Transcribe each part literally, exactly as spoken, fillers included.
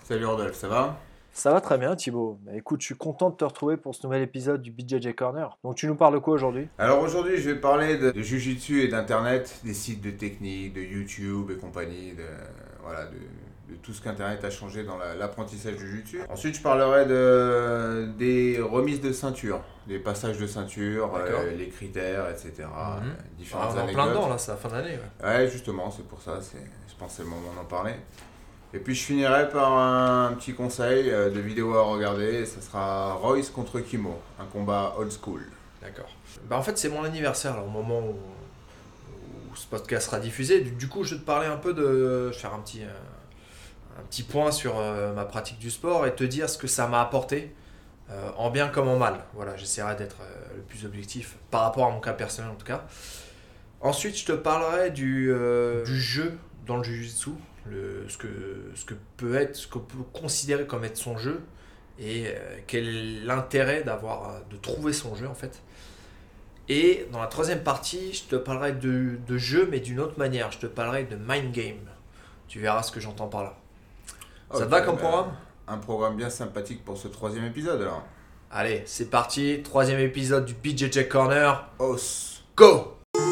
Salut Rodolphe, ça va? Ça va très bien, Thibaut. Bah, écoute, je suis content de te retrouver pour ce nouvel épisode du B J J Corner. Donc, tu nous parles de quoi aujourd'hui? Alors aujourd'hui, je vais parler de, de Jiu-Jitsu et d'Internet, des sites de technique, de YouTube et compagnie, de, voilà, de, de tout ce qu'Internet a changé dans la- l'apprentissage du Jiu-Jitsu. Ensuite, je parlerai de, des remises de ceinture, des passages de ceinture, D'accord. euh, les critères, et cetera. euh, Mhm. Ah, différentes on est en plein dedans, anecdotes. là, c'est la fin d'année. Ouais. Ouais, justement, c'est pour ça, c'est, je pense que c'est le moment d'en parler. Et puis je finirai par un petit conseil euh, de vidéo à regarder, ça sera Royce contre Kimo, un combat old school. D'accord. Bah, en fait, c'est mon anniversaire, là, au moment où, où ce podcast sera diffusé. Du, du coup, je vais te parler un peu de. Je vais faire un petit, euh, un petit point sur euh, ma pratique du sport et te dire ce que ça m'a apporté, euh, en bien comme en mal. Voilà, j'essaierai d'être euh, le plus objectif par rapport à mon cas personnel, en tout cas. Ensuite, je te parlerai du, euh, du jeu dans le Jiu-Jitsu, le, ce, que, ce que peut être, ce qu'on peut considérer comme être son jeu, et euh, quel est l'intérêt d'avoir, euh, de trouver son jeu en fait. Et dans la troisième partie, je te parlerai de, de jeu, mais d'une autre manière. Je te parlerai de mind game. Tu verras ce que j'entends par là. Ça te Ok, va comme bah, programme? un programme bien sympathique pour ce troisième épisode alors. Allez, c'est parti. Troisième épisode du B J J Corner. Os. Go!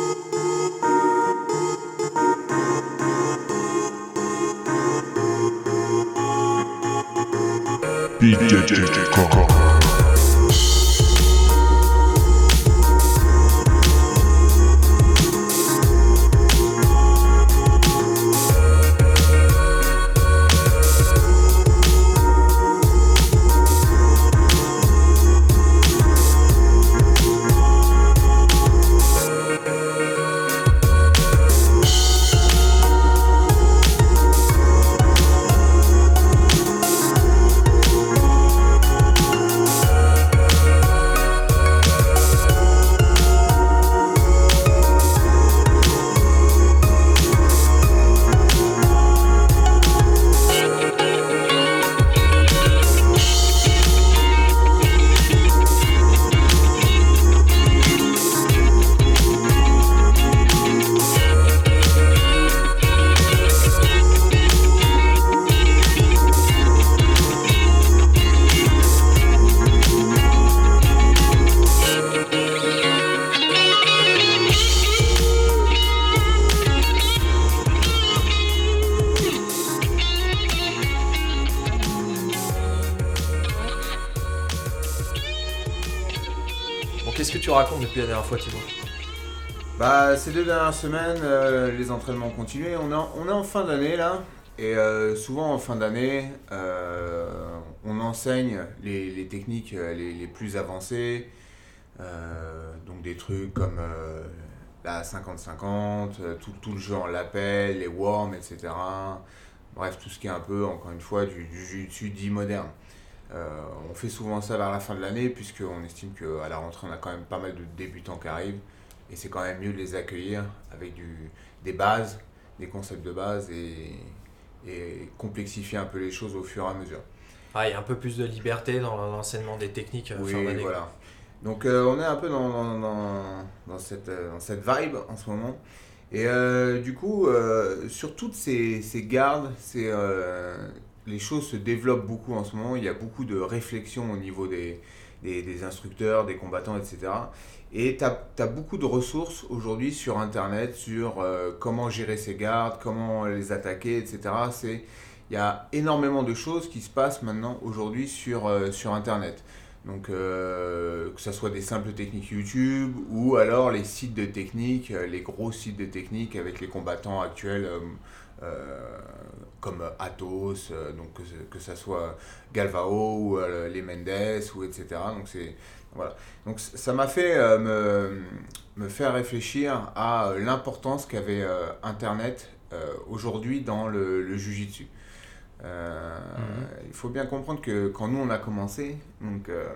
B J J Corner. Bon, qu'est-ce que tu racontes depuis la dernière fois, Thibaut? Bah ces deux dernières semaines, euh, les entraînements ont continué. On est en, on est en fin d'année là. Et euh, souvent en fin d'année, euh, on enseigne les, les techniques euh, les, les plus avancées. Euh, donc des trucs comme euh, la cinquante cinquante, euh, tout, tout le jeu en lapel, les worms, et cetera. Bref, tout ce qui est un peu, encore une fois, du, du jiu-jitsu dit moderne. Euh, on fait souvent ça vers la fin de l'année, puisqu'on estime qu'à la rentrée, on a quand même pas mal de débutants qui arrivent. Et c'est quand même mieux de les accueillir avec du, des bases, des concepts de base et, et complexifier un peu les choses au fur et à mesure. Ah, il y a un peu plus de liberté dans l'enseignement des techniques euh, fin Oui, d'année. voilà. Donc euh, on est un peu dans, dans, dans, dans cette, euh, dans cette vibe en ce moment. Et euh, du coup, euh, sur toutes ces, ces gardes, ces, euh, les choses se développent beaucoup en ce moment. Il y a beaucoup de réflexion au niveau des, des, des instructeurs, des combattants, et cetera. Et tu as beaucoup de ressources aujourd'hui sur Internet, sur euh, comment gérer ces gardes, comment les attaquer, et cetera. C'est, il y a énormément de choses qui se passent maintenant aujourd'hui sur, euh, sur Internet. Donc, euh, que ce soit des simples techniques YouTube ou alors les sites de techniques, euh, les gros sites de techniques avec les combattants actuels euh, euh, comme Athos, euh, donc que, ce- que ça soit Galvao ou euh, les Mendes ou et cetera. Donc, c'est, voilà. Donc, c- ça m'a fait euh, me, me faire réfléchir à euh, l'importance qu'avait euh, Internet euh, aujourd'hui dans le, le Jiu-Jitsu. Euh, Mhm. il faut bien comprendre que quand nous on a commencé, donc euh,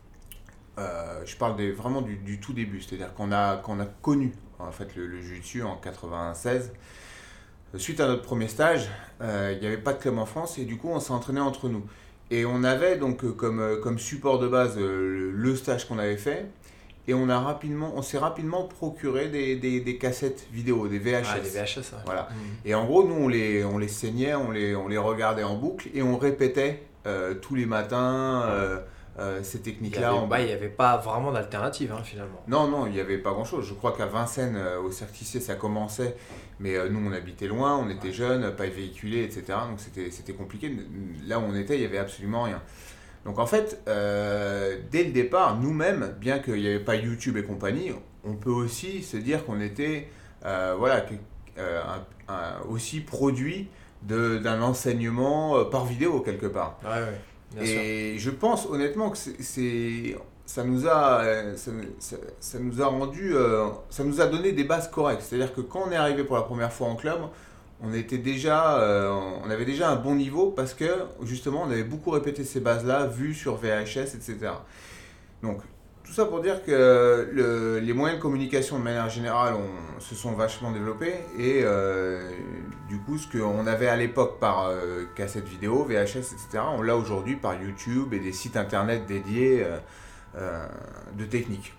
euh, je parle des, vraiment du, du tout début, c'est-à-dire qu'on a, qu'on a connu en fait le, le jiu-jitsu en quatre-vingt-seize. Suite à notre premier stage, euh, il n'y avait pas de club en France et du coup on s'est entraîné entre nous. Et on avait donc euh, comme, euh, comme support de base euh, le, le stage qu'on avait fait et on, a rapidement, on s'est rapidement procuré des, des, des cassettes vidéo, des V H S. Ah, des V H S, ouais. Voilà. Mmh. Et en gros, nous, on les, on les saignait, on les, on les regardait en boucle et on répétait euh, tous les matins euh, euh, ces Il techniques-là. n'y en avait, avait pas vraiment d'alternative, hein, finalement. Non, non, il n'y avait pas grand-chose. Je crois qu'à Vincennes, euh, au Certicier, ça commençait. Mais euh, nous, on habitait loin, on était jeunes, pas véhiculés, et cetera. Donc c'était, c'était compliqué. Là où on était, il n'y avait absolument rien. Donc en fait, euh, dès le départ, nous-mêmes, bien qu'il n'y avait pas YouTube et compagnie, on peut aussi se dire qu'on était euh, voilà, que, euh, un, un, aussi produit de, d'un enseignement euh, par vidéo quelque part. Ouais, ouais, bien et sûr. je pense honnêtement que c'est, c'est, ça, nous a, ça, ça, ça nous a rendu, euh, ça nous a donné des bases correctes. C'est-à-dire que quand on est arrivé pour la première fois en club, on était déjà, euh, on avait déjà un bon niveau parce que justement on avait beaucoup répété ces bases-là, vues sur V H S, et cetera. Donc tout ça pour dire que le, les moyens de communication de manière générale on, se sont vachement développés et euh, du coup ce qu'on avait à l'époque par euh, cassette vidéo, V H S, et cetera, on l'a aujourd'hui par YouTube et des sites internet dédiés euh, euh, de techniques.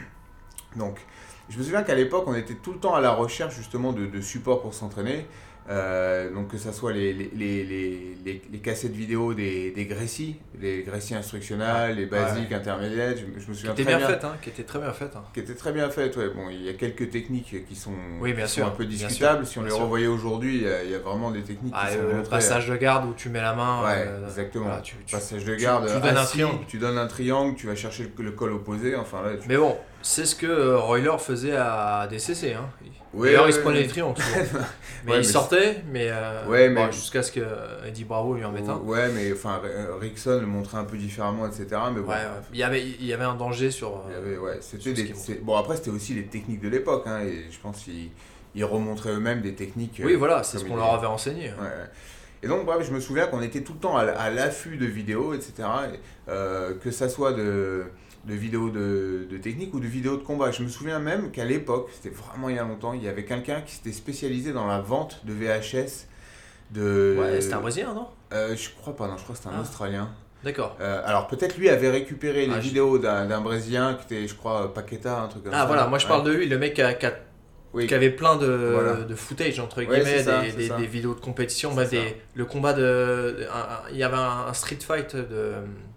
Donc je me souviens qu'à l'époque on était tout le temps à la recherche justement de, de supports pour s'entraîner. Euh, donc que ce soit les, les, les, les, les, les cassettes vidéo des, des Grécy, les Grécy instructionnels, les basiques, ouais. intermédiaires, je, je me souviens qui très bien. bien. Faites, hein, qui étaient très bien faites. Hein. Qui étaient très bien faites, ouais. Bon, il y a quelques techniques qui sont, oui, bien qui sûr, sont un peu discutables. Si on les sûr. revoyait aujourd'hui, il y, a, il y a vraiment des techniques ah, qui sont Le montrées, passage de garde où tu mets la main. Ouais, euh, exactement. Voilà, tu, tu, passage de garde, tu, tu donnes assis, un triangle. Tu donnes un triangle, tu vas chercher le, le col opposé. Enfin, là, tu... Mais bon, c'est ce que euh, Royler faisait à D C C. Hein. Ouais, D'ailleurs, ouais, il se prenait ouais. les triangles. mais ouais, il mais sortait, mais, euh, ouais, bon, mais... jusqu'à ce que Eddie Bravo lui en mette un. Ouais, mais enfin, Rickson le montrait un peu différemment, et cetera. Mais bon. Ouais, ouais. Il, y avait, il y avait un danger sur. Il y avait, ouais, c'était sur des, c'est... Bon, après, c'était aussi les techniques de l'époque. Hein, et je pense qu'ils ils remontraient eux-mêmes des techniques. Oui, voilà, c'est ce qu'on il... leur avait enseigné. Ouais, ouais. Et donc, bref, je me souviens qu'on était tout le temps à, à l'affût de vidéos, et cetera. Et, euh, que ça soit de. de vidéos de, de technique ou de vidéos de combat. Je me souviens même qu'à l'époque, c'était vraiment il y a longtemps, il y avait quelqu'un qui s'était spécialisé dans la vente de V H S. De... Ouais, c'était un Brésilien, non euh, Je crois pas, non, je crois que c'était un ah. Australien. D'accord. Euh, alors peut-être lui avait récupéré les ah, vidéos d'un, d'un Brésilien qui était, je crois, Paqueta, un truc comme ah, ça. Ah voilà, moi je ouais. parle de lui, le mec qui, a, qui, a, oui. qui avait plein de, voilà. de footage, entre guillemets, ouais, ça, des, des, des vidéos de compétition, bah, des, le combat de... de un, un, il y avait un, un street fight de...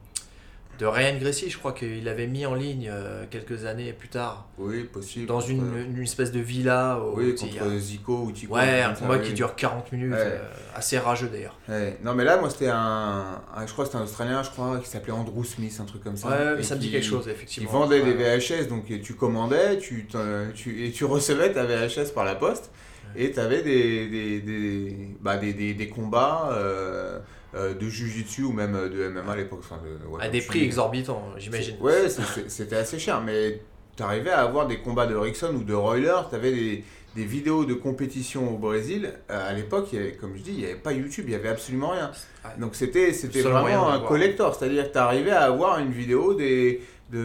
de Ryan Gracie, je crois qu'il avait mis en ligne euh, quelques années plus tard. Oui, possible. Dans une, contre... une espèce de villa. Au, oui, contre a... Zico ou Tico. Ouais, un combat ça, qui oui. dure quarante minutes, ouais. euh, assez rageux d'ailleurs. Ouais. Non, mais là, moi, c'était un, un. Je crois que c'était un Australien, je crois, qui s'appelait Andrew Smith, un truc comme ça. Ouais, mais ça me dit quelque chose, effectivement. Il vendait ouais, des V H S, donc tu commandais, tu, tu, et tu recevais ta V H S par la poste, ouais. Et tu avais des, des, des, bah, des, des, des combats. Euh, Euh, de Jiu-Jitsu ou même de M M A à l'époque. Enfin, de, ouais, à des prix exorbitants, j'imagine. C'est, ouais, c'est, c'était assez cher, mais tu arrivais à avoir des combats de Rickson ou de Royler, tu avais des, des vidéos de compétition au Brésil. Euh, à l'époque, il y avait, comme je dis, il n'y avait pas YouTube, il n'y avait absolument rien. Donc c'était, c'était vraiment un collector, c'est-à-dire que tu arrivais à avoir une vidéo des... De,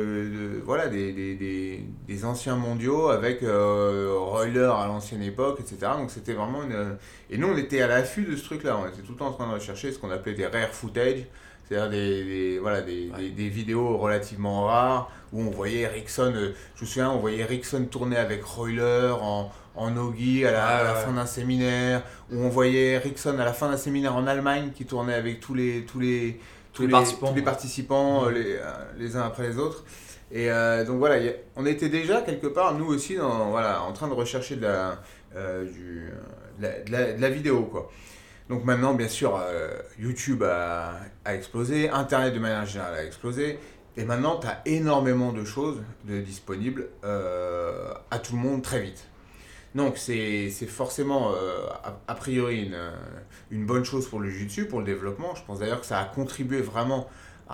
de voilà des, des, des, des anciens mondiaux avec euh, Royler à l'ancienne époque, et cetera. Donc c'était vraiment une... Et nous on était à l'affût de ce truc là, on était tout le temps en train de rechercher ce qu'on appelait des rare footage, c'est-à-dire des, des, voilà, des, ouais. des, des vidéos relativement rares où on voyait Rickson, euh, je me souviens on voyait Rickson tourner avec Royler en, en nogi à la, ah, à la ouais. fin d'un séminaire, où on voyait Rickson à la fin d'un séminaire en Allemagne qui tournait avec tous les... Tous les Tous les, les participants, tous les, participants mmh. les, les uns après les autres. Et euh, donc voilà, y a, on était déjà quelque part, nous aussi, dans, voilà, en train de rechercher de la, euh, du, de la, de la, de la vidéo, quoi. Donc maintenant, bien sûr, euh, YouTube a, a explosé, Internet de manière générale a explosé. Et maintenant, tu as énormément de choses de disponibles euh, à tout le monde très vite. Donc c'est, c'est forcément euh, a, a priori une, une bonne chose pour le jiu-jitsu, pour le développement. Je pense d'ailleurs que ça a contribué vraiment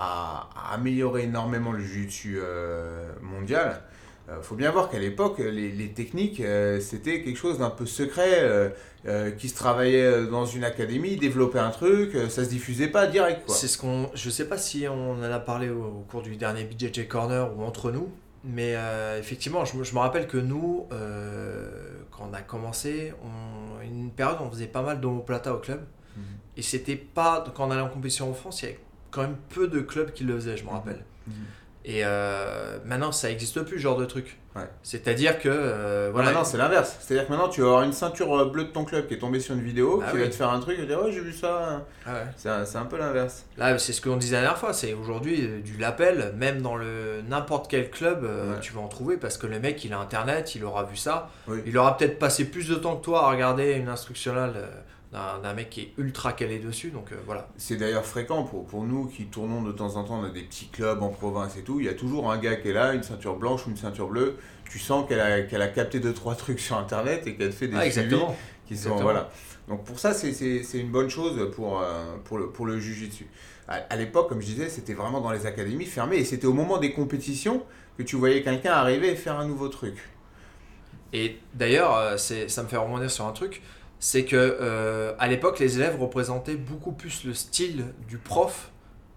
à, à améliorer énormément le jiu-jitsu euh, mondial. Il euh, faut bien voir qu'à l'époque, les, les techniques, euh, c'était quelque chose d'un peu secret, euh, euh, qui se travaillait dans une académie, développait un truc, euh, ça se diffusait pas direct, quoi. C'est ce qu'on, je sais pas si on en a parlé au, au cours du dernier B J J Corner ou entre nous, mais euh, effectivement, je, je me rappelle que nous, euh, quand on a commencé, on, une période on faisait pas mal d'omoplata au club, mmh. Et c'était pas, quand on allait en compétition en France, il y avait quand même peu de clubs qui le faisaient, je me rappelle. Mmh. Et euh, maintenant, ça n'existe plus, ce genre de truc. Ouais. C'est-à-dire que. Euh, Voilà. voilà. Maintenant, c'est l'inverse. C'est-à-dire que maintenant, tu vas avoir une ceinture bleue de ton club qui est tombée sur une vidéo, Ah qui oui. va te faire un truc et dire ouais, j'ai vu ça. Ah ouais. C'est un, c'est un peu l'inverse. Là, c'est ce qu'on disait la dernière fois. C'est aujourd'hui euh, du lapel, même dans le n'importe quel club, euh, Ouais. tu vas en trouver parce que le mec, il a internet, il aura vu ça. Oui. Il aura peut-être passé plus de temps que toi à regarder une instructionnelle euh, d'un, d'un mec qui est ultra calé dessus. Donc euh, voilà. C'est d'ailleurs fréquent pour, pour nous qui tournons de temps en temps dans des petits clubs en province et tout. Il y a toujours un gars qui est là, une ceinture blanche ou une ceinture bleue. Tu sens qu'elle a, qu'elle a capté deux trois trucs sur internet et qu'elle fait des Ah, suivis exactement. qui sont. Exactement. Voilà. Donc pour ça, c'est, c'est, c'est une bonne chose pour, euh, pour, le, pour le jiu-jitsu. À, à l'époque, comme je disais, c'était vraiment dans les académies fermées et c'était au moment des compétitions que tu voyais quelqu'un arriver et faire un nouveau truc. Et d'ailleurs, euh, c'est, ça me fait rebondir sur un truc, c'est que euh, à l'époque, les élèves représentaient beaucoup plus le style du prof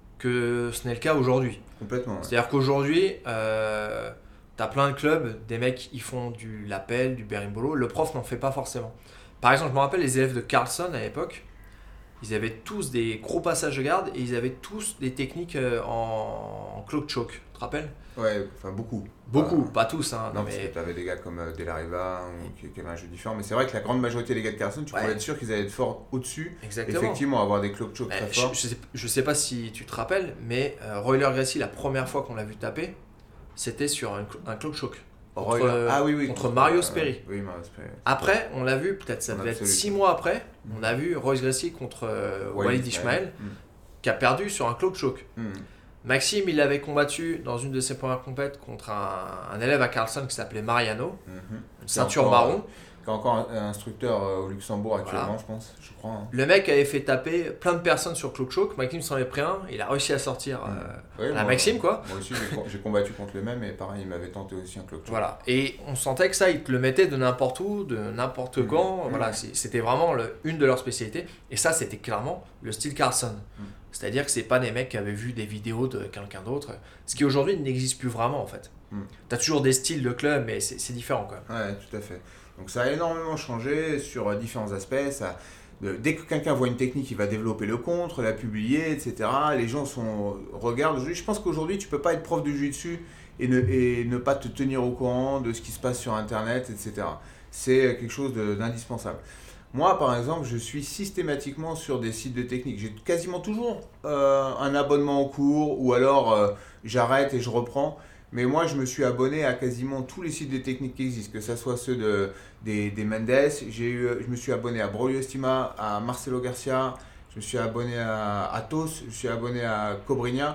que ce n'est le cas aujourd'hui. Complètement. Ouais. C'est-à-dire qu'aujourd'hui, euh, t'as plein de clubs, des mecs ils font du lapel, du berimbolo, le prof n'en fait pas forcément. Par exemple, je me rappelle les élèves de Carlson à l'époque, ils avaient tous des gros passages de garde et ils avaient tous des techniques euh, en, en cloak choke, tu te rappelles? Ouais, enfin beaucoup. Beaucoup, Enfin, pas tous, hein, Non, non, parce mais que tu avais des gars comme euh, De La Riva ou qui, qui avaient un jeu différent. Mais c'est vrai que la grande majorité des gars de Carlson, tu Ouais. pouvais être sûr qu'ils allaient être forts au-dessus. exactement. Effectivement, avoir des cloak choke Mais très je, forts. je sais, je sais pas si tu te rappelles, mais euh, Royler Gracie, la première fois qu'on l'a vu taper, c'était sur un, cl- un cloak choke. Contre, Roy- ah oui, oui. contre Mario Sperry. Oui, Mario Sperry. Après, on l'a vu, peut-être ça En devait être absolu. six mois après, Mm. on a vu Royce Gracie contre euh, Walid Walid Ismail, qui a perdu sur un cloak choke. Mm. Mm. Maxime, il l'avait combattu dans une de ses premières compètes contre un, un élève à Carlson qui s'appelait Mariano, Mhm. une ceinture encore, marron. Qui est encore un, un instructeur euh, au Luxembourg actuellement, Voilà. je pense. Je crois. hein. Le mec avait fait taper plein de personnes sur cloak choke, Maxime s'en est pris un, il a réussi à sortir euh, Ouais, à la moi, Maxime quoi. Moi aussi, j'ai, co- j'ai combattu contre le même et pareil, il m'avait tenté aussi un cloak choke. Voilà, et on sentait que ça, ils te le mettaient de n'importe où, de n'importe Mhm. quand. Mhm. Voilà, c'est- c'était vraiment le- une de leurs spécialités. Et ça, c'était clairement le style Carlson. Mhm. C'est-à-dire que c'est pas des mecs qui avaient vu des vidéos de quelqu'un d'autre. Ce qui aujourd'hui n'existe plus vraiment en fait. Mhm. T'as toujours des styles de club, mais c'est c'est différent quoi. Ouais, tout à fait. Donc ça a énormément changé sur euh, différents aspects. Ça, de- dès que quelqu'un voit une technique, il va développer le contre, la publier, et cetera. Les gens sont, regardent. Je je pense qu'aujourd'hui, tu peux pas être prof de jiu-jitsu et ne, et ne pas te tenir au courant de ce qui se passe sur Internet, et cetera. C'est quelque chose de- d'indispensable. Moi, par exemple, je suis systématiquement sur des sites de technique. J'ai quasiment toujours euh, un abonnement en cours ou alors euh, j'arrête et je reprends. Mais moi, je me suis abonné à quasiment tous les sites de technique qui existent, que ce soit ceux de, des, des Mendes. J'ai eu, je me suis abonné à Braulio Estima, à Marcelo Garcia, je me suis abonné à Athos, je me suis abonné à Cobrinha.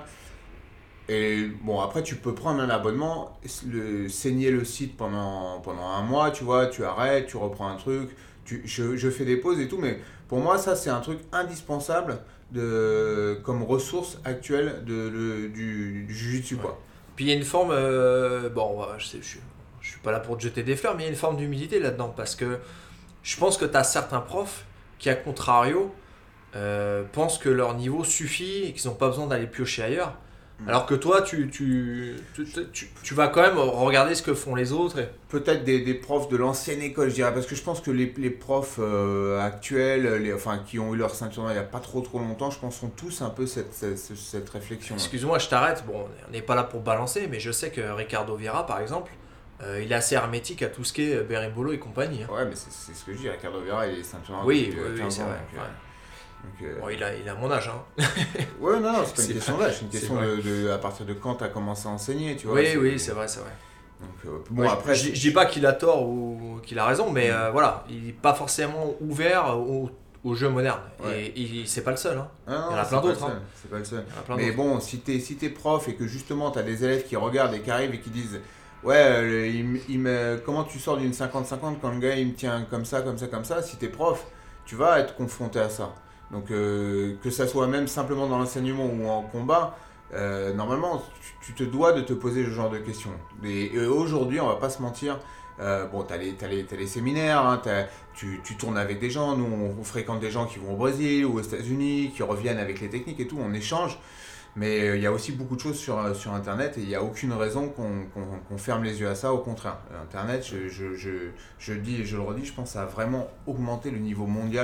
Et bon, après, tu peux prendre un abonnement, le, saigner le site pendant, pendant un mois, tu vois, tu arrêtes, tu reprends un truc, tu, je, je fais des pauses et tout, mais pour moi, ça, c'est un truc indispensable de, comme ressource actuelle de, le, du, du jiu-jitsu, quoi. Puis il y a une forme, euh, bon, voilà, je sais, je, suis- je suis pas là pour te jeter des fleurs, mais il y a une forme d'humilité là-dedans parce que je pense que tu as certains profs qui, à contrario, euh, pensent que leur niveau suffit et qu'ils n'ont pas besoin d'aller piocher ailleurs. Mm. Alors que toi, tu, tu, tu, tu- tu vas quand même regarder ce que font les autres. Et... Peut-être des, des profs de l'ancienne école, je dirais, parce que je pense que les, les profs euh, actuels, les, enfin, qui ont eu leur ceinture noire il n'y a pas trop trop longtemps, je pense, ont tous un peu cette, cette, cette réflexion. Excuse-moi, je t'arrête. Bon, on n'est pas là pour balancer, mais je sais que Ricardo Vieira, par exemple, euh, il est assez hermétique à tout ce qui est berimbolo et compagnie. hein. Ouais, mais c'est, c'est ce que je dis, Ricardo Vera, il est ceinture noire Oui, depuis oui, oui, quinze c'est ans, vrai. donc, euh, ouais. donc, euh, Bon, il, a, il a mon âge. Hein. ouais, non, non, c'est pas C'est une question vrai. d'âge, c'est une C'est question vrai. de, de à partir de quand tu as commencé à enseigner, tu vois. Oui, c'est- oui, c'est vrai, c'est vrai. Donc, euh, bon, Ouais, après, je, je dis pas qu'il a tort ou qu'il a raison, mais euh, voilà, il n'est pas forcément ouvert au, au jeu moderne. Ouais. Et il, c'est pas le seul. Hein. Ah non, il y en a c'est plein pas d'autres, le seul, hein. C'est pas le seul. Il y en a plein Mais d'autres. bon, si t'es si t'es prof et que justement tu as des élèves qui regardent et qui arrivent et qui disent ouais, euh, le- il, me- il me- comment tu sors d'une cinquante cinquante quand le gars il me tient comme ça, comme ça, comme ça, si t'es prof, tu vas être confronté à ça. Donc euh, que ça soit même simplement dans l'enseignement ou en combat, euh, normalement tu, tu te dois de te poser ce genre de questions. Et, et aujourd'hui, on va pas se mentir, euh, bon, t'as les, t'as les, t'as les séminaires, hein, t'as- tu, tu tournes avec des gens, nous on, on fréquente des gens qui vont au Brésil ou aux États-Unis, qui reviennent avec les techniques et tout, on échange. Mais euh, il y a aussi beaucoup de choses sur, euh, sur Internet et il n'y a aucune raison qu'on qu'on- qu'on ferme les yeux à ça, au contraire. Euh, Internet, je, je, je, je dis et je le redis, je pense que ça a vraiment augmenté le niveau mondial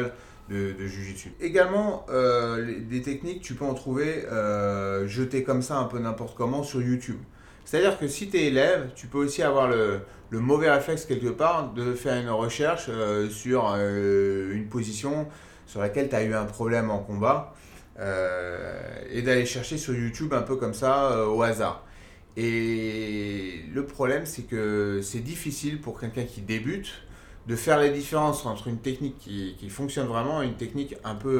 de, de Jiu-Jitsu. Également, euh, les- des techniques, tu peux en trouver euh, jetées comme ça, un peu n'importe comment, sur YouTube. C'est-à-dire que si tu es élève, tu peux aussi avoir le, le mauvais réflexe quelque part de faire une recherche euh, sur euh, une position sur laquelle tu as eu un problème en combat euh, et d'aller chercher sur YouTube un peu comme ça euh, au hasard. Et le problème, c'est que c'est difficile pour quelqu'un qui débute de faire la différence entre une technique qui, qui fonctionne vraiment et une technique un peu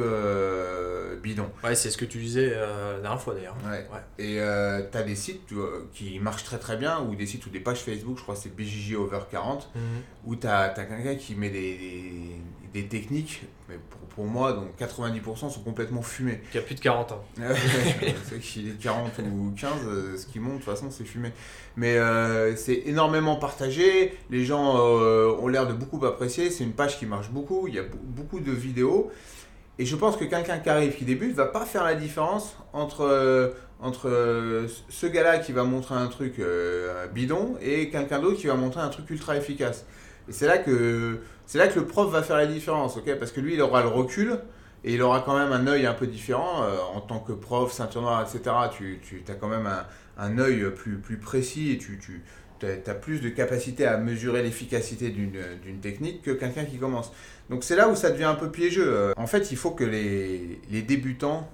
euh, bidon. Ouais, c'est ce que tu disais euh, la dernière fois d'ailleurs. Ouais. Ouais. Et euh, tu as des sites tu vois, qui marchent très très bien, ou des sites ou des pages Facebook, je crois que c'est B J J Over quarante, Mhm. où tu as, quelqu'un qui met des, des, des techniques, mais pour, pour moi, donc quatre-vingt-dix pour cent sont complètement fumés. Qui a plus de quarante ans. C'est qu'il est quarante ou quinze, euh, ce qui monte, de toute façon, c'est fumé. Mais euh, c'est énormément partagé, les gens euh, ont l'air de beaucoup apprécier, c'est une page qui marche beaucoup, il y a b- beaucoup de vidéos. Et je pense que quelqu'un qui arrive, qui débute, va pas faire la différence entre, euh, entre euh, ce gars-là qui va montrer un truc euh, bidon et quelqu'un d'autre qui va montrer un truc ultra efficace. Et c'est là que, c'est là que le prof va faire la différence, ok? Parce que lui, il aura le recul et il aura quand même un œil un peu différent. Euh, en tant que prof, ceinture noire, et cetera, tu, tu as quand même un, un œil plus, plus précis et tu, tu as plus de capacité à mesurer l'efficacité d'une, d'une technique que quelqu'un qui commence. Donc c'est là où ça devient un peu piégeux. Euh, En fait, il faut que les, les débutants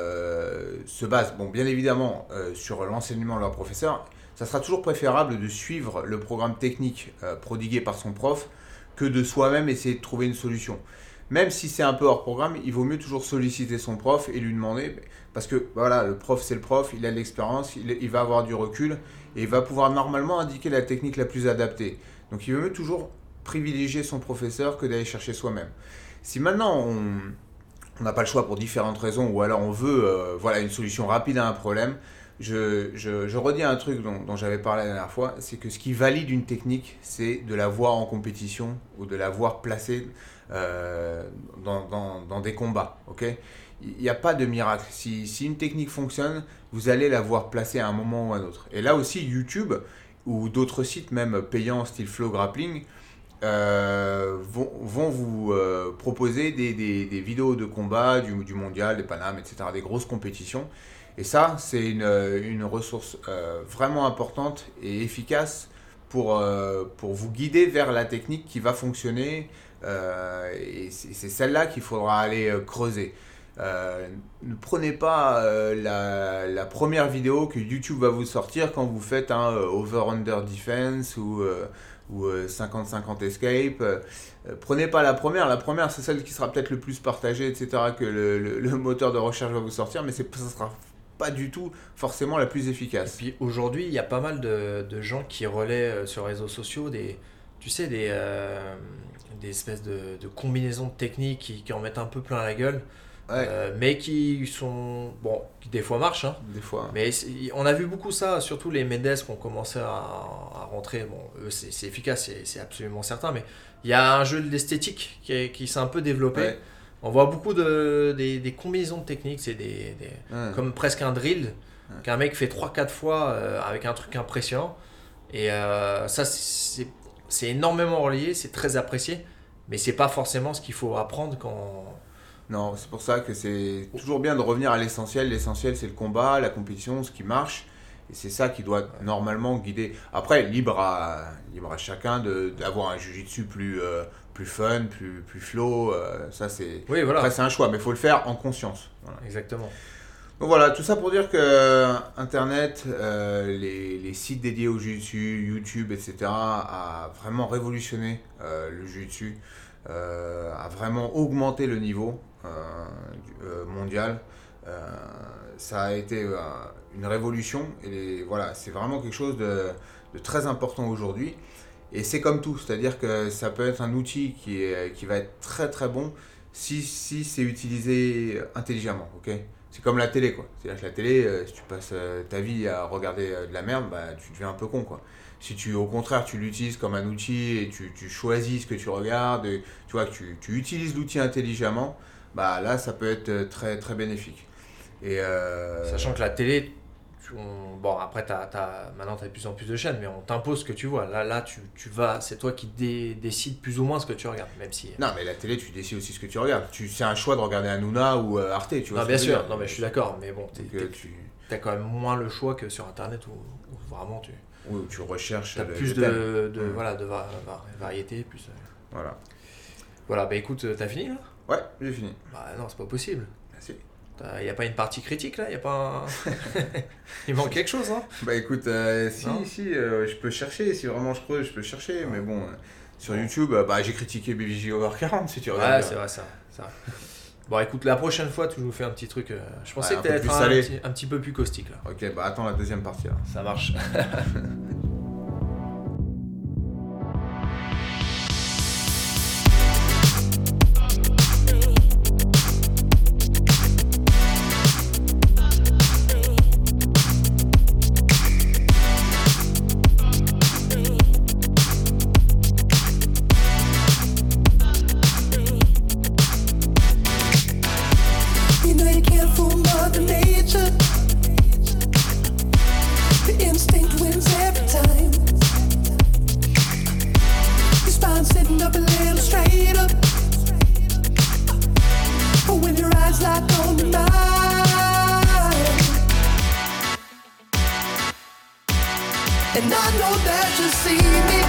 euh, se basent, bon, bien évidemment, euh, sur l'enseignement de leur professeur. Ça sera toujours préférable de suivre le programme technique euh, prodigué par son prof que de soi-même essayer de trouver une solution. Même si c'est un peu hors programme, il vaut mieux toujours solliciter son prof et lui demander, parce que voilà, le prof c'est le prof, il a de l'expérience, il, il va avoir du recul et il va pouvoir normalement indiquer la technique la plus adaptée. Donc il vaut mieux toujours privilégier son professeur que d'aller chercher soi-même. Si maintenant on on n'a pas le choix pour différentes raisons, ou alors on veut euh, voilà, une solution rapide à un problème, je, je, je redis un truc dont, dont j'avais parlé la dernière fois, c'est que ce qui valide une technique, c'est de la voir en compétition ou de la voir placée euh, dans, dans, dans des combats. Okay, il n'y a pas de miracle. Si, si une technique fonctionne, vous allez la voir placée à un moment ou à un autre. Et là aussi, YouTube ou d'autres sites, même payants, style Flow Grappling, euh, vont, vont vous euh, proposer des, des, des vidéos de combat du, du mondial, des Paname, et cetera, des grosses compétitions. Et ça, c'est une, une ressource euh, vraiment importante et efficace pour, euh, pour vous guider vers la technique qui va fonctionner. Euh, et c'est, c'est celle-là qu'il faudra aller euh, creuser. Euh, ne prenez pas euh, la, la première vidéo que YouTube va vous sortir quand vous faites un euh, over-under defense ou... Euh, ou euh, cinquante cinquante escape. Euh, prenez pas la première, la première c'est celle qui sera peut-être le plus partagée, et cetera, que le, le, le moteur de recherche va vous sortir, mais c'est, ça sera pas du tout forcément la plus efficace. Et puis aujourd'hui, il y a pas mal de, de gens qui relaient euh, sur les réseaux sociaux des, tu sais, des, euh, des espèces de, de combinaisons de techniques qui, qui en mettent un peu plein la gueule. Ouais. Euh, mais qui sont, bon, qui des fois marchent, hein. Des fois. Mais c'est- on a vu beaucoup ça, surtout les Mendes qui ont commencé à, à rentrer. Bon, eux, c'est c'est efficace, c'est c'est absolument certain, mais il y a un jeu d'esthétique qui, est- qui s'est un peu développé. Ouais. On voit beaucoup de, des, des combinaisons de techniques, c'est des, des- Ouais. comme presque un drill, Ouais. qu'un mec fait trois quatre fois euh, avec un truc impressionnant. Et euh, ça, c'est c'est énormément relié, c'est très apprécié, mais c'est pas forcément ce qu'il faut apprendre quand. Non, c'est pour ça que c'est toujours bien de revenir à l'essentiel. L'essentiel, c'est le combat, la compétition, ce qui marche. Et c'est ça qui doit normalement guider. Après, libre à, libre à chacun de, d'avoir un jiu-jitsu plus, euh, plus fun, plus, plus flow. euh, ça, c'est... Oui, voilà. Après, c'est un choix, mais il faut le faire en conscience. Voilà. Exactement. Donc voilà, tout ça pour dire que euh, Internet, euh, les, les sites dédiés au jiu-jitsu, YouTube, et cetera, a vraiment révolutionné euh, le jiu-jitsu, euh, a vraiment augmenté le niveau euh, du- euh, mondial. Euh, ça a été euh, une révolution et les- voilà, c'est vraiment quelque chose de, de très important aujourd'hui. Et c'est comme tout, c'est-à-dire que ça peut être un outil qui, est, qui va être très très bon si, si c'est utilisé intelligemment, ok? C'est comme la télé, quoi. C'est-à-dire que la télé, euh, si tu passes euh, ta vie à regarder euh, de la merde, bah, tu deviens un peu con, quoi. Si tu, au contraire, tu l'utilises comme un outil et tu, tu choisis ce que tu regardes, et, tu vois, que tu, tu utilises l'outil intelligemment, bah là, ça peut être euh, très, très bénéfique. Et euh, Sachant que la télé, tu- on- bon, après, t'as, t'as, maintenant, tu as de plus en plus de chaînes, mais on t'impose ce que tu vois. Là, là tu, tu vas, c'est toi qui dé- décides plus ou moins ce que tu regardes, même si. Non, mais la télé, tu décides aussi ce que tu regardes. Tu, c'est un choix de regarder Hanouna ou euh, Arte, tu vois. Non, ce bien que je veux sûr, dire. non, mais je suis d'accord, mais bon, t'es, Donc, euh, t'es- tu, t'as quand même moins le choix que sur Internet où, où vraiment tu oui, tu recherches. as le- plus le thème. de, de, Mm. voilà, de va- va- variété. Plus, euh. Voilà. Voilà, bah écoute, t'as fini là? Ouais, j'ai fini. Bah non, c'est pas possible. Merci. Il n'y a pas une partie critique là? Y a pas un... Il manque quelque chose, hein? Bah écoute, euh, si, Non. si, euh, je peux chercher. Si vraiment je creuse, je peux chercher. Mais bon, euh, sur Bon. YouTube, euh, bah j'ai critiqué B B J Over quarante si tu Ouais, regardes. c'est vrai, ça. c'est vrai. Bon, écoute, la prochaine fois, tu nous fais un petit truc. euh, Je pensais Ouais, que un t'allais peu être plus un, salé. petit, un petit peu plus caustique là. Ok, bah attends la deuxième partie alors. Ça marche. You know you can't fool Mother Nature. The instinct wins every time. Your spine sitting up a little straighter. But when your eyes lock on mine, and I know that you see me.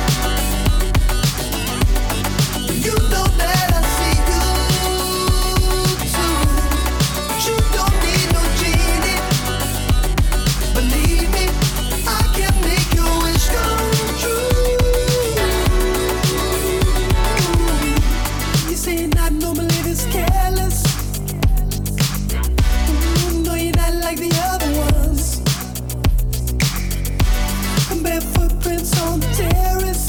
You know that I see you too. You don't need no genie. Believe me, I can make your wish come true. You say not normally this careless. Mm, no, you're not like the other ones. Bare footprints on the terrace.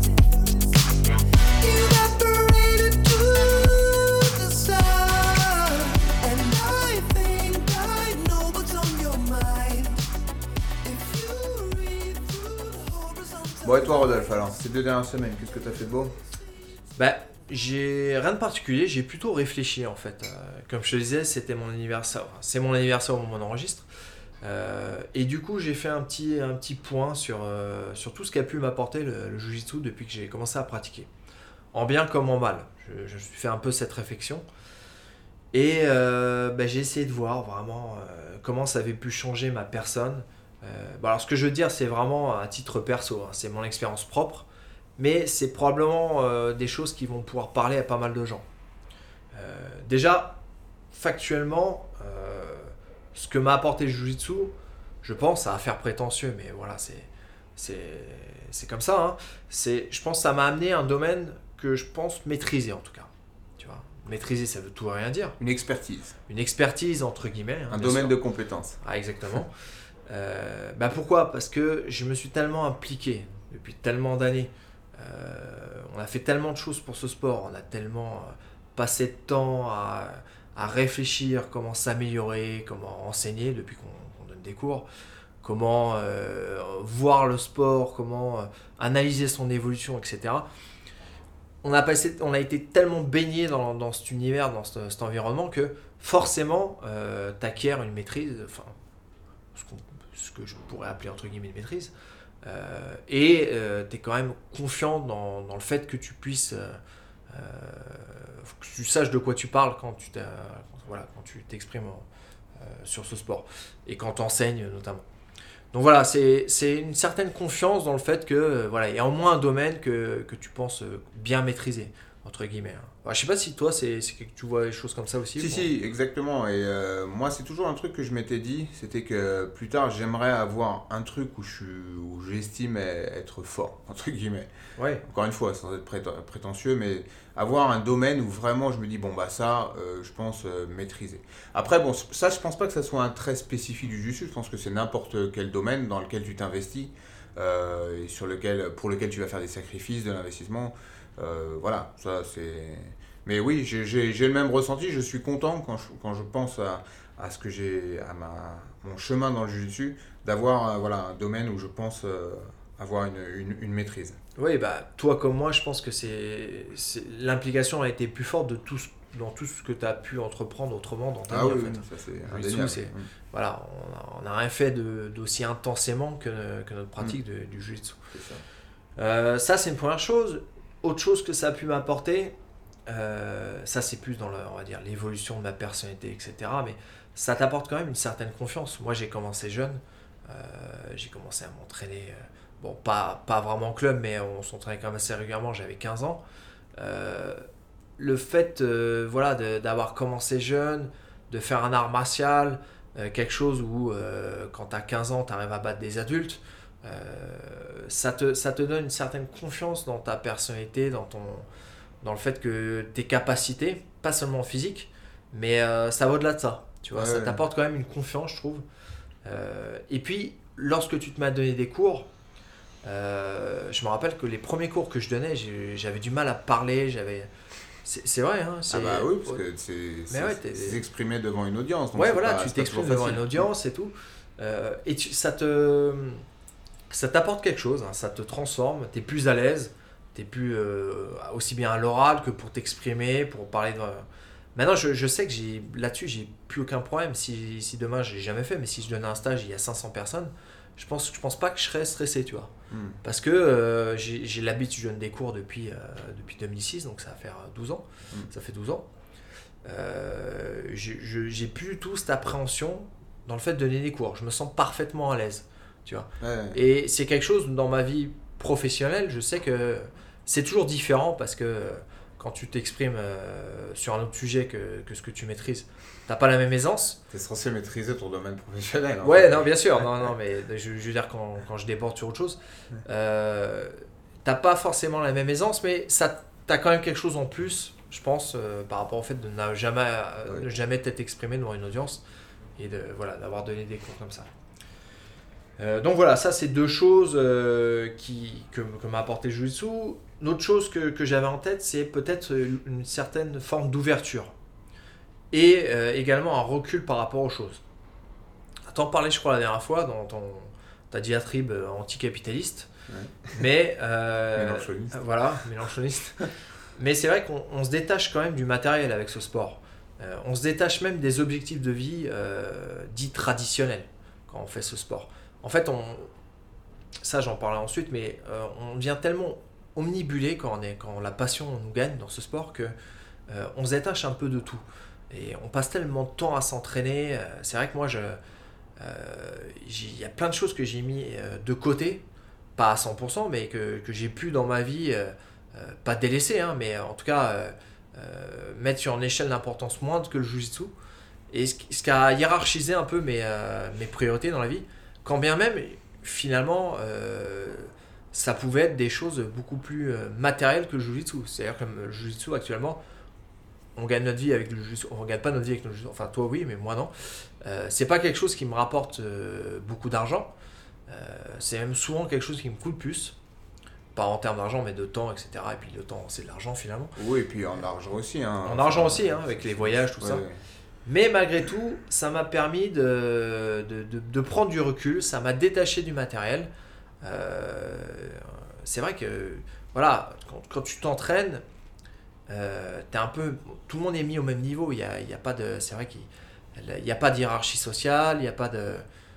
You evaporated to the sun, and I think I know what's on your mind. If you read through the horizontal. Bon, et toi, Rodolphe, alors, ces deux dernières semaines, qu'est-ce que t'as fait de beau? Bah, j'ai rien de particulier, j'ai plutôt réfléchi en fait. Euh, comme je te disais, c'était mon anniversaire. Enfin, c'est mon anniversaire au moment où on enregistre. Euh, et du coup, j'ai fait un petit, un petit point sur, euh, sur tout ce qu'a pu m'apporter le, le Jiu-Jitsu depuis que j'ai commencé à pratiquer. En bien comme en mal. Je, je me suis fait un peu cette réflexion. Et euh, bah, j'ai essayé de voir vraiment euh, comment ça avait pu changer ma personne. Euh, bon, alors ce que je veux dire, c'est vraiment à titre perso, hein, c'est mon expérience propre. Mais c'est probablement euh, des choses qui vont pouvoir parler à pas mal de gens. Euh, déjà, factuellement, euh, ce que m'a apporté le Jiu-Jitsu, je pense, ça va faire prétentieux, mais voilà, c'est, c'est, c'est comme ça. Hein. C'est, je pense que ça m'a amené à un domaine que je pense maîtriser en tout cas. Tu vois, maîtriser, ça veut tout et rien dire. Une expertise, Une expertise, entre guillemets. Hein, un bien domaine sûr. de compétences. Ah, exactement. Euh, bah pourquoi? Parce que je me suis tellement impliqué depuis tellement d'années. Euh, on a fait tellement de choses pour ce sport. On a tellement euh, passé de temps à, à réfléchir comment s'améliorer, comment enseigner depuis qu'on, qu'on donne des cours, comment euh, voir le sport, comment euh, analyser son évolution, et cetera. On a, passé, on a été tellement baigné dans, dans cet univers, dans cet, cet environnement que forcément, euh, tu acquiers une maîtrise, enfin, ce, qu'on- ce que je pourrais appeler entre guillemets une maîtrise, euh, et euh, tu es quand même confiant dans, dans le fait que tu puisses, euh, euh, que tu saches de quoi tu parles quand tu, t'as- quand, voilà, quand tu t'exprimes euh, sur ce sport, et quand tu enseignes notamment. Donc voilà, c'est, c'est une certaine confiance dans le fait que euh, voilà, il y a au moins un domaine que, que tu penses euh, bien maîtriser, entre guillemets. Hein. Alors, je sais pas si toi, c'est, c'est que tu vois les choses comme ça aussi. Si, ou- si, exactement. Et euh, moi, c'est toujours un truc que je m'étais dit, c'était que plus tard, j'aimerais avoir un truc où, je suis, où j'estime être fort, entre guillemets. Ouais. Encore une fois, sans être préten- prétentieux, mais avoir un domaine où vraiment je me dis, bon, bah ça, euh, je pense euh, maîtriser. Après, bon, ça, je pense pas que ça soit un trait spécifique du jiu-jitsu, je pense que c'est n'importe quel domaine dans lequel tu t'investis, euh, et sur lequel, pour lequel tu vas faire des sacrifices, de l'investissement. Euh, voilà, ça c'est... Mais oui, j'ai, j'ai, j'ai le même ressenti, je suis content quand je, quand je pense à, à ce que j'ai, à ma, mon chemin dans le jiu-jitsu, d'avoir euh, voilà, un domaine où je pense euh, avoir une, une, une maîtrise. Oui, bah, toi comme moi, je pense que c'est, c'est- l'implication a été plus forte de tout ce, dans tout ce que tu as pu entreprendre autrement dans ta Ah vie. oui, en fait. oui, ça c'est Jiu-jitsu, indéniable. c'est- Mm. Voilà, on n'a rien fait de- d'aussi intensément que, que notre pratique de- du jiu-jitsu. C'est ça. Euh, ça, c'est une première chose. Autre chose que ça a pu m'apporter, euh, ça c'est plus dans le, on va dire, l'évolution de ma personnalité, et cetera. Mais ça t'apporte quand même une certaine confiance. Moi, j'ai commencé jeune. Euh, j'ai commencé à m'entraîner, euh, bon, pas, pas vraiment en club, mais on s'entraînait quand même assez régulièrement. J'avais quinze ans. Euh, le fait euh, voilà, de- d'avoir commencé jeune, de faire un art martial, euh, quelque chose où euh, quand tu as quinze ans, tu arrives à battre des adultes, euh, ça, te, ça te donne une certaine confiance dans ta personnalité, dans, ton, dans le fait que tes capacités, pas seulement en physique, mais euh, ça va au-delà de ça. Tu vois, Ouais, ça ouais. t'apporte quand même une confiance, je trouve. Euh, et puis, lorsque tu te mets à donner des cours, euh, je me rappelle que les premiers cours que je donnais, j'ai- j'avais du mal à parler, j'avais... C'est c'est vrai, hein. Ah c'est- bah oui, parce que c'est Mais c'est- ouais, t'es- c'est s'exprimer devant une audience. donc Ouais, c'est voilà, pas- tu c'est pas t'exprimes toujours devant une facile. audience et tout. Euh, et tu- ça te ça t'apporte quelque chose, hein, ça te transforme, tu es plus à l'aise, tu es plus euh, aussi bien à l'oral que pour t'exprimer, pour parler de... Maintenant, je, je sais que j'ai là-dessus, j'ai plus aucun problème. Si, si demain, je l'ai jamais fait, mais si je donnais un stage, il y a cinq cents personnes, je pense, je pense pas que je serais stressé, tu vois. Hmm. Parce que euh, j'ai j'ai l'habitude, je donne des cours depuis, euh, depuis deux mille six, donc ça va faire douze ans. Mm. Ça fait douze ans. Euh, j'ai- je- j'ai plus du tout cette appréhension dans le fait de donner des cours. Je me sens parfaitement à l'aise, tu vois. Ouais. Et c'est quelque chose dans ma vie professionnelle, je sais que c'est toujours différent parce que quand tu t'exprimes euh, sur un autre sujet que, que ce que tu maîtrises, t'as pas la même aisance. T'es censé maîtriser ton domaine professionnel. hein. Ouais, non, bien sûr, non, non, mais je, je veux dire, quand, quand je déborde sur autre chose, euh, t'as pas forcément la même aisance, mais ça, t'as quand même quelque chose en plus, je pense, euh, par rapport au fait de ne jamais, euh, Ouais. ne jamais t'être exprimé devant une audience et de, voilà, d'avoir donné des cours comme ça. Euh, donc voilà, ça c'est deux choses euh, qui, que, que m'a apporté le Jiu-Jitsu. Une autre chose que, que j'avais en tête, c'est peut-être une certaine forme d'ouverture et euh, également un recul par rapport aux choses. T'en parlais, je crois, la dernière fois dans ton, ta diatribe euh, anticapitaliste, Ouais. mais euh, Mélenchoniste. euh, voilà, mélenchoniste. Mais c'est vrai qu'on on se détache quand même du matériel avec ce sport. Euh, on se détache même des objectifs de vie euh, dits traditionnels quand on fait ce sport. En fait, on, ça j'en parlerai ensuite, mais euh, on devient tellement omnibulé quand, on est, quand la passion nous gagne dans ce sport que euh, on se détache un peu de tout. Et on passe tellement de temps à s'entraîner. euh, c'est vrai que moi, je, euh, j'ai- il y a plein de choses que j'ai mis euh, de côté, pas à cent pour cent, mais que, que j'ai pu dans ma vie, euh, euh, pas délaisser, hein, mais en tout cas euh, euh, mettre sur une échelle d'importance moindre que le Jiu-Jitsu. Et ce, qui- ce qui a hiérarchisé un peu mes, euh, mes priorités dans la vie, quand bien même, finalement, euh, ça pouvait être des choses beaucoup plus euh, matérielles que le Jiu-Jitsu. C'est-à-dire que le Jiu-Jitsu actuellement, on gagne notre vie avec le Jiu-Jitsu, on gagne pas notre vie avec le Jiu-Jitsu, enfin toi oui, mais moi non. Euh, c'est pas quelque chose qui me rapporte euh, beaucoup d'argent. Euh, c'est même souvent quelque chose qui me coûte plus. Pas en termes d'argent, mais de temps, et cetera. Et puis le temps, c'est de l'argent finalement. Oui, et puis en argent aussi. Hein. En argent aussi, hein, avec les voyages, tout Ouais, ça. ouais. Mais malgré tout, ça m'a permis de, de, de- de prendre du recul, ça m'a détaché du matériel. Euh, c'est vrai que, voilà, quand, quand tu t'entraînes, euh, t'es un peu, tout le monde est mis au même niveau. Il y a, il y a pas de, c'est vrai qu'il n'y a pas de hiérarchie sociale, il n'y a pas de... Euh,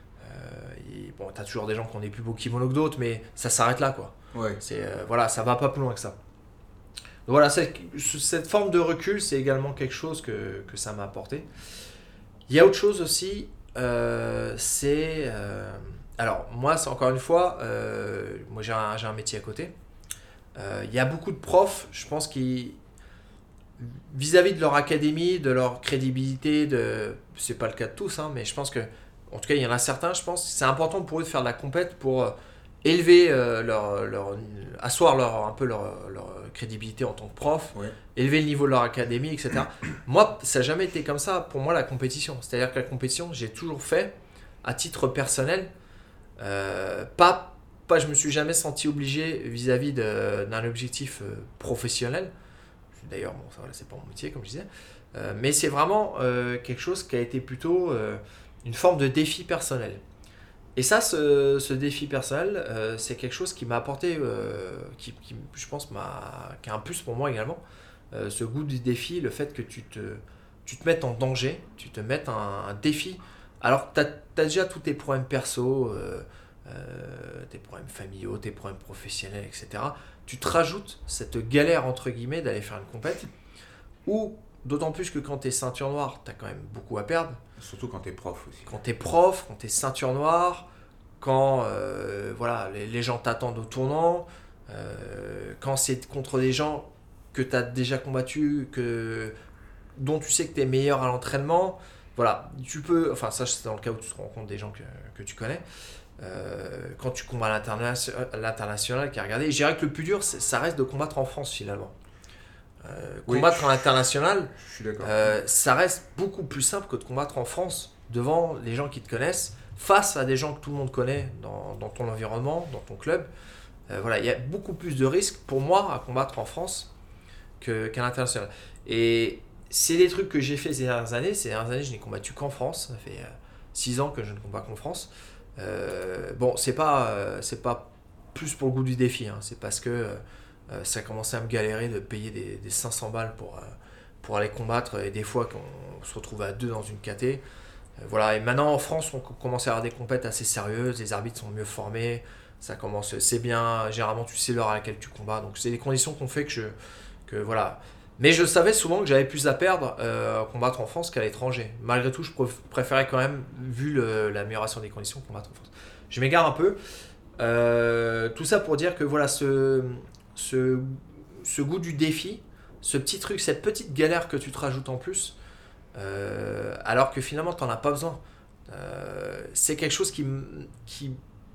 il- bon, t'as toujours des gens qui ont des plus beaux kimonos que d'autres, mais ça s'arrête là, quoi. Ouais. C'est, euh, voilà, ça va pas plus loin que ça. Donc voilà, c'est- cette forme de recul, c'est également quelque chose que, que ça m'a apporté. Il y a autre chose aussi, euh, c'est... euh, alors, moi, c'est encore une fois, euh, moi j'ai un, j'ai un métier à côté. Euh, Il y a beaucoup de profs, je pense, qui, vis-à-vis de leur académie, de leur crédibilité, de, c'est pas le cas de tous, hein, mais je pense que, en tout cas, il y en a certains, je pense, c'est important pour eux de faire de la compète pour euh, élever euh, leur, leur, asseoir leur, un peu leur, leur crédibilité en tant que prof, Ouais. élever le niveau de leur académie, et cetera. Moi, ça n'a jamais été comme ça pour moi la compétition. C'est-à-dire que la compétition, j'ai toujours fait à titre personnel, euh, pas, pas, je me suis jamais senti obligé vis-à-vis de- d'un objectif euh, professionnel. D'ailleurs, bon, ça, voilà, c'est pas mon métier, comme je disais. Euh, mais c'est vraiment euh, quelque chose qui a été plutôt euh, une forme de défi personnel. Et ça, ce, ce défi personnel, euh, c'est quelque chose qui m'a apporté, euh, qui, qui, je pense, m'a, qui est un plus pour moi également. euh, ce goût du défi, le fait que tu te, tu te mettes en danger, tu te mettes un, un défi, alors que tu as déjà tous tes problèmes perso, euh, euh, tes problèmes familiaux, tes problèmes professionnels, et cetera. Tu te rajoutes cette galère, entre guillemets, d'aller faire une compète, ou d'autant plus que quand tu es ceinture noire, tu as quand même beaucoup à perdre. Surtout quand t'es prof aussi. Quand tu es prof, quand tu es ceinture noire, quand euh, voilà, les, les gens t'attendent au tournant, euh, quand c'est contre des gens que tu as déjà combattu, que, dont tu sais que tu es meilleur à l'entraînement, voilà, tu peux, enfin ça c'est dans le cas où tu te rends compte des gens que, que tu connais, euh, quand tu combats à l'interna- à l'international, qui a regardé, je dirais que le plus dur, c'est- ça reste de combattre en France finalement. Euh, Oui, combattre je- à l'international, Je suis d'accord. euh, ça reste beaucoup plus simple que de combattre en France devant les gens qui te connaissent, face à des gens que tout le monde connaît dans, dans ton environnement, dans ton club. Euh, voilà, il y a beaucoup plus de risques pour moi à combattre en France que, qu'à l'international. Et c'est des trucs que j'ai fait ces dernières années. Ces dernières années, je n'ai combattu qu'en France. Ça fait six ans que je ne combats qu'en France. Euh, bon, c'est pas, euh, c'est pas plus pour le goût du défi. Hein. C'est parce que euh, ça a commencé à me galérer de payer des, des cinq cents balles pour, euh, pour aller combattre. Et des fois, qu'on se retrouve à deux dans une K T. Euh, voilà. Et maintenant, en France, on commence à avoir des compètes assez sérieuses. Les arbitres sont mieux formés. Ça commence, c'est bien. Généralement, tu sais l'heure à laquelle tu combats. Donc, c'est des conditions qu'on fait que je. Que, voilà. Mais je savais souvent que j'avais plus à perdre euh, à combattre en France qu'à l'étranger. Malgré tout, je préf- préférais quand même, vu le- l'amélioration des conditions, combattre en France. Je m'égare un peu. Euh, tout ça pour dire que voilà, ce, ce, ce goût du défi, ce petit truc, cette petite galère que tu te rajoutes en plus, euh, alors que finalement, tu n'en as pas besoin. Euh, c'est quelque chose qui, m- qui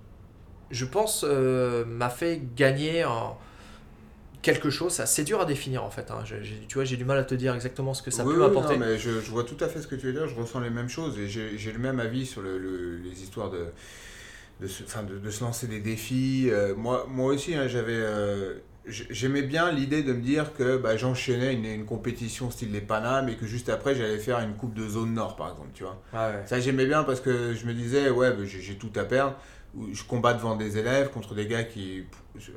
je pense, euh, m'a fait gagner en quelque chose. C'est assez dur à définir en fait. Hein. Je- j'ai- tu vois, j'ai du mal à te dire exactement ce que ça Oui, peut oui, m'apporter. non, mais je, je vois tout à fait ce que tu veux dire, je ressens les mêmes choses et j'ai j'ai le même avis sur le, le- les histoires de, de, se, enfin, de, de se lancer des défis. Euh, moi, moi aussi, hein, j'avais, euh, j'- j'aimais bien l'idée de me dire que bah, j'enchaînais une, une compétition style les Paname et que juste après j'allais faire une coupe de zone nord par exemple, tu vois. Ah ouais. Ça j'aimais bien parce que je me disais, ouais, bah, j'ai j'ai tout à perdre. Ou je combats devant des élèves contre des gars qui, je-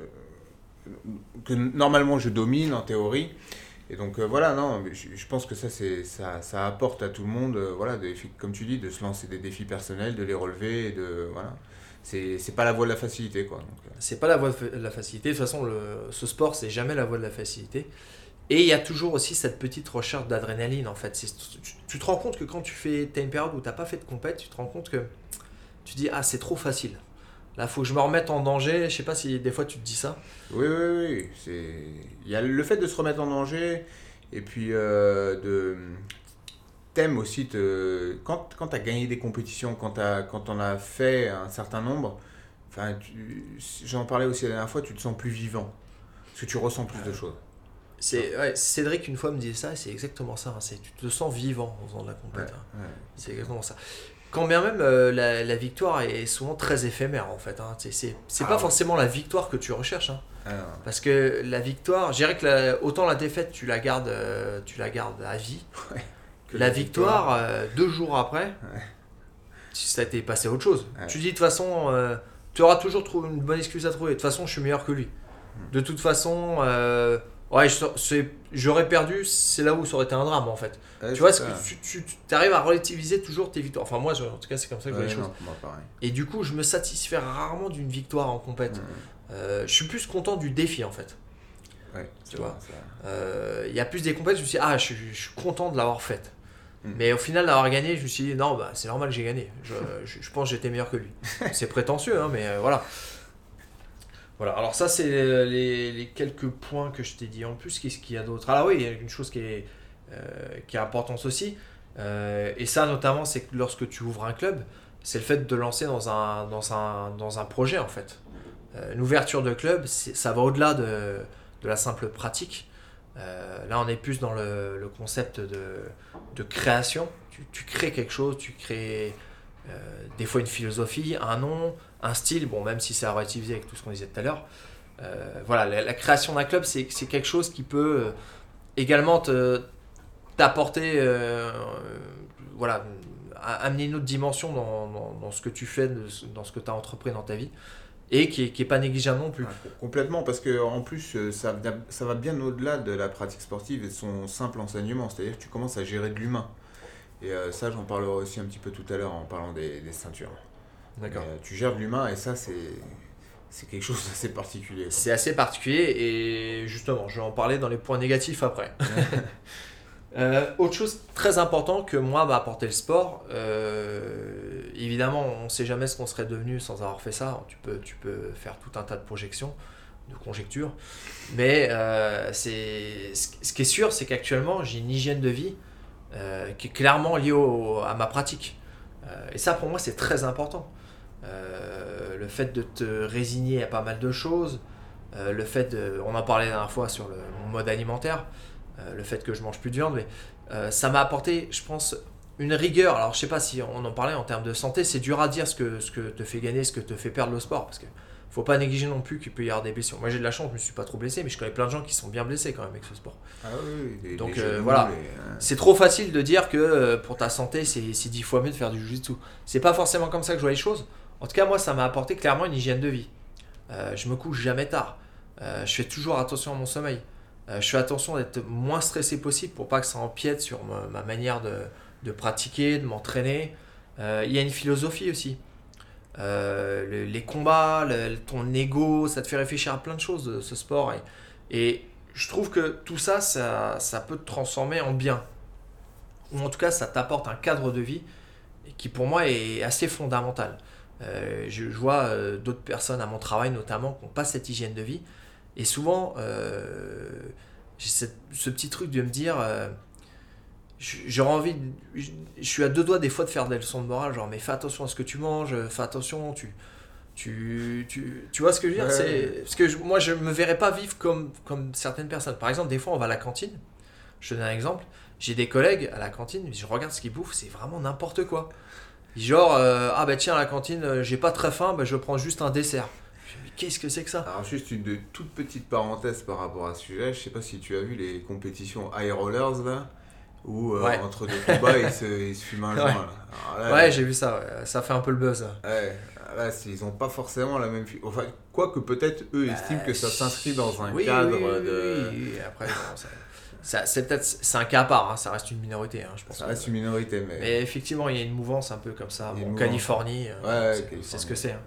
que normalement je domine en théorie. Et donc euh, voilà, non, mais je, je pense que ça, c'est, ça, ça apporte à tout le monde, euh, voilà, de, comme tu dis, de se lancer des défis personnels, de les relever, et de, voilà. C'est, c'est pas la voie de la facilité, quoi. Donc, euh, C'est pas la voie de fa- de la facilité. De toute façon, le, ce sport, c'est jamais la voie de la facilité. Et il y a toujours aussi cette petite recherche d'adrénaline en fait. C'est- tu, tu te rends compte que quand tu fais, t'as une période où t'as pas fait de compète, tu te rends compte que tu dis ah c'est trop facile. Là, faut que je me remette en danger. Je sais pas si des fois tu te dis ça. oui, oui, oui. C'est... Il y a le fait de se remettre en danger, et puis euh, de... T'aimes aussi, te... quand, quand tu as gagné des compétitions, quand, t'as, quand on a fait un certain nombre, enfin, tu... j'en parlais aussi la dernière fois, tu te sens plus vivant, parce que tu ressens plus de choses. C'est ouais, Cédric une fois me disait ça. Et c'est exactement ça. Hein. C'est tu te sens vivant en faisant de la compète. Ouais, hein. ouais. C'est exactement ça. Quand bien même euh, la, la victoire est souvent très éphémère en fait. Hein. C'est, c'est, c'est Ah pas ouais. forcément la victoire que tu recherches. Hein. Ah, non. Parce que la victoire, je dirais que la- autant la défaite tu la gardes, euh, tu la gardes à vie. Que La victoire, euh, deux jours après, si ça a été passé à autre chose. Ouais. Tu dis de toute façon, euh, tu auras toujours trouvé une bonne excuse à trouver. De toute façon, je suis meilleur que lui. De toute façon, euh, ouais, je- c'est- j'aurais perdu, c'est là où ça aurait été un drame en fait. Ouais, Tu vois, c'est ce ça. que tu, tu arrives à relativiser toujours tes victoires. Enfin, moi, je- en tout cas, c'est comme ça que je vois Ouais, les choses. non, moi, pareil. Et du coup, je me satisfais rarement d'une victoire en compète. Ouais. Euh, je suis plus content du défi en fait. Ouais, Tu c'est vois. vrai, c'est vrai. Euh, Il y a plus des compètes, je me suis dit, ah, je, suis- je suis content de l'avoir faite. Mm. Mais au final, d'avoir gagné, je me suis dit, non, bah, c'est normal que j'ai gagné. Je, je, je pense que j'étais meilleur que lui. C'est prétentieux, hein, mais euh, voilà. Voilà, alors ça, c'est les, les quelques points que je t'ai dit en plus. Qu'est-ce qu'il y a d'autre? Alors oui, il y a une chose qui est, euh, qui est importante aussi. Euh, et ça, notamment, c'est que lorsque tu ouvres un club, c'est le fait de lancer dans un, dans un, dans un projet, en fait. Euh, L'ouverture de club, c'est- ça va au-delà de, de la simple pratique. Euh, là, on est plus dans le, le concept de, de création. Tu, tu crées quelque chose, tu crées euh, des fois une philosophie, un nom, un style, bon, même si c'est à relativiser avec tout ce qu'on disait tout à l'heure. Euh, voilà, la, la création d'un club, c'est c'est quelque chose qui peut euh, également te- t'apporter, euh, euh, voilà, a- amener une autre dimension dans, dans, dans ce que tu fais, de- dans ce que tu as entrepris dans ta vie. et qui est, qui est pas négligeable non plus. Ouais, complètement, parce que en plus, euh, ça, vient- ça va bien au-delà de la pratique sportive et de son simple enseignement. C'est-à-dire que tu commences à gérer de l'humain. Et euh, ça, j'en parlerai aussi un petit peu tout à l'heure en parlant des, des ceintures. D'accord. Mais, euh, tu gères de l'humain et ça, c'est, c'est quelque chose d'assez particulier. quoi. C'est assez particulier et justement, je vais en parler dans les points négatifs après. Euh, autre chose très important que moi m'a apporté le sport, euh, évidemment on ne sait jamais ce qu'on serait devenu sans avoir fait ça, tu peux, tu peux faire tout un tas de projections, de conjectures, mais euh, c'est, ce qui est sûr c'est qu'actuellement j'ai une hygiène de vie euh, qui est clairement liée au- à ma pratique. Euh, et ça pour moi c'est très important. Euh, le fait de te résigner à pas mal de choses, euh, le fait de, on en parlait la dernière fois sur le, mon mode alimentaire, euh, le fait que je mange plus de viande, mais euh, ça m'a apporté, je pense, une rigueur. Alors je sais pas si on en parlait en termes de santé, c'est dur à dire ce que, ce que te fait gagner, ce que te fait perdre le sport, parce que faut pas négliger non plus qu'il peut y avoir des blessures. Moi j'ai de la chance, je me suis pas trop blessé, mais je connais plein de gens qui sont bien blessés quand même avec ce sport. Ah oui, oui, les- Donc, les euh, genoux, voilà. les, euh, C'est trop facile de dire que euh, pour ta santé c'est c'est dix fois mieux de faire du jiu-jitsu. C'est pas forcément comme ça que je vois les choses. En tout cas moi ça m'a apporté clairement une hygiène de vie. Euh, je me couche jamais tard. Euh, je fais toujours attention à mon sommeil. Euh, je fais attention d'être moins stressé possible pour pas que ça empiète sur ma, ma manière de, de pratiquer, de m'entraîner. Euh, il y a une philosophie aussi. Euh, le- les combats, le- ton ego, ça te fait réfléchir à plein de choses de ce sport. Et, et je trouve que tout ça, ça, ça peut te transformer en bien. Ou en tout cas, ça t'apporte un cadre de vie qui pour moi est assez fondamental. Euh, je, je vois euh, d'autres personnes à mon travail notamment qui n'ont pas cette hygiène de vie. Et souvent, euh, j'ai cette- ce petit truc de me dire, euh, j- j'aurais envie, de- je je suis à deux doigts des fois de faire des leçons de morale, genre mais fais attention à ce que tu manges, fais attention, tu, tu, tu, tu vois ce que je veux dire, Ouais. c'est, parce que je- moi je me verrais pas vivre comme, comme certaines personnes. Par exemple, des fois on va à la cantine, je te donne un exemple, j'ai des collègues à la cantine, je regarde ce qu'ils bouffent, c'est vraiment n'importe quoi. Genre, euh, ah bah tiens, à la cantine, euh, j'ai pas très faim, bah je prends juste un dessert. Je me dis, mais qu'est-ce que c'est que ça? Alors juste une de toute petite parenthèse par rapport à ce sujet, je sais pas si tu as vu les compétitions high rollers là, où euh, Ouais. entre deux combats ils se, ils se fument un joint Ouais. là. Alors là, Ouais, j'ai vu ça, ouais. Ça fait un peu le buzz. Là. ouais, là c'est- ils ont pas forcément la même... fi- Enfin, quoique peut-être eux estiment que ça s'inscrit dans un Bah, Oui, cadre oui, oui, de... oui, oui. Après, bon, ça- ça- c'est peut-être c'est un cas à part, hein, ça reste une minorité, hein, je pense. Ça que- reste une minorité, mais... Mais effectivement, il y a une mouvance un peu comme ça. Il y a Bon, une Californie, euh, Ouais, ouais, c'est- Californie. c'est ce que c'est. hein.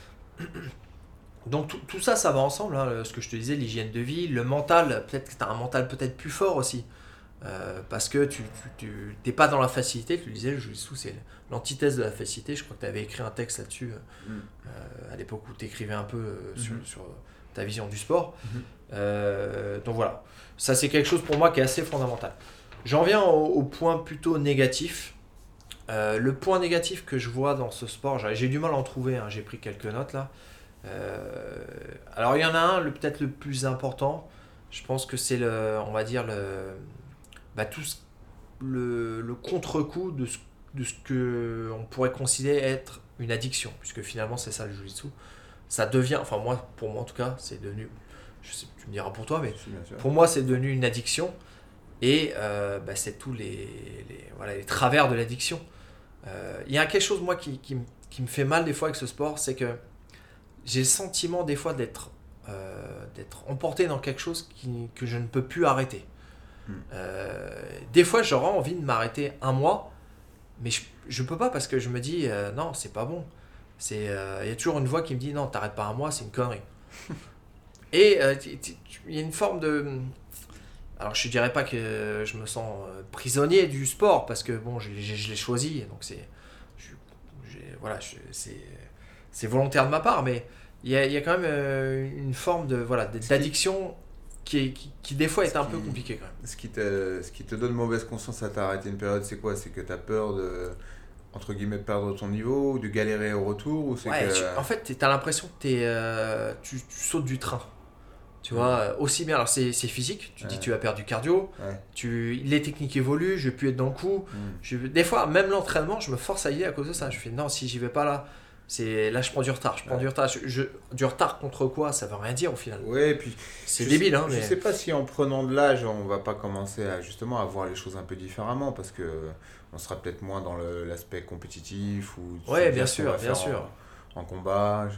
Donc tout, tout ça, ça va ensemble. hein, le- ce que je te disais, l'hygiène de vie, le mental. Peut-être que tu as un mental peut-être plus fort aussi. Euh, parce que tu n'es pas dans la facilité. Tu le disais, le jiu-jitsu, c'est l'antithèse de la facilité. Je crois que tu avais écrit un texte là-dessus Mm. euh, à l'époque où tu écrivais un peu euh, sur, Mhm. sur ta vision du sport. Mhm. Euh, donc voilà, ça c'est quelque chose pour moi qui est assez fondamental. J'en viens au, au point plutôt négatif. Euh, le point négatif que je vois dans ce sport, j'ai j'ai du mal à en trouver, hein, j'ai pris quelques notes là. Euh, alors il y en a un, le- peut-être le plus important, je pense que c'est le, on va dire le, bah, tout ce- le, le contre-coup de ce, de ce que on pourrait considérer être une addiction, puisque finalement c'est ça le jiu-jitsu. Ça devient, enfin moi, pour moi en tout cas, c'est devenu, je sais, tu me diras pour toi, mais Si, bien sûr. pour moi c'est devenu une addiction et euh, bah, c'est tous les, les, voilà, les travers de l'addiction. Euh, Il y a quelque chose moi qui, qui, me- qui me fait mal des fois avec ce sport, c'est que j'ai le sentiment des fois d'être euh, d'être emporté dans quelque chose qui, que je ne peux plus arrêter. Hmm. Euh, des fois j'aurais envie de m'arrêter un mois, mais je, je peux pas parce que je me dis euh, non c'est pas bon. C'est, euh, il y a toujours une voix qui me dit non t'arrêtes pas un mois, c'est une connerie. Et euh, tu- tu- tu- il y a une forme de... Alors je dirais pas que je me sens euh, prisonnier du sport parce que bon je, je- je l'ai choisi donc c'est je- j'ai- voilà je- c'est c'est volontaire de ma part mais il y a, il y a quand même euh, une forme de voilà d- d'addiction qui, est- qui, qui des fois est Ce un peu qui- compliquée quand même. Ce qui, te, ce qui te donne mauvaise conscience à t'arrêter une période, c'est quoi? C'est que tu as peur de, entre guillemets, perdre ton niveau, ou de galérer au retour, ou c'est Ouais, que... tu- en fait tu as l'impression que t'es, euh, tu, tu sautes du train. Tu vois, euh, aussi bien, alors c'est c'est physique, tu dis Ouais. tu vas perdre du cardio, Ouais. tu, les techniques évoluent, je vais plus être dans le coup. Mm. Je, des fois, même l'entraînement, je me force à y aller à cause de ça. Je fais non, si j'y vais pas là, c'est là je prends du retard, je prends Ouais. du retard. Je, je- du retard contre quoi? Ça veut rien dire au final. Ouais, et puis... C'est je débile, sais, hein. Je Mais... sais pas si en prenant de l'âge, on va pas commencer à justement à voir les choses un peu différemment, parce que on sera peut-être moins dans le- l'aspect compétitif, ou... Ouais, se bien dire sûr, qu'on va bien faire sûr. En, en combat... je-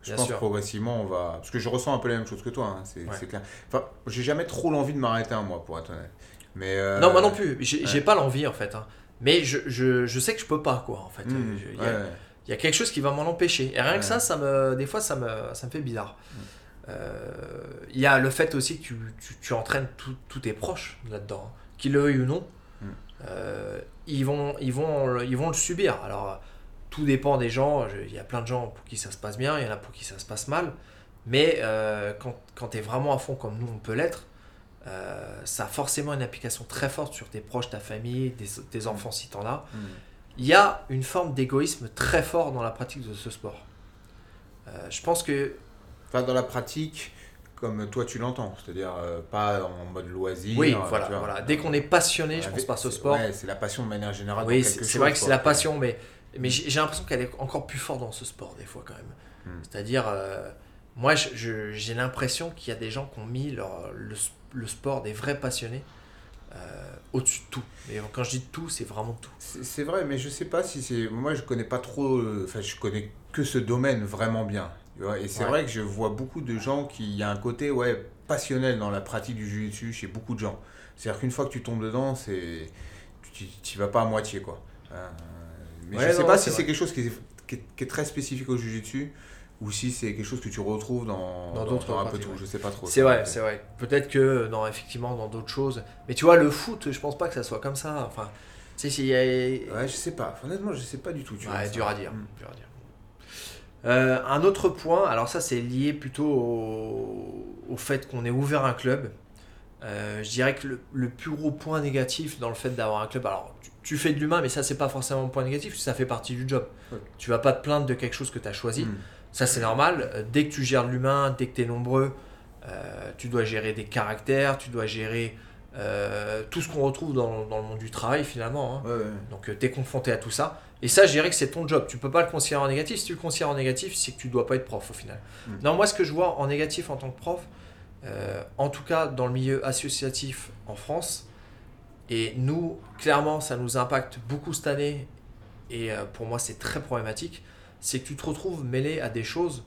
Je Bien pense sûr. que progressivement, on va. Parce que je ressens un peu la même chose que toi, hein, c'est Ouais. c'est clair. Enfin, j'ai jamais trop l'envie de m'arrêter un mois, pour être honnête. Mais. euh, Non, moi non plus. J'ai ouais. j'ai pas l'envie en fait. hein. Mais je, je, je sais que je peux pas quoi en fait. mmh, Euh, je- Il y, ouais, a- ouais. il y a quelque chose qui va m'en empêcher. Et rien Ouais. que ça, ça me, des fois, ça me, ça me fait bizarre. Euh, Il y a le fait aussi que tu, tu, tu entraînes tous tous tes proches là-dedans, hein. Qu'ils le veuillent ou non. Mm. Euh, ils, vont, ils, vont, ils vont le subir. Alors, tout dépend des gens. Je- Il y a plein de gens pour qui ça se passe bien, il y en a pour qui ça se passe mal. Mais euh, quand, quand tu es vraiment à fond comme nous, on peut l'être, euh, ça a forcément une application très forte sur tes proches, ta famille, tes, tes enfants si tu en as. Mmh. Il y a une forme d'égoïsme très fort dans la pratique de ce sport. Euh, je pense que Enfin, dans la pratique, comme toi tu l'entends, c'est-à-dire euh, pas en mode loisir. oui, euh, voilà, tu vois. voilà. Dès qu'on est passionné, je Avec- pense, par ce c'est- sport, Ouais, c'est la passion de manière générale. oui, dans c'est quelque c'est chose, vrai que c'est quoi. la passion, mais, mais j'ai j'ai l'impression qu'elle est encore plus forte dans ce sport, des fois, quand même. Mm. C'est-à-dire, euh, moi, je- je- j'ai l'impression qu'il y a des gens qui ont mis leur, le, le sport, des vrais passionnés, euh, au-dessus de tout. Et quand je dis tout, c'est vraiment tout. C'est c'est vrai, mais je sais pas si c'est. Moi, je connais pas trop. euh, Enfin, je connais que ce domaine vraiment bien. Tu vois. Et c'est Ouais. vrai que je vois beaucoup de gens qui. Il y a un côté, ouais, passionnel dans la pratique du jiu-jitsu chez beaucoup de gens. C'est-à-dire qu'une fois que tu tombes dedans, c'est. Tu tu vas pas à moitié, quoi. Euh, mais Ouais, je sais non, pas c'est si vrai. c'est quelque chose qui est, qui est- qui est très spécifique au jiu-jitsu ou si c'est quelque chose que tu retrouves dans, Dans d'autres un peu pratiques, tout. ouais. Je sais pas trop. C'est vrai, c'est vrai. Peut-être que, non, effectivement, dans d'autres choses. Mais tu vois, le foot, je pense pas que ça soit comme ça. Enfin, tu sais, s'il y a. Ouais, je sais pas. Honnêtement, je sais pas du tout. Tu vois, Ouais, ça. dur à dire. Mm. dur à dire. Euh, un autre point, alors ça c'est lié plutôt au, au fait qu'on ait ouvert un club. Euh, je dirais que le, le plus gros point négatif dans le fait d'avoir un club, alors tu, tu fais de l'humain, mais ça c'est pas forcément un point négatif, ça fait partie du job. Ouais. Tu vas pas te plaindre de quelque chose que tu as choisi, Mm. ça c'est normal. Euh, Dès que tu gères de l'humain, dès que tu es nombreux, euh, tu dois gérer des caractères, tu dois gérer euh, tout ce qu'on retrouve dans, dans le monde du travail finalement. hein. Ouais, ouais. Donc tu es confronté à tout ça. Et ça, je dirais que c'est ton job. Tu peux pas le considérer en négatif. Si tu le considères en négatif, c'est que tu dois pas être prof au final. Mm. Non, moi, ce que je vois en négatif en tant que prof, euh, en tout cas dans le milieu associatif en France, et nous, clairement, ça nous impacte beaucoup cette année, et euh, pour moi, c'est très problématique, c'est que tu te retrouves mêlé à des choses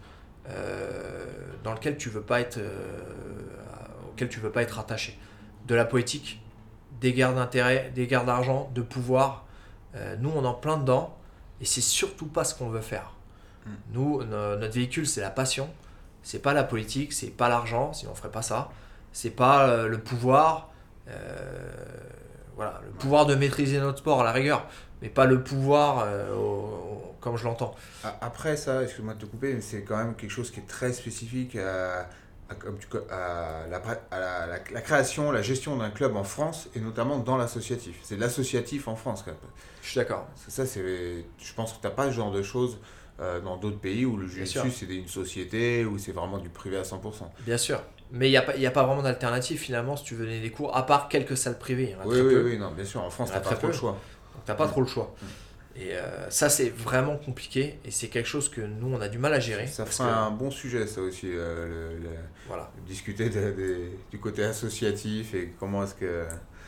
euh, dans lesquelles tu veux pas être, euh, auxquelles tu veux pas être attaché. De la politique, des guerres d'intérêt, des guerres d'argent, de pouvoir. Euh, nous, on est en plein dedans et c'est surtout pas ce qu'on veut faire. Mm. Nous, no- notre véhicule, c'est la passion. C'est pas la politique, c'est pas l'argent, sinon on ferait pas ça. C'est pas euh, le pouvoir. euh, voilà, le pouvoir de maîtriser notre sport à la rigueur, mais pas le pouvoir euh, au- au- comme je l'entends. A- Après ça, excuse-moi de te couper, mais c'est quand même quelque chose qui est très spécifique à, à, comme tu co- à la, pra- à la, la- la création, la gestion d'un club en France et notamment dans l'associatif. C'est l'associatif en France. Quand même. Je suis d'accord. C'est ça, c'est, je pense que tu n'as pas ce genre de choses euh, dans d'autres pays où le Bien jiu-jitsu sûr. c'est des- une société, où c'est vraiment du privé à cent pour cent. Bien sûr. Mais il n'y a, pas- y a pas vraiment d'alternative finalement si tu veux donner des cours, à part quelques salles privées. Il y en a Oui, très oui, peu. oui, non, bien sûr, en France, Il y tu en a n'as pas très trop le peu. choix. Donc t'as pas trop le choix. Et euh, ça c'est vraiment compliqué et c'est quelque chose que nous on a du mal à gérer. Ça parce fera que- un bon sujet, ça aussi, euh, le- le- Voilà. discuter de- de- du côté associatif et comment est-ce que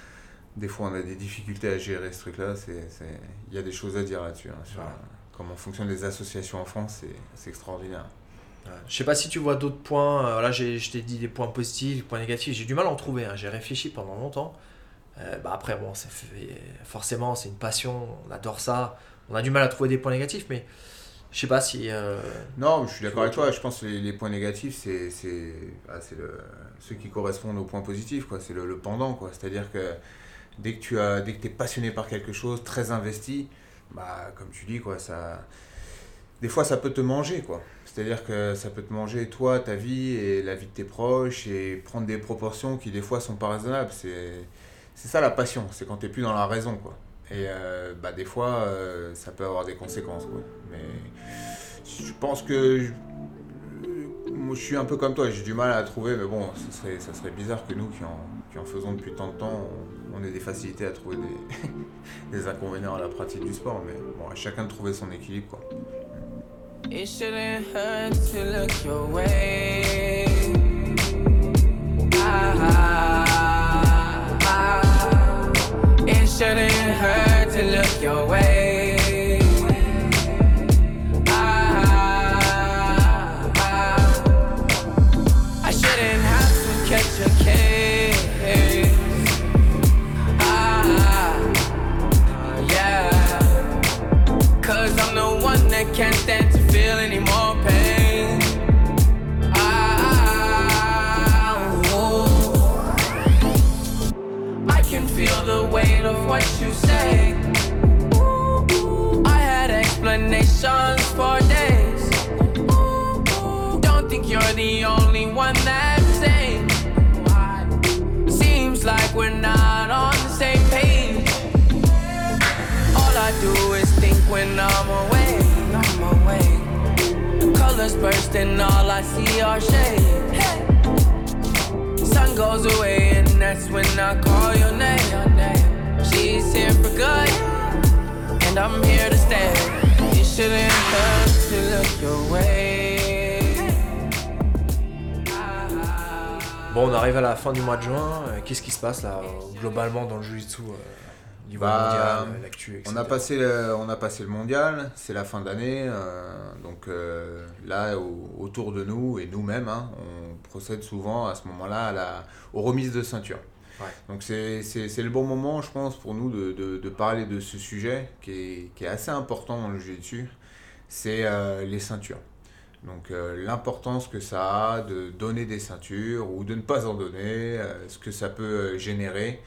des fois on a des difficultés à gérer ce truc-là. C'est, c'est... Il y a des choses à dire là-dessus. hein, sur Voilà. comment fonctionnent les associations en France, c'est, c'est extraordinaire. Ouais. Je sais pas si tu vois d'autres points. euh, Là j'ai, je t'ai dit des points positifs, des points négatifs. J'ai du mal à en trouver. hein. J'ai réfléchi pendant longtemps. Euh, bah après bon, ça fait... forcément c'est une passion. On adore ça. On a du mal à trouver des points négatifs, mais je sais pas si. euh, Non, je suis d'accord vois avec toi. Je pense que les, les points négatifs, c'est, c'est, ah, c'est le, ceux qui correspondent aux points positifs. Quoi. C'est le, le pendant. Quoi. C'est-à-dire que dès que tu as, dès que es passionné par quelque chose, très investi, bah, comme tu dis, quoi, ça, des fois ça peut te manger. Quoi. C'est-à-dire que ça peut te manger toi, ta vie et la vie de tes proches et prendre des proportions qui des fois sont pas raisonnables. C'est, c'est ça la passion, c'est quand tu n'es plus dans la raison. Quoi. Et euh, bah, des fois, euh, ça peut avoir des conséquences. Quoi. Mais je pense que je, moi, je suis un peu comme toi, j'ai du mal à la trouver, mais bon, ça serait, ça serait bizarre que nous qui en, qui en faisons depuis tant de temps, on, on ait des facilités à trouver des, des inconvénients à la pratique du sport. Mais bon, à chacun de trouver son équilibre. Quoi. It shouldn't hurt to look your way. Ah, ah, it shouldn't hurt to look your way. Ah, can't stand to feel any more pain. Ah, oh. I can feel the weight of what you say. I had explanations for days. Don't think you're the only one that's sane. Seems like we're not on the same page. All I do is think when I'm away, I'm away. Colors bursting, all I see are shade. Sun goes away and that's when I call your name. She's here for good, and I'm here to stay. It shouldn't hurt to look your way. Bon, on arrive à la fin du mois de juin. Euh, Qu'est-ce qui se passe là, euh, globalement dans le jiu-jitsu euh, niveau Bah, mondial, euh, l'actu, et cetera. On a passé le, on a passé le mondial, c'est la fin d'année, euh, donc euh, là au- autour de nous et nous-mêmes, hein, on procède souvent à ce moment-là à la, aux remises de ceinture. Ouais. Donc c'est, c'est, c'est le bon moment, je pense, pour nous de, de, de parler de ce sujet qui est, qui est assez important dans le jiu-jitsu, c'est euh, les ceintures. Donc euh, l'importance que ça a de donner des ceintures ou de ne pas en donner, euh, ce que ça peut euh, générer.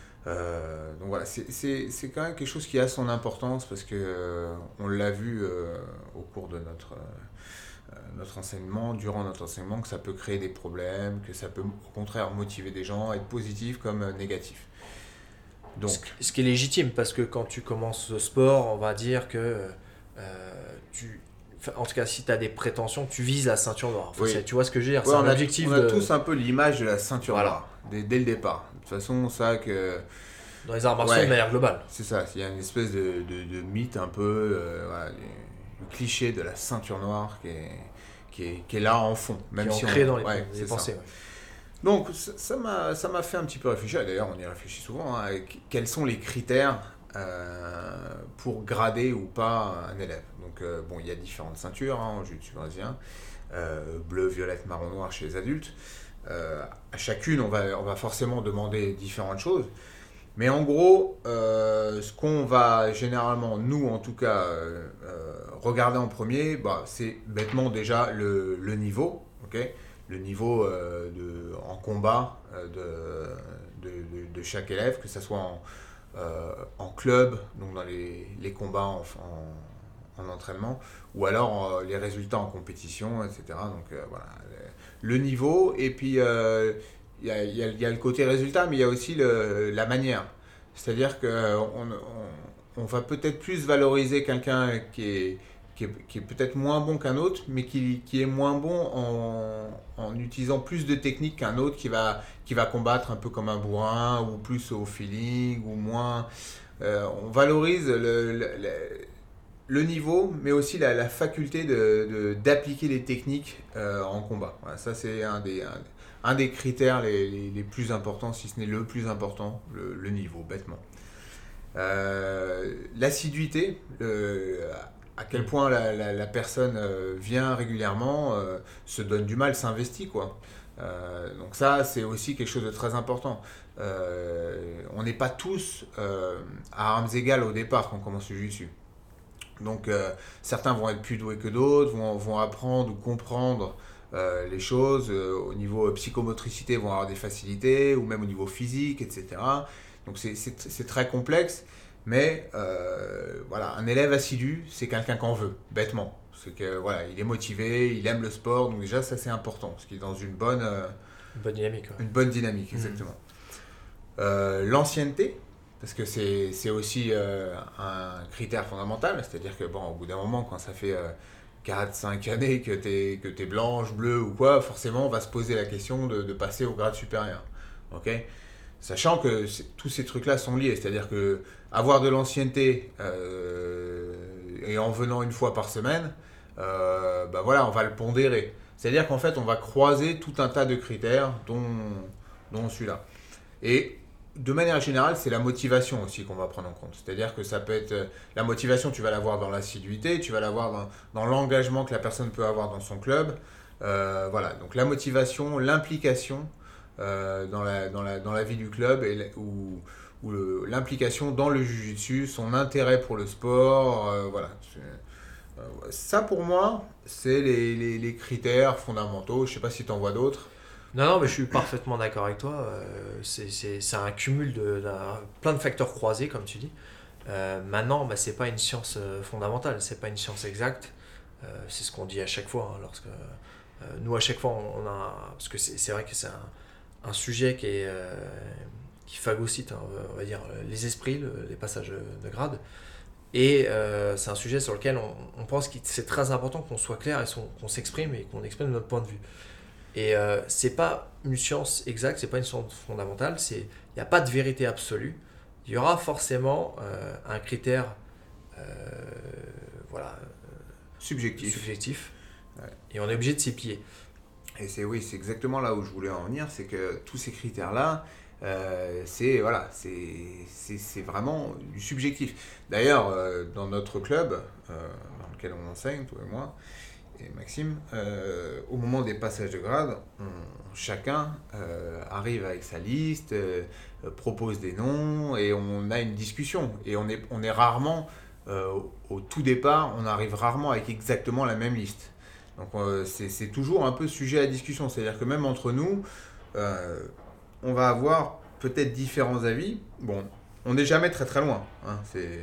Euh, donc voilà, c'est, c'est, c'est quand même quelque chose qui a son importance parce que euh, on l'a vu euh, au cours de notre, euh, notre enseignement, durant notre enseignement, que ça peut créer des problèmes, que ça peut au contraire motiver des gens, être positif comme euh, négatif. Ce, Donc, ce qui est légitime, parce que quand tu commences ce sport, on va dire que euh, tu... enfin, en tout cas, si tu as des prétentions, tu vises la ceinture noire. Enfin, Oui. c'est- tu vois ce que je veux dire, ouais, c'est on un a, objectif on a de... tous un peu l'image de la ceinture Voilà. noire dès, dès le départ. De toute façon, ça que... dans les arts martiaux Ouais. de manière globale. C'est ça, il y a une espèce de, de, de mythe un peu, euh, voilà, du, du cliché de la ceinture noire qui est, qui est, qui est là en fond. Même Qui est si ancré on, dans les, ouais, les c'est ça. pensées. Ouais. Donc ça ça m'a, ça m'a fait un petit peu réfléchir, et d'ailleurs on y réfléchit souvent, hein, avec quels sont les critères euh, pour grader ou pas un élève. Donc euh, bon, il y a différentes ceintures hein, en jiu-jitsu brésilien, euh, bleu, violette, marron, noir chez les adultes. Euh, à chacune, on va, on va forcément demander différentes choses. Mais en gros, euh, ce qu'on va généralement, nous en tout cas, euh, euh, regarder en premier, bah, c'est bêtement déjà le, le niveau, ok, le niveau euh, de, en combat euh, de, de, de- de chaque élève, que ce soit en, euh, en club, donc dans les, les combats en, en, en entraînement, ou alors euh, les résultats en compétition, et cetera. Donc euh, voilà, le, le niveau, et puis euh, il y a, il y a- il y a le côté résultat, mais il y a aussi le- la manière. C'est-à-dire qu'on on, on va peut-être plus valoriser quelqu'un qui est, qui est, qui est peut-être moins bon qu'un autre, mais qui, qui est moins bon en, en utilisant plus de techniques qu'un autre qui va, qui va combattre un peu comme un bourrin, ou plus au feeling, ou moins. Euh, on valorise le, le, le- le niveau, mais aussi la, la faculté de, de- d'appliquer les techniques euh, en combat. Voilà, ça, c'est un des, un, un des critères les, les, les plus importants, si ce n'est le plus important, le, le niveau, bêtement. Euh, l'assiduité, le- à quel point la, la, la personne euh, vient régulièrement, euh, se donne du mal, s'investit, quoi. Euh, donc ça, c'est aussi quelque chose de très important. Euh, on n'est pas tous euh, à armes égales au départ quand on commence le jiu-jitsu. Donc euh, certains vont être plus doués que d'autres, vont, vont apprendre ou comprendre euh, les choses, euh, au niveau psychomotricité vont avoir des facilités, ou même au niveau physique, et cetera. Donc c'est, c'est, c'est très complexe, mais euh, voilà, un élève assidu, c'est quelqu'un qu'en veut, bêtement. C'est que voilà, il est motivé, il aime le sport, donc déjà ça c'est important, parce qu'il est dans une bonne, euh, Une bonne dynamique. Ouais. une bonne dynamique, exactement. Euh, l'ancienneté, parce que c'est, c'est aussi euh, un critère fondamental, c'est-à-dire que bon, au bout d'un moment, quand ça fait euh, quatre cinq années que t'es, que t'es blanche, bleue ou quoi, forcément on va se poser la question de, de passer au grade supérieur. Ok ? Sachant que c'est- tous ces trucs-là sont liés, c'est-à-dire que avoir de l'ancienneté euh, et en venant une fois par semaine, euh, bah voilà, on va le pondérer. C'est-à-dire qu'en fait, on va croiser tout un tas de critères, dont, dont celui-là. Et de manière générale, c'est la motivation aussi qu'on va prendre en compte. C'est-à-dire que ça peut être... euh, La motivation, tu vas l'avoir dans l'assiduité, tu vas l'avoir dans, dans l'engagement que la personne peut avoir dans son club. Euh, voilà, donc la motivation, l'implication euh, dans, la, dans, la, dans la vie du club, et, la- ou, ou le- l'implication dans le jiu-jitsu, son intérêt pour le sport, euh, voilà. C'est- Ça, pour moi, c'est les, les, les critères fondamentaux. Je sais pas si tu en vois d'autres. Non, non, mais je suis parfaitement d'accord avec toi. Euh, c'est, c'est, c'est un cumul de d'un- plein de facteurs croisés, comme tu dis. Euh, maintenant, bah, c'est pas une science euh, fondamentale, c'est pas une science exacte. Euh, c'est ce qu'on dit à chaque fois. Hein, lorsque euh, nous, à chaque fois, on a parce que c'est, c'est vrai que c'est un, un sujet qui est euh, qui phagocyte, hein, on va dire, les esprits, le- les passages de grade. Et euh, c'est un sujet sur lequel on, on pense que c'est très important qu'on soit clair et son- qu'on s'exprime et qu'on exprime notre point de vue. Et euh, c'est pas une science exacte, c'est pas une science fondamentale, c'est il n'y a pas de vérité absolue. Il y aura forcément euh, un critère euh, voilà, Subjectif. subjectif Ouais. et on est obligé de s'y plier. Et c'est oui, c'est exactement là où je voulais en venir, c'est que tous ces critères-là, euh, c'est voilà, c'est c'est c'est vraiment du subjectif. D'ailleurs, euh, dans notre club, euh, dans lequel on enseigne, toi et moi, et Maxime, euh, au moment des passages de grade, on- chacun euh, arrive avec sa liste, euh, euh, propose des noms et on a une discussion. Et on est, on est rarement, euh, au, au tout départ, on arrive rarement avec exactement la même liste. Donc euh, c'est c'est toujours un peu sujet à discussion. C'est-à-dire que même entre nous, euh, on va avoir peut-être différents avis. Bon, on n'est jamais très très loin. Hein, c'est,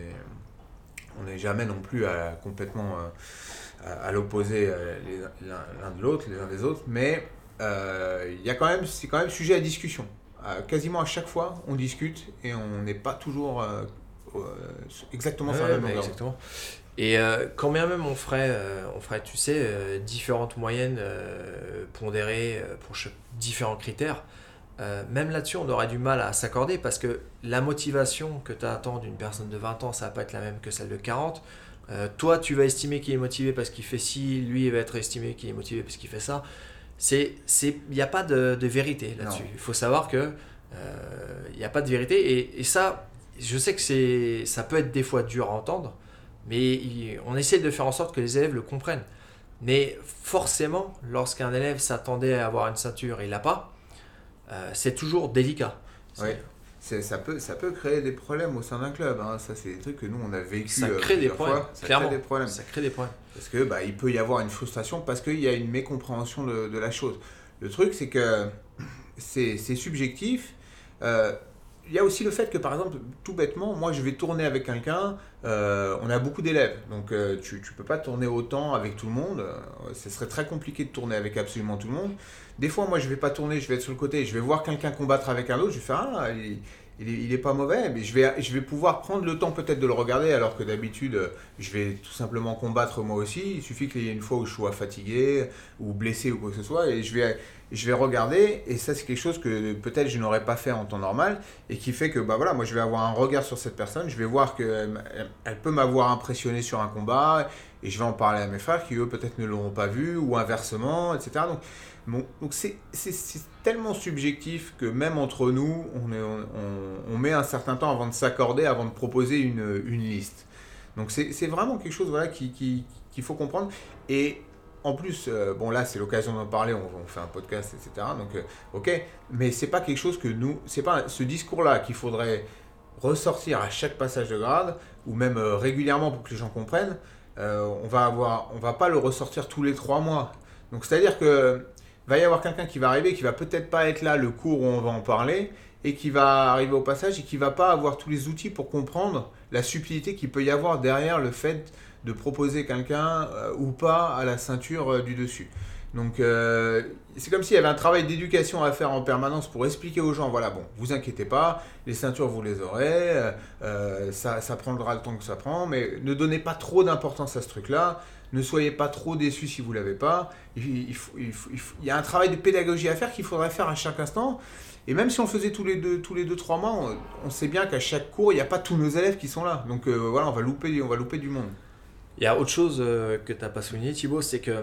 on n'est jamais non plus à, complètement euh, à, à l'opposé euh, les- l'un l'un de l'autre, les uns des autres, mais euh, il y a quand même, c'est quand même sujet à discussion. Euh, quasiment à chaque fois, on discute et on n'est pas toujours euh, euh, exactement sur la Ouais, même mais longueur. exactement. Et euh, quand bien même on ferait, euh, on ferait tu sais, euh, différentes moyennes euh, pondérées euh, pour chaque- différents critères, euh, même là-dessus on aurait du mal à s'accorder parce que la motivation que tu attends d'une personne de vingt ans, ça va pas être la même que celle de quarante. Euh, toi, tu vas estimer qu'il est motivé parce qu'il fait ci, lui il va être estimé qu'il est motivé parce qu'il fait ça. C'est, c'est, il n'y a pas de, de vérité là-dessus. Non. Il faut savoir que euh, il n'y a pas de vérité et, et ça, je sais que c'est, ça peut être des fois dur à entendre, mais il- on essaie de faire en sorte que les élèves le comprennent. Mais forcément, lorsqu'un élève s'attendait à avoir une ceinture et il l'a pas, euh, c'est toujours délicat. C'est- Ouais. C'est- ça, peut, ça peut créer des problèmes au sein d'un club. Hein. Ça, c'est des trucs que nous, on a vécu Ça euh, crée des plusieurs problèmes, fois. Ça clairement. crée des problèmes. Ça crée des problèmes. Parce que bah, il peut y avoir une frustration parce qu'il y a une mécompréhension de, de la chose. Le truc, c'est que c'est c'est subjectif. Euh, Il y a aussi le fait que, par exemple, tout bêtement, moi, je vais tourner avec quelqu'un, euh, on a beaucoup d'élèves, donc euh, tu ne peux pas tourner autant avec tout le monde. Euh, ce serait très compliqué de tourner avec absolument tout le monde. Des fois, moi, je vais pas tourner, je vais être sur le côté, je vais voir quelqu'un combattre avec un autre, je vais faire, ah, il, il, est, il est pas mauvais, mais je vais, je vais pouvoir prendre le temps peut-être de le regarder, alors que d'habitude, euh, je vais tout simplement combattre moi aussi. Il suffit qu'il y ait une fois où je sois fatigué ou blessé ou quoi que ce soit, et je vais, je vais regarder, et ça, c'est quelque chose que peut-être je n'aurais pas fait en temps normal, et qui fait que, bah voilà, moi, je vais avoir un regard sur cette personne, je vais voir qu'elle elle, elle peut m'avoir impressionné sur un combat, et je vais en parler à mes frères qui, eux, peut-être ne l'auront pas vu, ou inversement, et cetera. Donc, bon, donc c'est, c'est, c'est tellement subjectif que même entre nous, on, est, on, on met un certain temps avant de s'accorder, avant de proposer une, une liste. Donc c'est, c'est vraiment quelque chose voilà, qui, qui, qu'il faut comprendre. Et en plus, euh, bon là c'est l'occasion d'en parler, on, on fait un podcast, et cetera. Donc euh, ok, mais c'est pas quelque chose que nous, c'est pas ce discours-là qu'il faudrait ressortir à chaque passage de grade, ou même euh, régulièrement pour que les gens comprennent. Euh, on va avoir, on va pas le ressortir tous les trois mois. Donc c'est-à-dire que va y avoir quelqu'un qui va arriver, qui va peut-être pas être là le cours où on va en parler, et qui va arriver au passage et qui va pas avoir tous les outils pour comprendre la subtilité qu'il peut y avoir derrière le fait de proposer quelqu'un euh, ou pas à la ceinture euh, du dessus. Donc euh, c'est comme s'il y avait un travail d'éducation à faire en permanence pour expliquer aux gens, voilà, bon, vous inquiétez pas, les ceintures vous les aurez, euh, euh, ça, ça prendra le temps que ça prend, mais ne donnez pas trop d'importance à ce truc-là, ne soyez pas trop déçus si vous l'avez pas. Il, il, faut- il, faut- il faut- il y a un travail de pédagogie à faire qu'il faudrait faire à chaque instant. Et même si on le faisait tous les deux, tous les deux, trois mois, on, on sait bien qu'à chaque cours, il n'y a pas tous nos élèves qui sont là. Donc euh, voilà, on va louper, on va louper du monde. Il y a autre chose euh, que tu n'as pas souligné, Thibaut, c'est que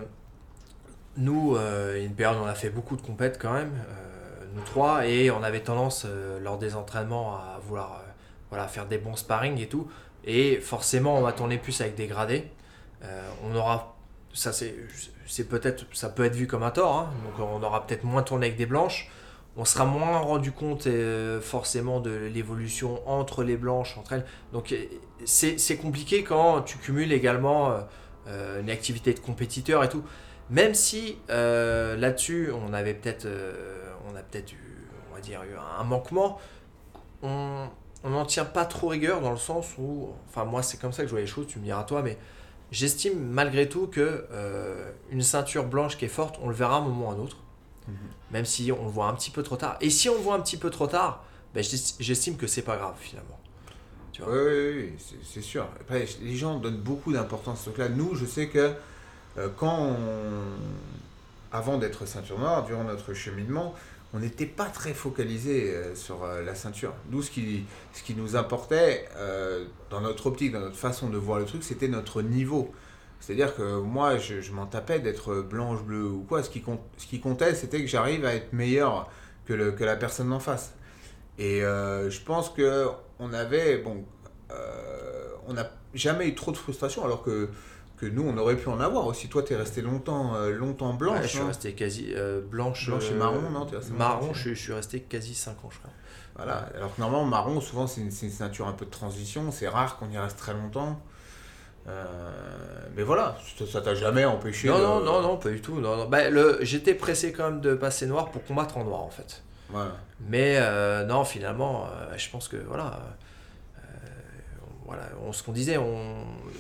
nous, euh, une période, on a fait beaucoup de compètes quand même, euh, nous trois, et on avait tendance, euh, lors des entraînements, à vouloir euh, voilà, faire des bons sparring et tout. Et forcément, on va tourner plus avec des gradés. Euh, on aura, ça c'est, c'est peut-être, ça peut être vu comme un tort, hein, donc on aura peut-être moins tourné avec des blanches. On sera moins rendu compte euh, forcément de l'évolution entre les blanches, entre elles. Donc euh, c'est, c'est compliqué quand tu cumules également euh, euh, une activité de compétiteur et tout. Même si euh, là-dessus, on avait peut-être, euh, on a peut-être eu, on va dire, eu un manquement, on on n'en tient pas trop rigueur dans le sens où, enfin moi c'est comme ça que je vois les choses, tu me diras toi, mais j'estime malgré tout que euh, une ceinture blanche qui est forte, on le verra à un moment ou à un autre, Mhm. même si on le voit un petit peu trop tard. Et si on le voit un petit peu trop tard, ben, j'est- j'estime que c'est pas grave finalement. Tu vois. Oui, oui, oui, c'est, c'est sûr. Après, les gens donnent beaucoup d'importance à ce truc-là. Nous, je sais que euh, quand on... avant d'être ceinture noire, durant notre cheminement, on n'était pas très focalisé euh, sur euh, la ceinture. Nous, ce qui, ce qui nous importait euh, dans notre optique, dans notre façon de voir le truc, c'était notre niveau. C'est-à-dire que moi, je, je m'en tapais d'être blanche, bleue ou quoi. Ce qui, compte, ce qui comptait, c'était que j'arrive à être meilleur que, le, que la personne d'en face. Et euh, je pense que on avait, bon, euh, on n'a jamais eu trop de frustration, alors que, que nous, on aurait pu en avoir aussi. Toi, tu es resté longtemps, euh, longtemps blanche. Ouais, je suis non resté quasi euh, blanche. Blanche et euh, marron, non, t'es resté longtemps Marron, aussi. je, je suis resté quasi cinq ans, je crois. Voilà. Alors que normalement, marron, souvent, c'est une, c'est une ceinture un peu de transition. C'est rare qu'on y reste très longtemps. Euh, mais voilà, ça, ça t'a jamais empêché Non, de... non, non, non, pas du tout. Non, non. Bah, le, j'étais pressé quand même de passer noir pour combattre en noir en fait. Voilà. Mais euh, non, finalement, euh, je pense que voilà, euh, voilà, on, ce qu'on disait, on,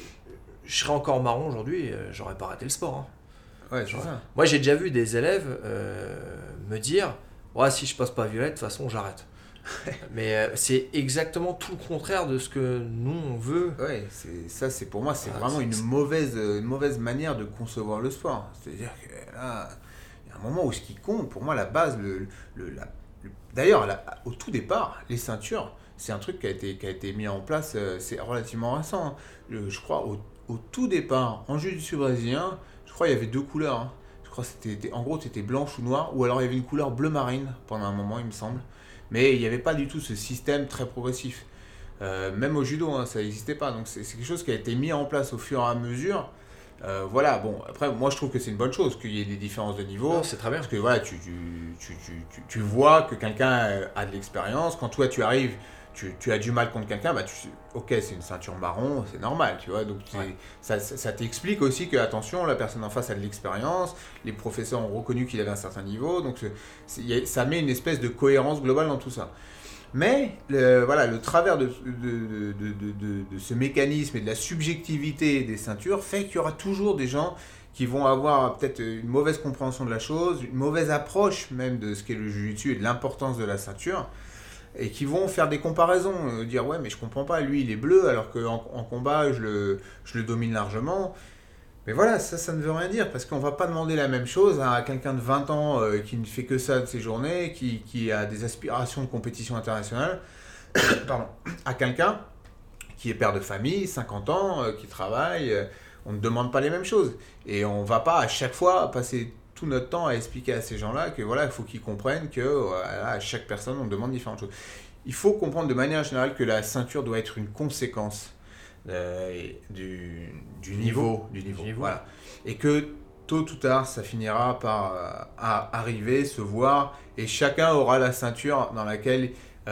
je serais encore marron aujourd'hui, euh, j'aurais pas arrêté le sport. Hein. Ouais, c'est Genre, ça. Moi, j'ai déjà vu des élèves euh, me dire, ouais, si je passe pas violette, de toute façon, j'arrête. Mais euh, c'est exactement tout le contraire de ce que nous on veut. Ouais, c'est, ça, c'est pour moi, c'est Ah, vraiment c'est- une c'est- mauvaise, une mauvaise manière de concevoir le sport. C'est-à-dire que là, il y a un moment où ce qui compte, pour moi, la base, le, le, la- le- d'ailleurs, la- au tout départ, les ceintures, c'est un truc qui a été, qui a été mis en place, euh, c'est relativement récent. Hein. Le- je crois, au, au tout départ, en jiu-jitsu brésilien, je crois qu'il y avait deux couleurs. Hein. Je crois que c'était, en gros, c'était blanche ou noire, ou alors il y avait une couleur bleu marine pendant un moment, il me semble. Mais il n'y avait pas du tout ce système très progressif. Euh, même au judo, hein, ça n'existait pas. Donc c'est, c'est quelque chose qui a été mis en place au fur et à mesure. Euh, voilà, bon, après, moi je trouve que c'est une bonne chose qu'il y ait des différences de niveau. Non, c'est très bien. Parce que voilà, tu, tu, tu, tu, tu, tu vois que quelqu'un euh, a de l'expérience. Quand toi tu arrives, tu, tu as du mal contre quelqu'un, bah tu, ok, c'est une ceinture marron, c'est normal, tu vois. Donc c'est- Ouais. ça, ça, ça t'explique aussi que, attention, la personne en face a de l'expérience, les professeurs ont reconnu qu'il avait un certain niveau, donc c'est- c'est- y a- ça met une espèce de cohérence globale dans tout ça. Mais le, voilà, le travers de, de, de, de, de, de ce mécanisme et de la subjectivité des ceintures fait qu'il y aura toujours des gens qui vont avoir peut-être une mauvaise compréhension de la chose, une mauvaise approche même de ce qu'est le jiu-jitsu et de l'importance de la ceinture, et qui vont faire des comparaisons, euh, dire ouais mais je comprends pas, lui il est bleu alors qu'en en combat je le, je le domine largement. Mais voilà, ça, ça ne veut rien dire, parce qu'on va pas demander la même chose à quelqu'un de vingt ans euh, qui ne fait que ça de ses journées, qui, qui a des aspirations de compétition internationale, pardon, à quelqu'un qui est père de famille, cinquante ans, euh, qui travaille, euh, on ne demande pas les mêmes choses. Et on va pas à chaque fois passer tout notre temps à expliquer à ces gens-là que voilà, il faut qu'ils comprennent que voilà, à chaque personne on demande différentes choses. Il faut comprendre de manière générale que la ceinture doit être une conséquence euh, du, du niveau, du niveau, Du niveau. voilà. Et que tôt ou tard ça finira par euh, à arriver, se voir, et chacun aura la ceinture dans laquelle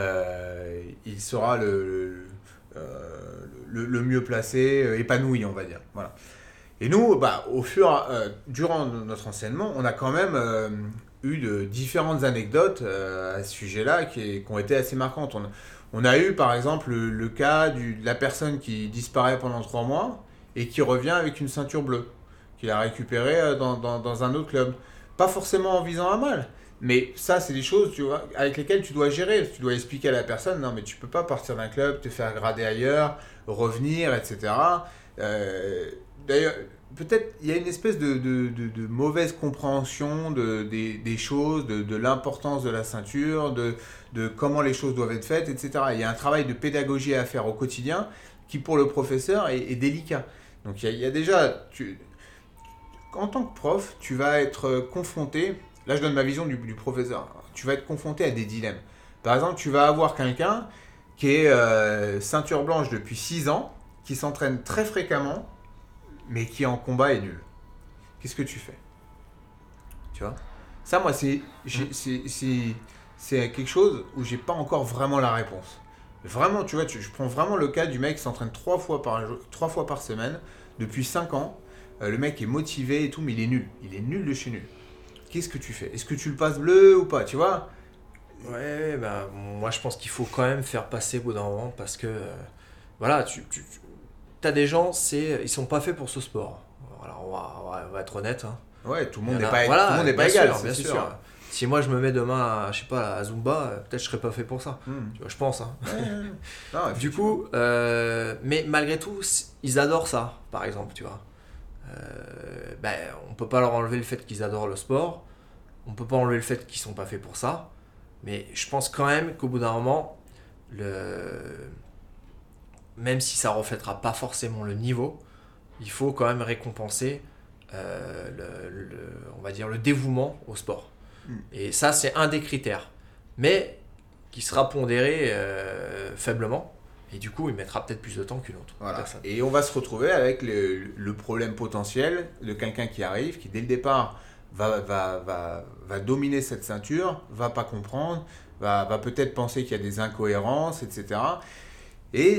euh, il sera le, le, euh, le, le mieux placé, euh, épanoui, on va dire. Voilà. Et nous, bah, au fur, euh, durant notre enseignement, on a quand même euh, eu de différentes anecdotes euh, à ce sujet-là qui, qui ont été assez marquantes. On, on a eu par exemple le, le cas du, de la personne qui disparaît pendant trois mois et qui revient avec une ceinture bleue, qu'il a récupérée euh, dans, dans, dans un autre club. Pas forcément en visant un mal, mais ça, c'est des choses tu vois, avec lesquelles tu dois gérer. Tu dois expliquer à la personne, non mais tu peux pas partir d'un club, te faire grader ailleurs, revenir, et cetera. Euh, D'ailleurs, peut-être il y a une espèce de, de, de, de mauvaise compréhension de, des, des choses, de, de l'importance de la ceinture, de, de comment les choses doivent être faites, et cetera. Il y a un travail de pédagogie à faire au quotidien qui, pour le professeur, est, est délicat. Donc il y a, il y a déjà... Tu, en tant que prof, tu vas être confronté... Là, je donne ma vision du, du professeur. Tu vas être confronté à des dilemmes. Par exemple, tu vas avoir quelqu'un qui est euh, ceinture blanche depuis six ans, qui s'entraîne très fréquemment, mais qui en combat est nul. Qu'est-ce que tu fais? Tu vois? Ça, moi, c'est, j'ai- c'est, c'est, c'est quelque chose où j'ai pas encore vraiment la réponse. Vraiment, tu vois, tu- je prends vraiment le cas du mec qui s'entraîne trois fois par jour, trois fois par semaine, depuis cinq ans, euh, le mec est motivé et tout, mais il est nul. Il est nul de chez nul. Qu'est-ce que tu fais? Est-ce que tu le passes bleu ou pas? Tu vois? Ouais, bah, moi je pense qu'il faut quand même faire passer au bout d'un moment parce que euh, voilà, tu, tu, tu as des gens, c'est, ils sont pas faits pour ce sport. Alors on va, on va, on va être honnête. Hein. Ouais, tout le Il y monde en n'est a- pas, voilà, tout le monde n'est pas bien égal, sûr, c'est bien c'est sûr. sûr. Si moi je me mets demain, à, je sais pas, à Zumba, euh, peut-être je serais pas fait pour ça. Hmm. Tu vois, je pense. Hein. Ouais, ouais, ouais. Non, Du effectivement. coup, euh, mais malgré tout, c- ils adorent ça, par exemple, tu vois. Euh, ben, on peut pas leur enlever le fait qu'ils adorent le sport, on peut pas enlever le fait qu'ils sont pas faits pour ça, mais je pense quand même qu'au bout d'un moment, le... même si ça reflètera pas forcément le niveau, il faut quand même récompenser euh, le, le- on va dire le dévouement au sport. Mm. Et ça, c'est un des critères, mais qui sera pondéré euh, faiblement. Et du coup, il mettra peut-être plus de temps qu'une autre Voilà. personne. Et on va se retrouver avec le, le problème potentiel de quelqu'un qui arrive, qui dès le départ va, va, va, va dominer cette ceinture, va pas comprendre, va, va peut-être penser qu'il y a des incohérences, et cetera. Et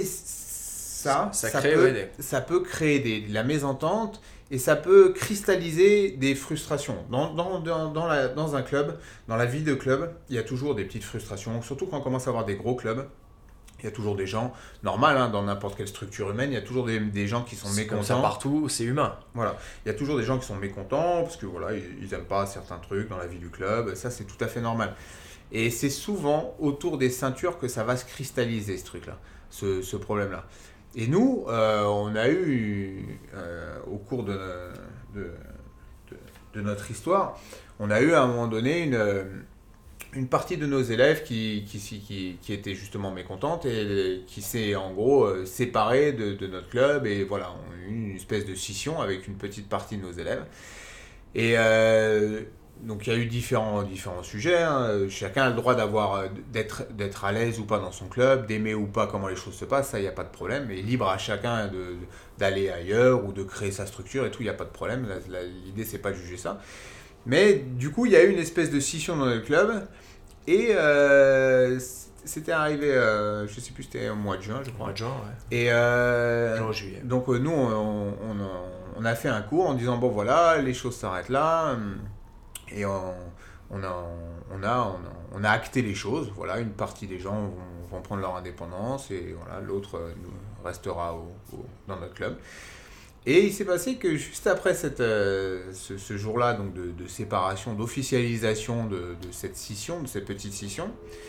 ça, Ça- ça crée, peut, ouais, des- ça peut créer des, de la mésentente et ça peut cristalliser des frustrations. Dans, dans, dans, dans, la, dans un club, dans la vie de club, il y a toujours des petites frustrations, surtout quand on commence à avoir des gros clubs. Il y a toujours des gens, normal, hein, dans n'importe quelle structure humaine, il y a toujours des, des gens qui sont C'est comme ça mécontents. partout, c'est humain. Voilà, il y a toujours des gens qui sont mécontents parce que voilà, ils n'aiment pas certains trucs dans la vie du club. Ça, c'est tout à fait normal. Et c'est souvent autour des ceintures que ça va se cristalliser, ce truc-là, ce, ce problème-là. Et nous, euh, on a eu, euh, au cours de, de, de, de notre histoire, on a eu à un moment donné une, une partie de nos élèves qui, qui, qui, qui était justement mécontente et qui s'est en gros euh, séparée de, de notre club. Et voilà, on a eu une espèce de scission avec une petite partie de nos élèves. Et euh, donc il y a eu différents, différents sujets. Hein. Chacun a le droit d'avoir, d'être, d'être à l'aise ou pas dans son club, d'aimer ou pas comment les choses se passent, ça il n'y a pas de problème. Et libre à chacun de, d'aller ailleurs ou de créer sa structure et tout, il n'y a pas de problème. La, la, l'idée c'est pas de juger ça. Mais du coup il y a eu une espèce de scission dans notre club. Et euh, c'était arrivé, euh, je sais plus, c'était au mois de juin, je crois. Mois de juin, ouais. Et euh, Juin, juillet. donc euh, nous, on, on, on a fait un cours en disant, bon voilà, les choses s'arrêtent là. hum, Et on, on, a, on, a, on, a, on a acté les choses. Voilà, une partie des gens vont, vont prendre leur indépendance et voilà, l'autre euh, nous restera au, au- dans notre club. Et il s'est passé que juste après cette, euh, ce, ce jour-là donc de, de séparation, d'officialisation de, de cette scission, de cette petite scission,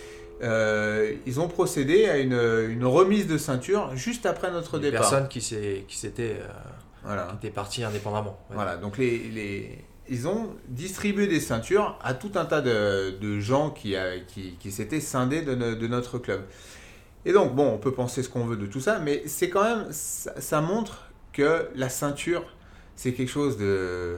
euh, ils ont procédé à une, une remise de ceinture juste après notre Des départ. personnes qui, s'est, qui, s'étaient, euh, Voilà. qui étaient parties indépendamment. Ouais. Voilà, donc les, les, ils ont distribué des ceintures à tout un tas de, de gens qui, a- qui, qui s'étaient scindés de, no- de notre club. Et donc, bon, on peut penser ce qu'on veut de tout ça, mais c'est quand même, ça, ça montre que la ceinture, c'est quelque chose de,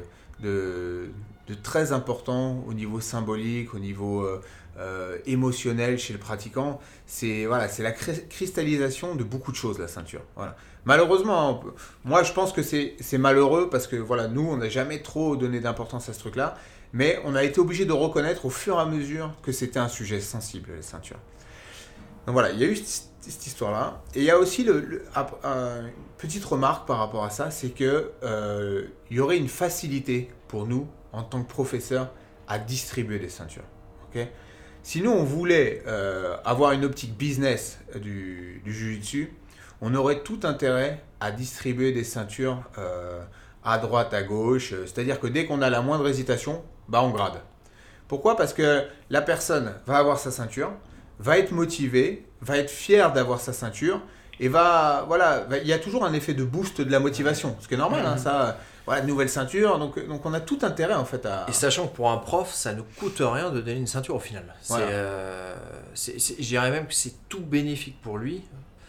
de, de très important au niveau symbolique, au niveau euh, euh, émotionnel chez le pratiquant. C'est voilà, c'est la cri- cristallisation de beaucoup de choses, la ceinture. Voilà. Malheureusement, on peut- moi je pense que c'est c'est malheureux parce que voilà, nous on n'a jamais trop donné d'importance à ce truc-là, mais on a été obligé de reconnaître au fur et à mesure que c'était un sujet sensible, la ceinture. Donc voilà, il y a eu cette, cette histoire-là. Et il y a aussi le, le- ap- un- une petite remarque par rapport à ça, c'est que euh, il y aurait une facilité pour nous, en tant que professeurs, à distribuer des ceintures. Ok ? Si nous, on voulait euh, avoir une optique business du, du Jiu-Jitsu, on aurait tout intérêt à distribuer des ceintures euh, à droite, à gauche. C'est-à-dire que dès qu'on a la moindre hésitation, bah on grade. Pourquoi ? Parce que la personne va avoir sa ceinture, va être motivée, va être fière d'avoir sa ceinture, et va, voilà, va- il y a toujours un effet de boost de la motivation, ce qui est normal, hein, ça, voilà, nouvelle ceinture, donc, donc on a tout intérêt en fait à... Et sachant que pour un prof, ça ne coûte rien de donner une ceinture au final. C'est, Voilà. euh, c'est- c'est- je dirais même que c'est tout bénéfique pour lui,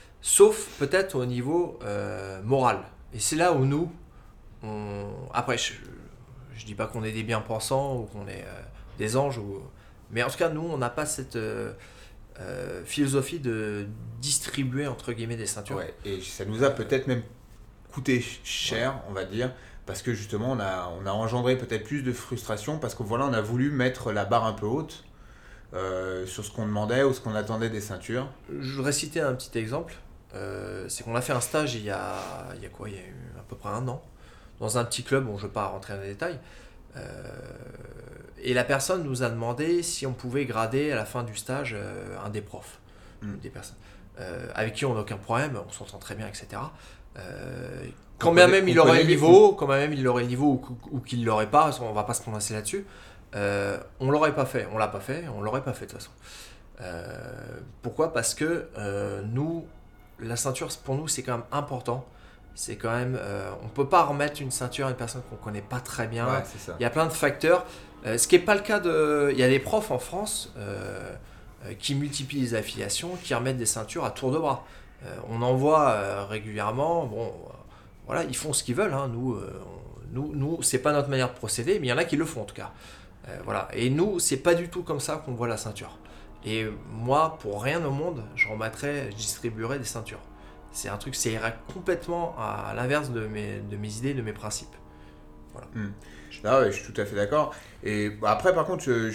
sauf peut-être au niveau euh, moral. Et c'est là où nous, on... après, je, je dis pas qu'on est des bien-pensants ou qu'on est euh, des anges, ou... mais en tout cas, nous, on n'a pas cette euh, euh, philosophie de distribuer entre guillemets des ceintures. Ouais, et ça nous a peut-être même coûté ch- cher, on va dire, parce que justement on a, on a engendré peut-être plus de frustration, parce que voilà, on a voulu mettre la barre un peu haute euh, sur ce qu'on demandait ou ce qu'on attendait des ceintures. Je voudrais citer un petit exemple. Euh, c'est qu'on a fait un stage il y a, il y a quoi, il y a eu à peu près un an. dans un petit club, bon, je ne vais pas rentrer dans les détails. Euh, et la personne nous a demandé si on pouvait grader à la fin du stage euh, un des profs, Mm. des personnes euh, avec qui on n'a aucun problème, on s'entend très bien, et cetera. Euh, On quand bien connaît- même il on aurait connaît le les niveau, quand bien même il aurait le niveau ou, ou qu'il l'aurait pas, on va pas se prononcer là-dessus. Euh, on l'aurait pas fait, on l'a pas fait, on l'aurait pas fait de toute façon. Euh, pourquoi ? Parce que euh, nous, la ceinture pour nous c'est quand même important. C'est quand même, euh, on peut pas remettre une ceinture à une personne qu'on connaît pas très bien. Ouais, c'est ça. Il y a plein de facteurs. Euh, ce qui n'est pas le cas de. Il y a des profs en France euh, euh, qui multiplient les affiliations, qui remettent des ceintures à tour de bras. Euh, on en voit euh, régulièrement. Bon, euh, voilà, ils font ce qu'ils veulent. Hein. Nous, euh, on- nous, nous, c'est pas notre manière de procéder, mais il y en a qui le font en tout cas. Euh, voilà. Et nous, c'est pas du tout comme ça qu'on voit la ceinture. Et moi, pour rien au monde, je remettrais, je distribuerais des ceintures. C'est un truc, ça ira complètement à l'inverse de mes, de mes idées, de mes principes. Ah ouais, je suis tout à fait d'accord. Et bah, après, par contre, je,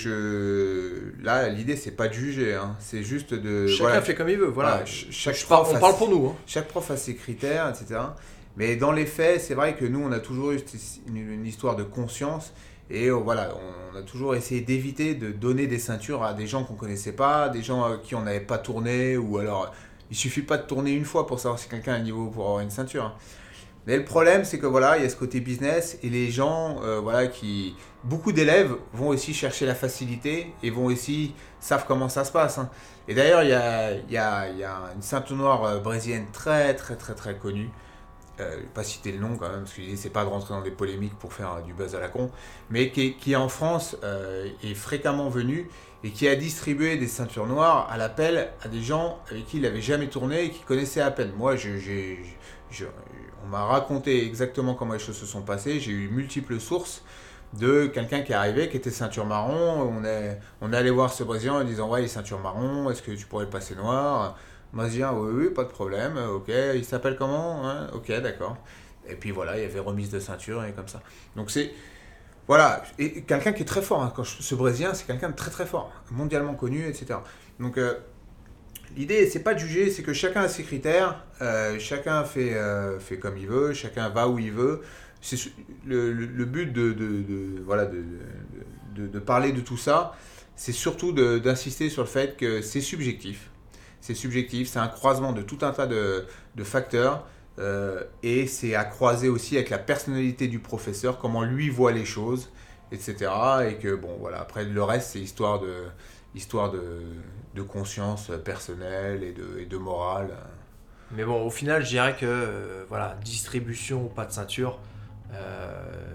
je- là, l'idée, c'est pas de juger, hein. C'est juste de. Chacun voilà, fait comme il veut. Voilà. voilà, ch- chaque Je parle- prof on a parle ses- pour nous. Hein. Chaque prof a ses critères, et cetera. Mais dans les faits, c'est vrai que nous, on a toujours eu une, une histoire de conscience. Et euh, voilà, on a toujours essayé d'éviter de donner des ceintures à des gens qu'on connaissait pas, des gens à qui on n'avait pas tourné, ou alors il suffit pas de tourner une fois pour savoir si quelqu'un a un niveau pour avoir une ceinture, hein. Mais le problème, c'est que voilà, il y a ce côté business et les gens, euh, voilà, qui, beaucoup d'élèves vont aussi chercher la facilité et vont aussi savent comment ça se passe, hein. Et d'ailleurs, il y a, il y a, il y a une ceinture noire euh, brésilienne très, très, très, très connue. Euh, je vais pas citer le nom quand même, parce que l'idée c'est pas de rentrer dans des polémiques pour faire euh, du buzz à la con, mais qui, est- qui en France euh, est fréquemment venu et qui a distribué des ceintures noires à l'appel à des gens avec qui il n'avait jamais tourné et qui connaissaient à peine. Moi, je, j'ai, je- on m'a raconté exactement comment les choses se sont passées. J'ai eu multiples sources de quelqu'un qui est arrivé, qui était ceinture marron. On est, on est allé voir ce Brésilien en disant « Ouais, il est ceinture marron, est-ce que tu pourrais le passer noir ?» Brésilien, oui, oui, pas de problème, ok. Il s'appelle comment, hein? Ok, d'accord. Et puis voilà, il y avait remise de ceinture et comme ça. Donc c'est... Voilà, et quelqu'un qui est très fort, hein. Quand je- ce Brésilien, c'est quelqu'un de très très fort, mondialement connu, et cetera. Donc euh, l'idée, c'est pas de juger, c'est que chacun a ses critères, euh, chacun fait, euh, fait comme il veut, chacun va où il veut. C'est su- le, le, le but de, de, de- voilà, de, de, de- de parler de tout ça, c'est surtout de- d'insister sur le fait que c'est subjectif. C'est subjectif, c'est un croisement de tout un tas de, de facteurs. Euh, et c'est à croiser aussi avec la personnalité du professeur, comment lui voit les choses, et cetera. Et que bon, voilà, après le reste, c'est histoire de, histoire de, de conscience personnelle et de, et de morale. Mais bon, au final, je dirais que euh, voilà, distribution ou pas de ceinture, euh,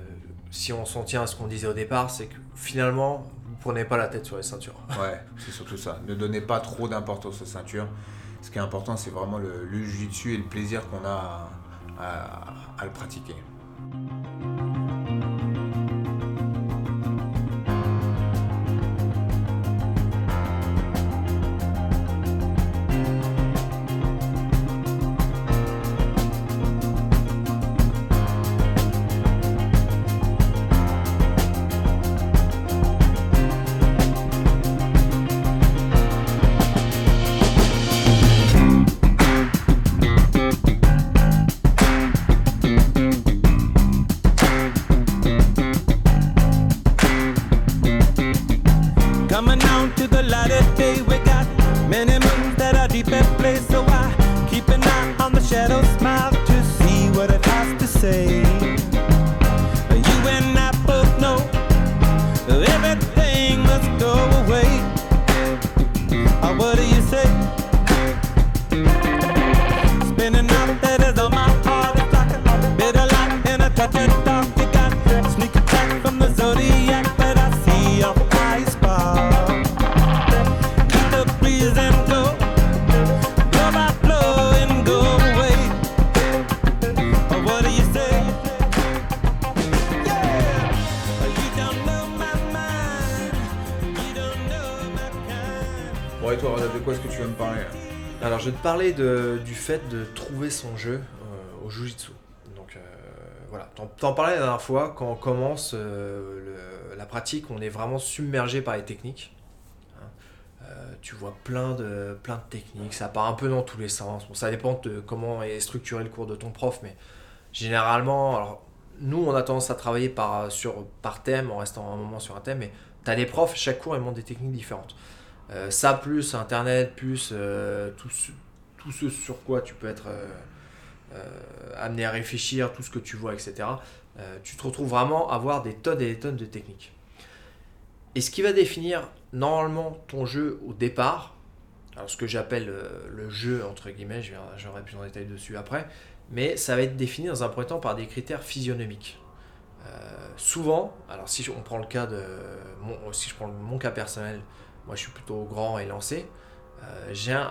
si on s'en tient à ce qu'on disait au départ, c'est que finalement, vous ne prenez pas la tête sur les ceintures. Ouais, c'est surtout ça. Ne donnez pas trop d'importance aux ceintures. Ce qui est important, c'est vraiment le, le jiu-jitsu et le plaisir qu'on a à, à- à le pratiquer. Coming out to the light of day, we got many moons that are deep at play. So I keep an eye on the shadow, smile to see what it has to say. You and I both know everything must go away. Oh, what do you say? Spinning out that is on my heart. It's like a bitter light and a touch of dark. You got sneak attack from the zodiac, but I see your eyes fall. Keep the breeze and go, blow by blow and go away. Oh, what do you say? Yeah, you don't know my mind, you don't know my kind. Bon, et toi, Renat, de quoi est-ce que tu veux me parler là? Alors, je vais te parler de, du fait de trouver son jeu euh, au Jiu-Jitsu. Donc, euh, voilà, t'en, t'en parlais la dernière fois, quand on commence euh, le- la pratique, on est vraiment submergé par les techniques. Hein. Euh, tu vois plein de, plein de techniques, ça part un peu dans tous les sens. Bon, ça dépend de comment est structuré le cours de ton prof, mais généralement, alors, nous, on a tendance à travailler par, sur, par thème, en restant un moment sur un thème, mais tu as des profs, chaque cours, ils montrent des techniques différentes. Euh, ça, plus Internet, plus euh, tout, ce, tout ce sur quoi tu peux être euh, euh, amené à réfléchir, tout ce que tu vois, et cetera. Euh, tu te retrouves vraiment à avoir des tonnes et des tonnes de techniques. Et ce qui va définir normalement ton jeu au départ, alors ce que j'appelle euh, le jeu, entre guillemets, je viens- j'aurai plus en détail dessus après, mais ça va être défini dans un premier temps par des critères physionomiques. Euh, souvent, alors si on prend le cas de mon, si je prends mon cas personnel, moi je suis plutôt grand et lancé, euh, j'ai un,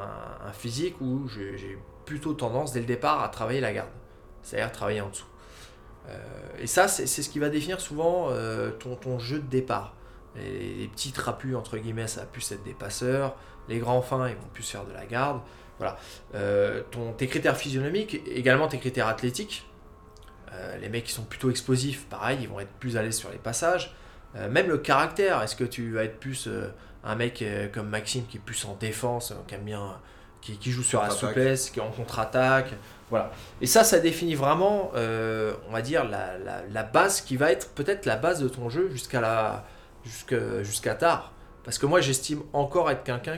un physique où j'ai j'ai plutôt tendance dès le départ à travailler la garde, c'est-à-dire travailler en dessous. Euh, et ça, c'est c'est ce qui va définir souvent euh, ton, ton jeu de départ. Les, les petits trapus, entre guillemets, ça va plus être des passeurs. Les grands fins, ils vont plus faire de la garde. Voilà. Euh, ton, tes critères physionomiques, également tes critères athlétiques. Euh, les mecs qui sont plutôt explosifs, pareil, ils vont être plus à l'aise sur les passages. Euh, même le caractère, est-ce que tu vas être plus euh, un mec euh, comme Maxime qui est plus en défense, euh, qui aime bien, qui, qui joue sur la Contre-attaque. souplesse, qui est en contre-attaque. Voilà. Et ça, ça définit vraiment, euh, on va dire, la, la, la base qui va être peut-être la base de ton jeu jusqu'à la, jusqu'à, jusqu'à tard. Parce que moi, j'estime encore être quelqu'un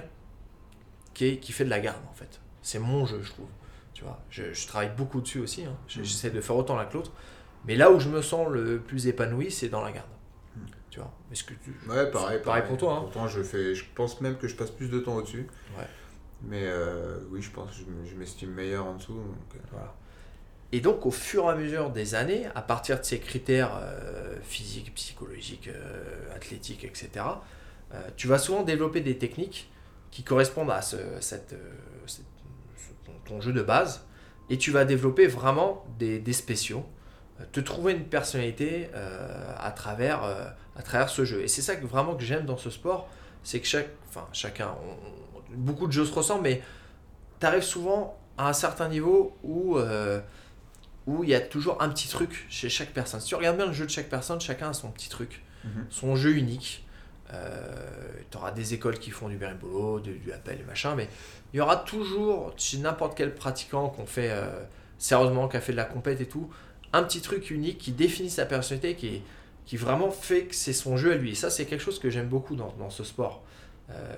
qui, est, qui fait de la garde, en fait. C'est mon jeu, je trouve. Tu vois, je, je travaille beaucoup dessus aussi. Hein. Je- J'essaie de faire autant l'un que l'autre. Mais là où je me sens le plus épanoui, c'est dans la garde. Tu vois. Est-ce que tu... Ouais, pareil. Pareil pour toi, hein. Pourtant, je, fais, je pense même que je passe plus de temps au-dessus. Ouais. Mais euh, oui, je pense que je, me- je m'estime meilleur en dessous. Donc, euh, Voilà. Et donc, au fur et à mesure des années, à partir de ces critères euh, physiques, psychologiques, euh, athlétiques, et cetera, euh, tu vas souvent développer des techniques qui correspondent à ce, cette, euh, cette- ce- ton, ton jeu de base, et tu vas développer vraiment des, des spéciaux, euh, te trouver une personnalité euh, à, travers, euh, à travers ce jeu. Et c'est ça que vraiment que j'aime dans ce sport, c'est que chaque, enfin, chacun, on- on- beaucoup de jeux se ressemblent, mais tu arrives souvent à un certain niveau où... euh, où il y a toujours un petit truc chez chaque personne. Si tu regardes bien le jeu de chaque personne, chacun a son petit truc, Mhm. son jeu unique. Euh, tu auras des écoles qui font du berimbolo, du, du appel et machin, mais il y aura toujours, chez n'importe quel pratiquant qu'on fait euh, sérieusement, qui a fait de la compète et tout, un petit truc unique qui définit sa personnalité, qui, qui vraiment fait que c'est son jeu à lui. Et ça, c'est quelque chose que j'aime beaucoup dans, dans ce sport. Euh,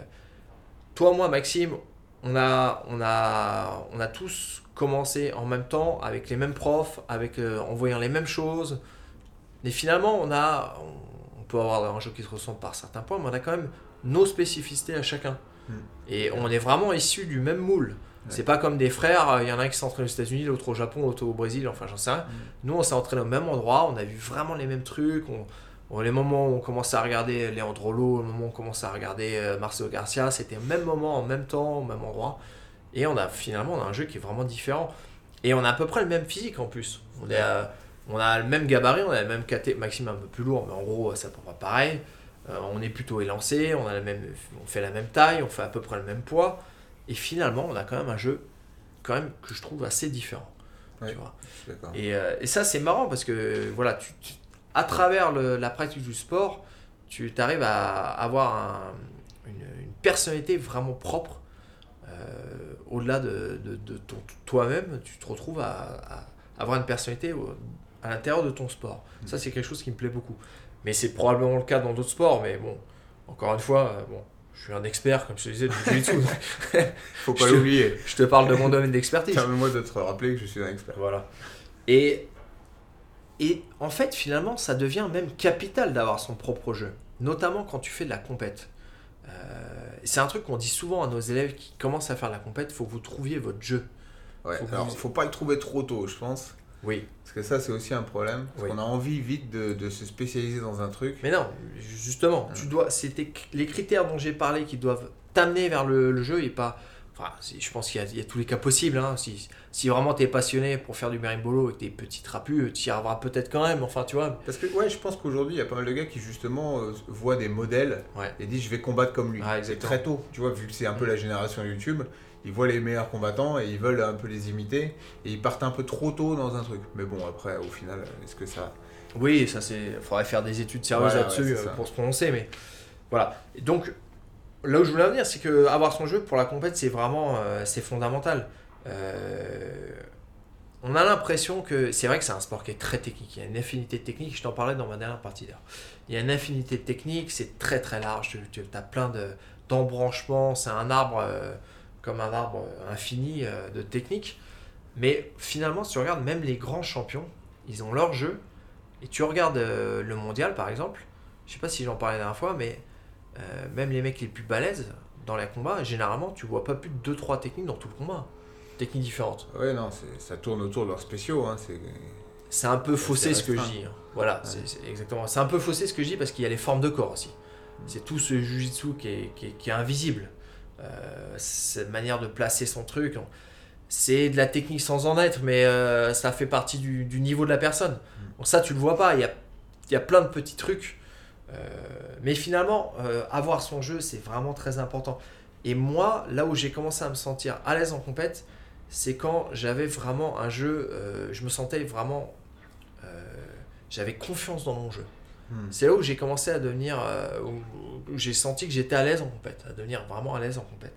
toi, moi, Maxime, on a, on a, on a tous commencé en même temps avec les mêmes profs, avec, euh, en voyant les mêmes choses. Mais finalement, on, a, on, on peut avoir un jeu qui se ressemble par certains points, mais on a quand même nos spécificités à chacun. Mm. Et on est vraiment issus du même moule. C'est pas comme des frères, il y en a un qui s'entraîne aux États-Unis, l'autre au Japon, l'autre au Brésil, enfin j'en sais rien. Nous, on s'est entraînés au même endroit, on a vu vraiment les mêmes trucs. On, on- les moments où on commençait à regarder Leandro Lo, le moment où on commençait à regarder euh, Marcelo Garcia, c'était au même moment, en même temps, au même endroit. Et on a finalement on a un jeu qui est vraiment différent. Et on a à peu près le même physique en plus. On, est, euh, on a le même gabarit, on a le même caté, Maxime un peu plus lourd, mais en gros, c'est à peu près pareil. Euh, on est plutôt élancé, on, a la même, on fait la même taille, on fait à peu près le même poids. Et finalement, on a quand même un jeu quand même que je trouve assez différent. Ouais. Tu vois. je suis d'accord. Et, euh, et ça, c'est marrant parce que voilà, tu, tu- à travers le- la pratique du sport, tu arrives à avoir un- une, une personnalité vraiment propre. Euh, au-delà de, de- de ton- toi-même, tu te retrouves à, à avoir une personnalité au- à l'intérieur de ton sport. Ça, c'est quelque chose qui me plaît beaucoup. Mais c'est probablement le cas dans d'autres sports. Mais bon, encore une fois, euh, bon, je suis un expert, comme je te disais, du jiu-jitsu. Faut pas je te- l'oublier. Je te parle de mon domaine d'expertise. Permets-moi de te rappeler que je suis un expert. Voilà. Et, et en fait, finalement, ça devient même capital d'avoir son propre jeu, notamment quand tu fais de la compète. Euh, c'est un truc qu'on dit souvent à nos élèves qui commencent à faire de la compète, il faut que vous trouviez votre jeu. Ouais, Faut que alors vous- faut pas le trouver trop tôt, je pense. Oui. Parce que ça, c'est aussi un problème. Parce Oui. qu'on a envie vite de, de se spécialiser dans un truc. Mais non, justement, tu dois, c'est tes- les critères dont j'ai parlé qui doivent t'amener vers le, le jeu et pas... Enfin, c'est- je pense qu'il y a, il y a tous les cas possibles. Hein. Si, si vraiment tu es passionné pour faire du berimbolo et que t'es petit trapu, tu y arriveras peut-être quand même. Enfin, tu vois. Parce que ouais, je pense qu'aujourd'hui, il y a pas mal de gars qui justement euh, voient des modèles Ouais. et disent je vais combattre comme lui. Ah, Et exactement. très tôt, tu vois, vu que c'est un peu la génération YouTube, ils voient les meilleurs combattants et ils veulent un peu les imiter et ils partent un peu trop tôt dans un truc. Mais bon, après, au final, est-ce que ça... Oui, ça c'est. Il faudrait faire des études sérieuses Voilà, là-dessus ouais, c'est euh, ça. pour se prononcer, mais voilà. Et donc, là où je voulais en venir, c'est que avoir son jeu pour la compète, c'est vraiment euh, c'est fondamental. Euh, on a l'impression que c'est vrai que c'est un sport qui est très technique. Il y a une infinité de techniques. Je t'en parlais dans ma dernière partie d'ailleurs. Il y a une infinité de techniques. C'est très très large. Tu, tu as plein de, d'embranchements. C'est un arbre euh, comme un arbre infini euh, de techniques. Mais finalement, si tu regardes même les grands champions, ils ont leur jeu. Et tu regardes euh, le mondial par exemple. Je sais pas si j'en parlais la dernière fois, mais euh, même les mecs les plus balèzes dans les combats, généralement, tu vois pas plus de deux trois techniques dans tout le combat. Techniques différentes. Ouais, non, c'est- ça tourne autour de leurs spéciaux. Hein, c'est... C'est un peu faussé c'est ce que je restreint. dis. hein. Voilà, Ouais. c'est, c'est exactement. C'est un peu faussé ce que je dis parce qu'il y a les formes de corps aussi. C'est tout ce jujitsu qui est, qui est, qui est invisible. Euh, cette manière de placer son truc. on- C'est de la technique sans en être, mais euh, ça fait partie du, du niveau de la personne. Bon, ça, tu le vois pas. Il y a, il y a plein de petits trucs. Euh, mais finalement, euh, avoir son jeu, c'est vraiment très important. Et moi, là où j'ai commencé à me sentir à l'aise en compète, c'est quand j'avais vraiment un jeu, euh, je me sentais vraiment, euh, j'avais confiance dans mon jeu. Hmm. C'est là où j'ai commencé à devenir, euh, où, où j'ai senti que j'étais à l'aise en compète, à devenir vraiment à l'aise en compète.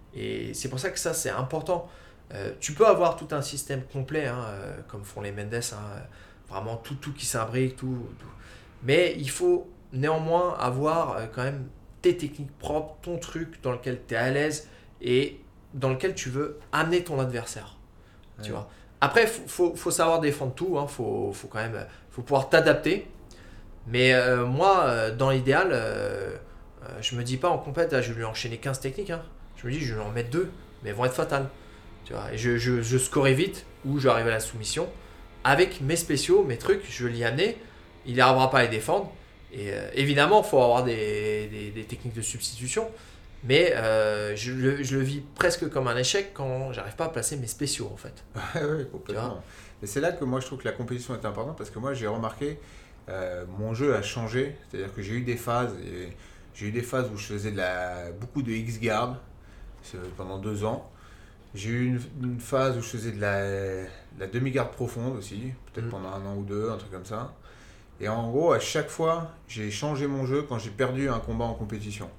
Et c'est pour ça que ça, c'est important. Euh, tu peux avoir tout un système complet, hein, euh, comme font les Mendes, hein, euh, vraiment tout, tout qui s'imbrique, tout, tout. Mais il faut néanmoins avoir euh, quand même tes techniques propres, ton truc dans lequel tu es à l'aise et dans lequel tu veux amener ton adversaire. Tu Ouais. vois. Après, il faut, faut, faut savoir défendre tout, il hein, faut, faut quand même faut pouvoir t'adapter. Mais euh, moi, euh, dans l'idéal, euh, euh, je me dis pas en compète, ah, je vais lui enchaîner quinze techniques. Hein. Je me dis, je vais lui en mettre deux, mais elles vont être fatales. Tu vois. Et je, je, je scorais vite, ou je vais arriver à la soumission. Avec mes spéciaux, mes trucs, je vais l'y amener. Il n'arrivera pas à les défendre. Et euh, évidemment, il faut avoir des, des, des techniques de substitution. Mais euh, je, le, je le vis presque comme un échec quand j'arrive pas à placer mes spéciaux en fait. Ouais, ouais, complètement. Et c'est là que moi je trouve que la compétition est importante parce que moi j'ai remarqué euh, mon jeu a changé. C'est-à-dire que j'ai eu des phases, et j'ai eu des phases où je faisais de la, beaucoup de X-guard pendant deux ans. J'ai eu une, une phase où je faisais de la, de la demi-garde profonde aussi, peut-être Mm. pendant un an ou deux, un truc comme ça. Et en gros, à chaque fois, j'ai changé mon jeu quand j'ai perdu un combat en compétition.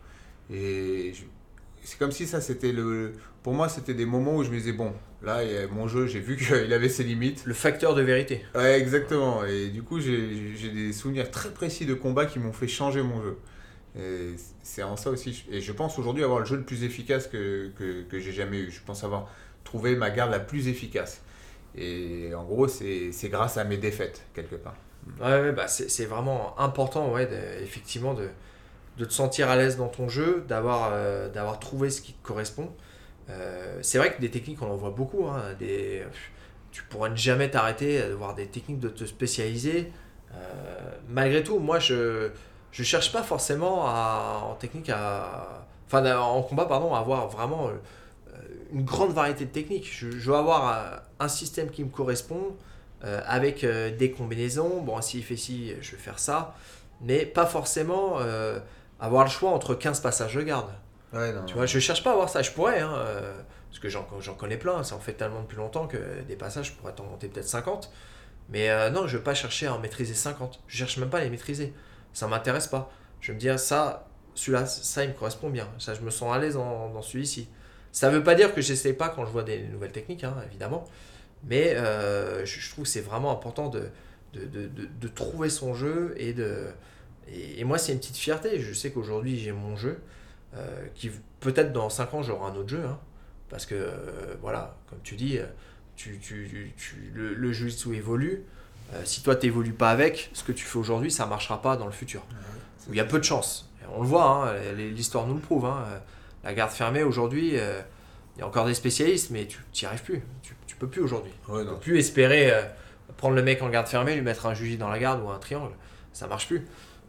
Et je- c'est comme si ça, c'était le... Pour moi, c'était des moments où je me disais, bon, là, il y a mon jeu, j'ai vu qu'il avait ses limites. Le facteur de vérité. Ouais, exactement. Et du coup, j'ai j'ai des souvenirs très précis de combats qui m'ont fait changer mon jeu. Et c'est en ça aussi. Et je pense aujourd'hui avoir le jeu le plus efficace que, que, que j'ai jamais eu. Je pense avoir trouvé ma garde la plus efficace. Et en gros, c'est c'est grâce à mes défaites, quelque part. Ouais, ouais, bah c'est c'est vraiment important, ouais, de- effectivement, de, de te sentir à l'aise dans ton jeu, d'avoir euh, d'avoir trouvé ce qui te correspond. Euh, c'est vrai que des techniques, on en voit beaucoup. Hein, des, tu pourrais ne jamais t'arrêter de voir des techniques de te spécialiser. Euh, malgré tout, moi, je je cherche pas forcément à, en technique à, enfin, en combat, pardon, à avoir vraiment euh, une grande variété de techniques. Je, je veux avoir euh, un système qui me correspond. Euh, avec euh, des combinaisons, bon s'il fait ci, je vais faire ça, mais pas forcément euh, avoir le choix entre quinze passages de garde. Ouais, non. Tu vois, je cherche pas à avoir ça, je pourrais, hein, euh, parce que j'en, j'en connais plein, ça en fait tellement depuis longtemps que des passages, je pourrais t'en monter peut-être cinquante, mais euh, non, je veux pas chercher à en maîtriser cinquante, je cherche même pas à les maîtriser, ça m'intéresse pas. Je vais me dire, ça, celui-là, ça il me correspond bien, ça je me sens à l'aise dans, dans celui-ci. Ça veut pas dire que j'essaie pas quand je vois des nouvelles techniques, hein, évidemment. Mais euh, je, je trouve que c'est vraiment important de, de, de, de, de trouver son jeu et de et, et moi c'est une petite fierté. Je sais qu'aujourd'hui j'ai mon jeu euh, qui peut-être dans cinq ans j'aurai un autre jeu hein, parce que euh, voilà comme tu dis tu, tu, tu, tu- le, le jiu-jitsu évolue. Euh, si toi t'évolues pas avec ce que tu fais aujourd'hui ça marchera pas dans le futur. Il y a peu de chance. Et on le voit hein, l'histoire nous le prouve hein. La garde fermée aujourd'hui euh, il y a encore des spécialistes mais tu n'y arrives plus. Tu, tu peux plus aujourd'hui. Ouais, On non. peut plus espérer euh, prendre le mec en garde fermée, lui mettre un juji dans la garde ou un triangle. Ça marche plus.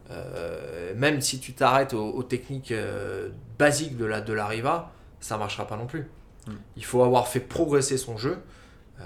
Euh, même si tu t'arrêtes aux, aux techniques euh, basiques de la, de la Riva, ça marchera pas non plus. Mm. Il faut avoir fait progresser son jeu euh,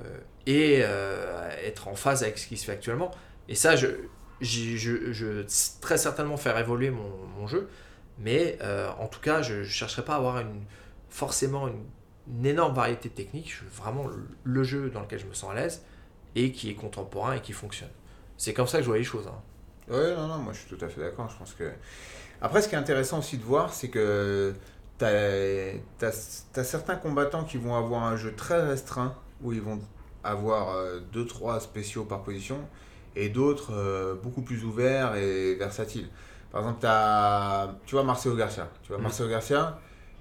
et euh, être en phase avec ce qui se fait actuellement. Et ça, je, j'y- je, je très certainement faire évoluer mon, mon jeu. Mais euh, en tout cas, je ne chercherai pas à avoir une, forcément une une énorme variété de techniques, je veux vraiment le, le jeu dans lequel je me sens à l'aise et qui est contemporain et qui fonctionne. C'est comme ça que je vois les choses. Hein. Ouais, non, non, moi je suis tout à fait d'accord. Je pense que. Après, ce qui est intéressant aussi de voir, c'est que t'as as, certains combattants qui vont avoir un jeu très restreint, où ils vont avoir deux trois spéciaux par position et d'autres euh, beaucoup plus ouverts et versatiles. Par exemple, t'as, tu vois Marcelo Garcia. Tu vois Mm. Marcelo Garcia,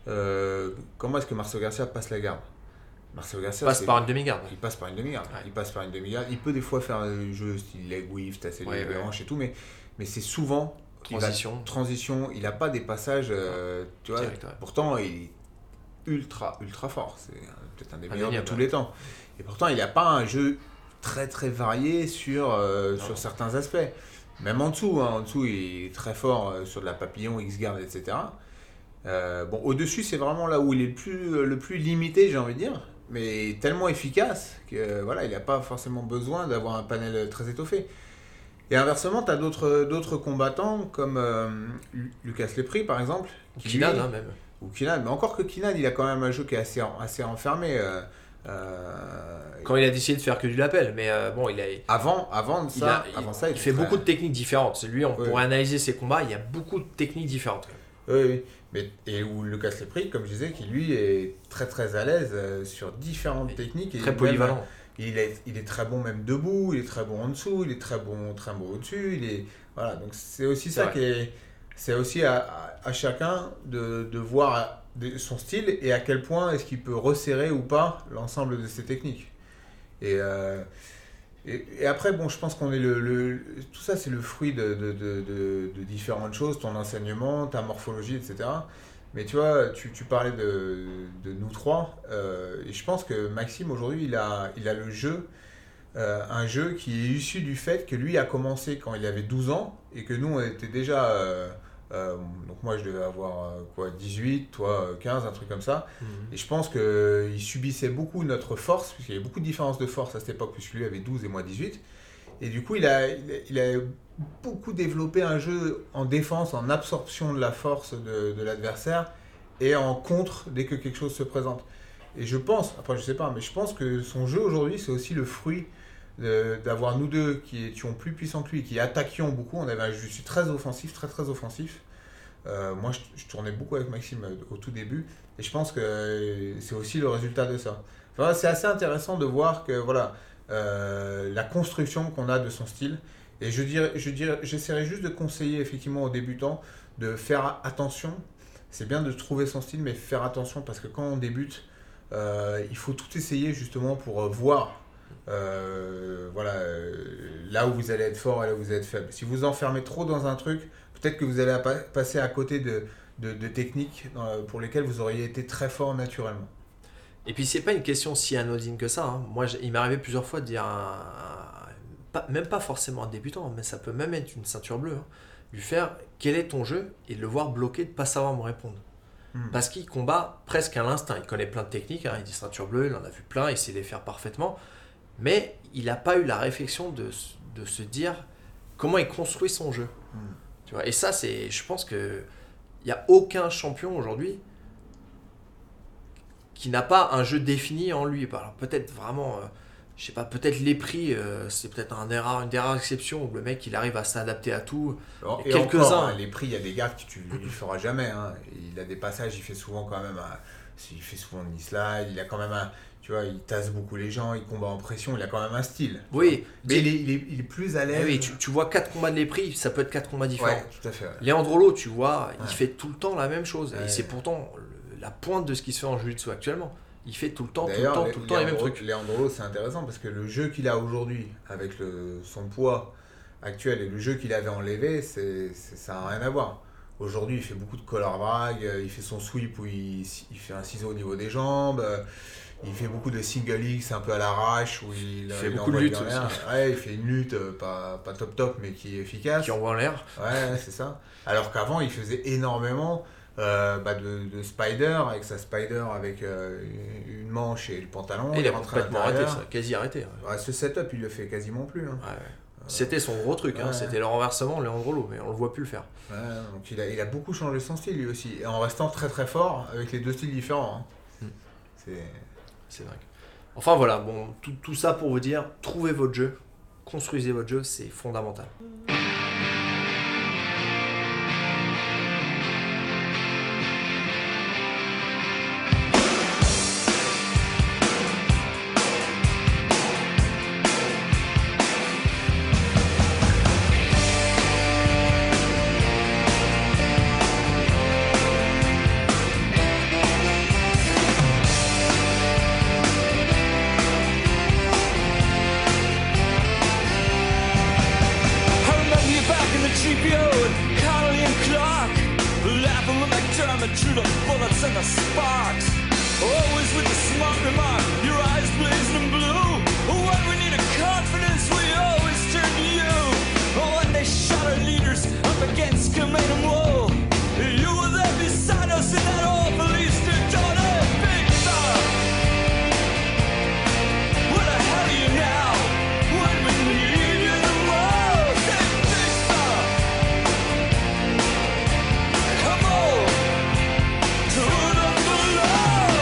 euh, comment est-ce que Marcelo Garcia passe la garde? Marcelo Garcia, Passe c'est- par une demi-garde. il passe par une demi-garde. Ouais. Il passe par une demi-garde. Il peut des fois faire un jeu style leg whip, tasser Ouais, les ouais. hanches et tout, mais, mais c'est souvent il va- Transition. transition. Il n'a pas des passages, euh, tu vois. Direct, ouais. Pourtant, il est ultra, ultra fort. C'est euh, peut-être un des meilleurs de Indéniable, tous ouais. les temps. Et pourtant, il n'a pas un jeu très, très varié sur, euh, Non. sur certains aspects. Même en dessous, hein. En dessous, il est très fort euh, sur de la papillon, X-guard, et cetera. Euh, bon, au-dessus, c'est vraiment là où il est le plus, le plus limité, j'ai envie de dire, mais tellement efficace que euh, voilà, il n'a pas forcément besoin d'avoir un panel très étoffé. Et inversement, tu as d'autres, d'autres combattants comme euh, Lu- Lucas Lepri, par exemple, qui, Kinan, lui- hein, même. ou Kinan, mais encore que Kinan, il a quand même un jeu qui est assez, assez enfermé. euh, euh, Quand il a décidé de faire que du lapel. Mais euh, bon, il a. avant, avant de Il, ça, a- il- avant ça, il était fait très- beaucoup de techniques différentes. Lui, on Oui. pourrait analyser ses combats, il y a beaucoup de techniques différentes. Oui, oui. Mais, et où Lucas Lepri, comme je disais, qui lui est très très à l'aise euh, sur différentes Et techniques. Et Très même- polyvalent. Il est, il est très bon même debout, il est très bon en dessous, il est très bon, très bon au-dessus. Il est, voilà, donc c'est aussi C'est ça vrai. qui est. C'est aussi à, à- à chacun de, de voir de- son style et à quel point est-ce qu'il peut resserrer ou pas l'ensemble de ses techniques. Et, euh, et, et après, bon, je pense qu'on est le, le- tout ça, c'est le fruit de, de, de, de- de différentes choses, ton enseignement, ta morphologie, et cetera. Mais tu vois, tu, tu parlais de, de nous trois, euh, et je pense que Maxime aujourd'hui, il a, il a le jeu, euh, un jeu qui est issu du fait que lui a commencé quand il avait douze ans, et que nous, on était déjà, euh, euh, donc moi je devais avoir euh, quoi, dix-huit, toi euh, quinze, un truc comme ça. Mhm. Et je pense qu'il subissait beaucoup notre force, puisqu'il y avait beaucoup de différences de force à cette époque, puisque lui avait douze et moi dix-huit. Et du coup, il a, il a, il a beaucoup développé un jeu en défense, en absorption de la force de, de l'adversaire, et en contre dès que quelque chose se présente. Et je pense, après je sais pas, mais je pense que son jeu aujourd'hui, c'est aussi le fruit de- d'avoir nous deux qui étions plus puissants que lui, qui attaquions beaucoup. On avait un jeu très offensif, très très offensif. Euh, moi, je, je tournais beaucoup avec Maxime euh, au tout début, et je pense que euh, c'est aussi le résultat de ça. Enfin, c'est assez intéressant de voir que voilà, euh, la construction qu'on a de son style. Et je dirais, je dirais, j'essaierai juste de conseiller effectivement aux débutants de faire attention. C'est bien de trouver son style, mais faire attention parce que quand on débute, euh, il faut tout essayer justement pour euh, voir euh, voilà, euh, là où vous allez être fort et là où vous allez être faible. Si vous enfermez trop dans un truc, peut-être que vous allez pa- passer à côté de, de, de techniques euh, pour lesquelles vous auriez été très fort naturellement. Et puis c'est pas une question si anodine que ça. hein. Moi, j'ai- il m'est arrivé plusieurs fois de dire, à un- pas- même pas forcément un débutant, mais ça peut même être une ceinture bleue, hein, lui faire quel est ton jeu et de le voir bloqué, de pas savoir me répondre. Hmm. Parce qu'il combat presque à l'instinct. Il connaît plein de techniques, hein, il dit ceinture bleue, il en a vu plein, il sait les faire parfaitement, mais il n'a pas eu la réflexion de, s- de se dire comment il construit son jeu. Hmm. Tu vois, et ça, c'est, je pense que il n'y a aucun champion aujourd'hui qui n'a pas un jeu défini en lui. Alors peut-être vraiment, euh, je sais pas, peut-être les prix, euh, c'est peut-être un erreur, une des rares exceptions où le mec il arrive à s'adapter à tout. Alors, Et et quelques-uns. encore, hein, les prix, il y a des gardes que tu ne lui feras jamais. Hein. Il a des passages, il fait souvent quand même un, il fait souvent de slide, il a quand même un, tu vois, il tasse beaucoup les gens, il combat en pression, il a quand même un style. Oui, Mais il est, il est, il est plus à eh l'aise. oui, tu, tu vois quatre combats de les prix, ça peut être quatre combats différents. Ouais, tout à fait. Ouais. Leandrolo, tu vois, Ouais. il fait tout le temps la même chose. Ouais. Et c'est pourtant le- la pointe de ce qui se fait en jiu-jitsu actuellement. Il fait tout le temps, tout le D'ailleurs, temps, Lé- tout le temps les mêmes Leandro- trucs. Leandro, c'est intéressant parce que le jeu qu'il a aujourd'hui, avec le, son poids actuel et le jeu qu'il avait enlevé, c'est, c'est- ça n'a rien à voir. Aujourd'hui, il fait beaucoup de collar drag, euh, il fait son sweep où il, il fait un ciseau au niveau des jambes, euh, il fait beaucoup de single X un peu à l'arrache, où il, Il fait il beaucoup de envoie lutte bien l'air. Ouais, il fait une lutte euh, pas, pas top top, mais qui est efficace. Qui envoie en l'air. Ouais, c'est ça. Alors qu'avant, il faisait énormément euh, bah, de, de spider, avec sa spider avec euh, une manche et le pantalon. Et il est rentre à complètement arrêté, l'intérieur. ça, quasi arrêté. Ouais. Ouais, ce setup, il le fait quasiment plus. Hein. Ouais. C'était son gros truc, hein, Ouais. c'était le renversement, Leandrolo, mais on le voit plus le faire. Ouais, donc il a, il a beaucoup changé son style lui aussi, et en restant très très fort avec les deux styles différents. hein. Hmm. C'est... C'est dingue. Enfin voilà, bon, tout, tout ça pour vous dire, trouvez votre jeu, construisez votre jeu, c'est fondamental. C P O and Connolly and Clark, laughing with McDermott through the bullets and the sparks. Always with the smart remark, your eyes blazing blue. When we needed confidence, we always turn to you. When they shot our leaders up against command and woe, you were there beside us in that awful Easter dawn. Hey, Big Star, where the hell are you now? When we need you the most. Hey, Big Star, come on to the below.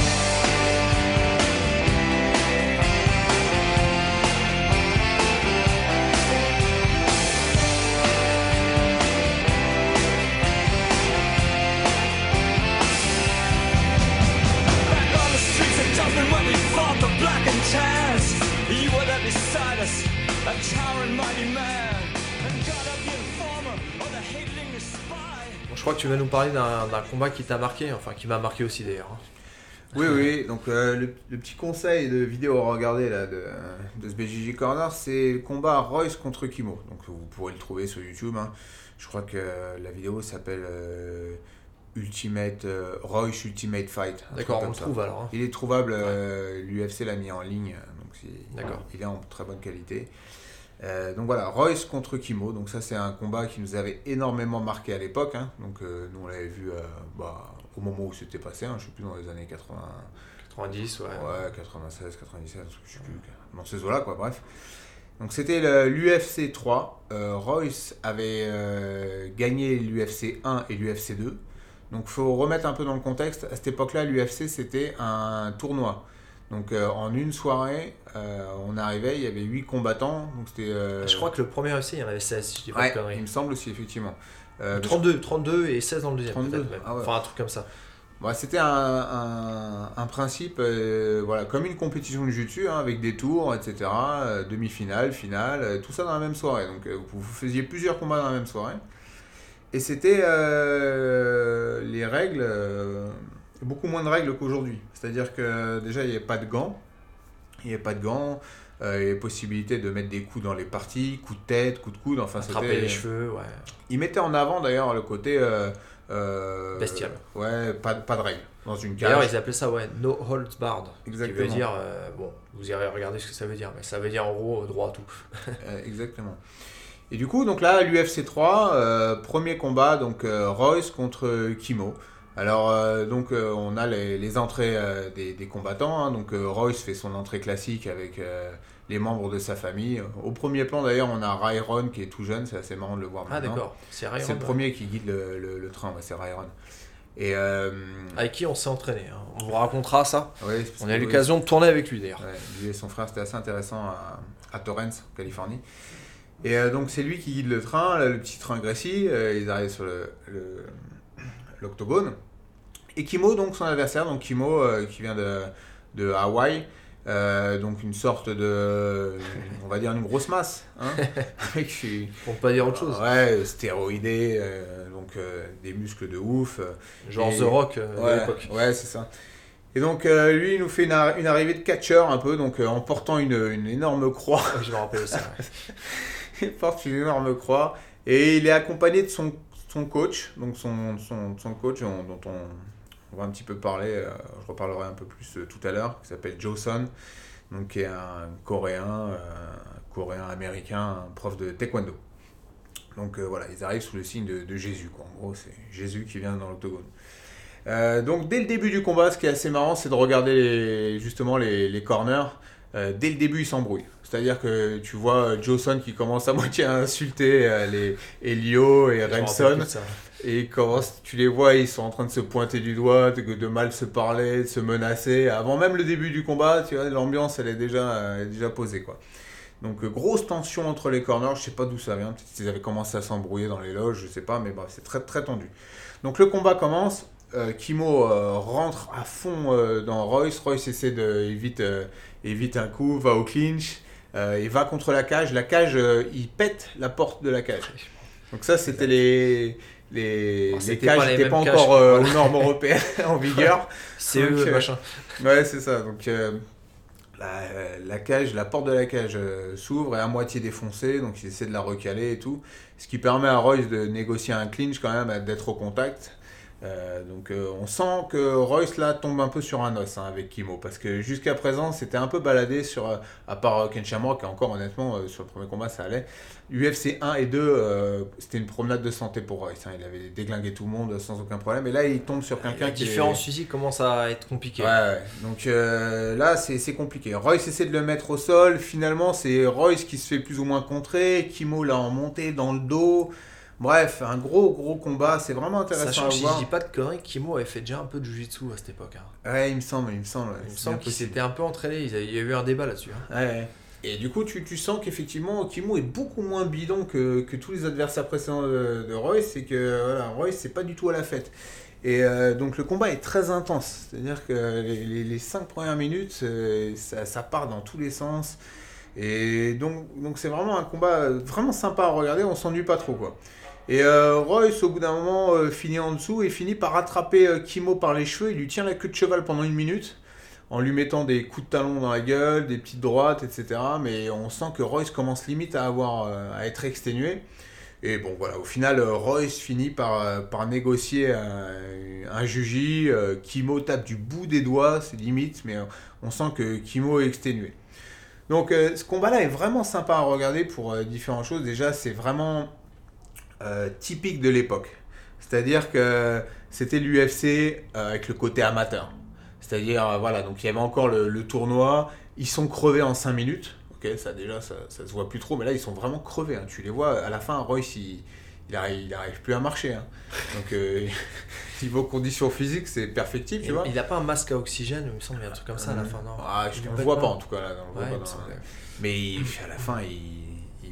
Back on the streets of Dublin when we fought the black and tans, you were there beside us, a towering mighty man, and got up the informer or the hated English spy. Bon, je crois que tu vas nous parler d'un d'un combat qui t'a marqué, enfin qui m'a marqué aussi d'ailleurs. hein. Oui, oui, donc euh, le, le petit conseil de vidéo à regarder là, de, de ce B J J Corner, c'est le combat Royce contre Kimo. Donc vous pourrez le trouver sur YouTube. hein. Je crois que la vidéo s'appelle euh, Ultimate euh, Royce Ultimate Fight. un D'accord, truc on le comme ça. trouve alors. hein. Il est trouvable, euh, l'U F C l'a mis en ligne, donc c'est- D'accord. il est en très bonne qualité. Euh, donc voilà, Royce contre Kimo, donc ça c'est un combat qui nous avait énormément marqué à l'époque, hein. Donc euh, nous on l'avait vu euh, bah, au moment où c'était passé, hein, je sais plus, dans les années quatre-vingts, quatre-vingt-dix, ouais. ouais, quatre-vingt-seize, quatre-vingt-dix-sept, je sais plus, dans ces eaux-là quoi, bref. Donc c'était l'U F C trois, euh, Royce avait euh, gagné l'U F C un et l'U F C deux, donc faut remettre un peu dans le contexte, à cette époque-là l'U F C c'était un tournoi. Donc euh, en une soirée, euh, on arrivait, il y avait huit combattants, donc c'était... euh, Je crois que le premier U F C, il y en avait seize, si je dis pas ouais, de conneries. il me semble aussi, effectivement. Euh, trente-deux, trente-deux et seize dans le deuxième, trente-deux, peut-être même. ah ouais. Enfin, un truc comme ça. Bon, c'était un, un, un principe, euh, voilà, comme une compétition de jiu-jitsu, hein, avec des tours, et cetera. euh, demi-finale, finale, euh, tout ça dans la même soirée. Donc euh, vous, vous faisiez plusieurs combats dans la même soirée. Et c'était euh, les règles, euh, beaucoup moins de règles qu'aujourd'hui. C'est-à-dire que déjà il n'y avait pas de gants, il n'y avait pas de gants, euh, il y avait possibilité de mettre des coups dans les parties, coups de tête, coups de coude, enfin Attraper c'était... les cheveux, ouais. Ils mettaient en avant d'ailleurs le côté... euh, euh, Bestial. Ouais, pas, pas de règles dans une cage. D'ailleurs, ils appelaient ça, ouais, no holds barred. Exactement. Ce qui veut dire, euh, bon, vous irez regarder ce que ça veut dire, mais ça veut dire en gros droit à tout. Euh, exactement. Et du coup, donc là, l'U F C trois, euh, premier combat, donc euh, Royce contre Kimo. Alors, euh, donc, euh, on a les, les entrées euh, des, des combattants. hein. Donc, euh, Royce fait son entrée classique avec euh, les membres de sa famille. Au premier plan, d'ailleurs, on a Ryron qui est tout jeune. C'est assez marrant de le voir Ah, maintenant. d'accord. C'est Ryan. C'est le premier qui guide le, le, le train, ouais, c'est Ryron. Et, euh, Avec qui on s'est entraîné. hein. On vous racontera ça. ouais, parce On que a eu oui, l'occasion de tourner avec lui d'ailleurs. Ouais, lui et son frère, c'était assez intéressant à, à Torrance, en Californie. Et euh, donc c'est lui qui guide le train, là, le petit train Gracie, euh, ils arrivent sur le, le- l'octogone. Et Kimo, donc son adversaire, donc Kimo euh, qui vient de, de Hawaï, euh, donc une sorte de, on va dire une grosse masse, hein, avec euh, Pour pas dire autre chose. ouais, stéroïdé, euh, donc euh, des muscles de ouf. euh, Genre et- The Rock euh, de Ouais, l'époque. ouais, c'est ça. Et donc euh, lui, il nous fait une, arri- une arrivée de catcheur un peu, donc euh, en portant une, une énorme croix. Ouais, je me rappelle aussi. ouais. Il porte une énorme croix et il est accompagné de son, son coach, donc son, son, son coach on- dont on, on va un petit peu parler, euh, je reparlerai un peu plus euh, tout à l'heure, qui s'appelle Joseon, donc qui est un coréen, euh, coréen américain, un prof de taekwondo. Donc euh, voilà, ils arrivent sous le signe de, de Jésus, quoi. En gros, c'est Jésus qui vient dans l'octogone. Euh, donc dès le début du combat, ce qui est assez marrant, c'est de regarder les, justement les, les corners. Euh, dès le début, ils s'embrouillent. C'est-à-dire que tu vois Joseon qui commence à moitié à insulter euh, les Elio et Je me rappelle Remson. plus de ça. Et ils commencent, tu les vois, ils sont en train de se pointer du doigt, de, de mal se parler, de se menacer. Avant même le début du combat, tu vois, l'ambiance, elle est déjà, euh, elle est déjà posée, quoi. Donc, euh, grosse tension entre les corners. Je sais pas d'où ça vient. Peut-être qu'ils avaient commencé à s'embrouiller dans les loges, je sais pas, mais bref, c'est très, très tendu. Donc, le combat commence. Euh, Kimo euh, rentre à fond euh, dans Royce. Royce essaie de évite, euh, évite un coup, va au clinch. Euh, il va contre la cage. La cage, euh, il pète la porte de la cage. Donc ça, c'était les... Les, Oh, les c'était cages pas les n'étaient pas mêmes encore cages, euh, voilà. aux normes européennes en vigueur. C'est Donc, eux, euh, machin. Ouais, c'est ça. Donc euh, la, la cage, la porte de la cage euh, s'ouvre et à moitié défoncée, donc il essaie de la recaler et tout. Ce qui permet à Royce de négocier un clinch quand même, d'être au contact. Euh, donc euh, on sent que Royce là tombe un peu sur un os hein, avec Kimo, parce que jusqu'à présent c'était un peu baladé sur, euh, à part euh, Ken Shamrock, et encore honnêtement euh, sur le premier combat ça allait. U F C un et deux euh, c'était une promenade de santé pour Royce, hein, il avait déglingué tout le monde sans aucun problème, et là il tombe sur quelqu'un La qui différence est... physique commence à être compliquée. Ouais, ouais. Donc euh, là c'est, c'est compliqué. Royce essaie de le mettre au sol, finalement c'est Royce qui se fait plus ou moins contrer, Kimo l'a en montée dans le dos. Bref, un gros gros combat, c'est vraiment intéressant Sachant à que si voir. je dis pas de conneries, Kimo avait fait déjà un peu de jiu-jitsu à cette époque. Hein. Ouais, il me semble, il me semble. ouais, Il me c'est semble bien qu'il possible. s'était un peu entraîné, il y a- il y a eu un débat là-dessus. Hein. Ouais, ouais. Et du coup, tu, tu sens qu'effectivement, Kimo est beaucoup moins bidon que, que tous les adversaires précédents de, de Royce, et que voilà, Royce, c'est pas du tout à la fête. Et euh, donc le combat est très intense, c'est-à-dire que les, les, les cinq premières minutes, euh, ça, ça part dans tous les sens. Et donc, donc c'est vraiment un combat vraiment sympa à regarder, on s'ennuie pas trop quoi. Et euh, Royce, au bout d'un moment, euh, finit en dessous et finit par rattraper euh, Kimo par les cheveux. Il lui tient la queue de cheval pendant une minute, en lui mettant des coups de talon dans la gueule, des petites droites, et cetera. Mais on sent que Royce commence limite à, avoir, euh, à être exténué. Et bon, voilà, au final, euh, Royce finit par, euh, par négocier un, un juji. Euh, Kimo tape du bout des doigts, c'est limite, mais euh, on sent que Kimo est exténué. Donc, euh, ce combat-là est vraiment sympa à regarder pour euh, différentes choses. Déjà, c'est vraiment euh, typique de l'époque. C'est-à-dire que c'était l'U F C euh, avec le côté amateur. C'est-à-dire, euh, voilà, donc il y avait encore le, le tournoi. Ils sont crevés en cinq minutes. Ok, ça déjà, ça, ça se voit plus trop, mais là, ils sont vraiment crevés. Hein. Tu les vois, à la fin, Royce, il, il, arrive, il arrive plus à marcher. Hein. Donc, euh, niveau conditions physiques, c'est perfectible, tu Il, vois. il a pas un masque à oxygène, il me semble, il y a un truc comme ça à la fin, non? Ah, je Il ne est le vois pas, complètement- en tout cas, là. on le voit Ouais, pas il me dans- semblait. Mais il- à la fin, il, il,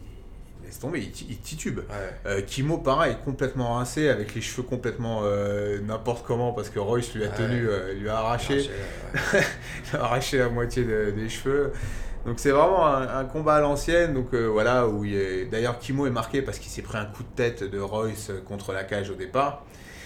il laisse tomber, il, ti- il titube. Ouais. Euh, Kimo, pareil, complètement rincé, avec les cheveux complètement euh, n'importe comment, parce que Royce lui a Ouais. tenu, euh, lui a arraché, Ouais. il a arraché la moitié de- des cheveux. Donc c'est vraiment un, un combat à l'ancienne, donc euh, voilà, où il est... D'ailleurs Kimo est marqué parce qu'il s'est pris un coup de tête de Royce contre la cage au départ.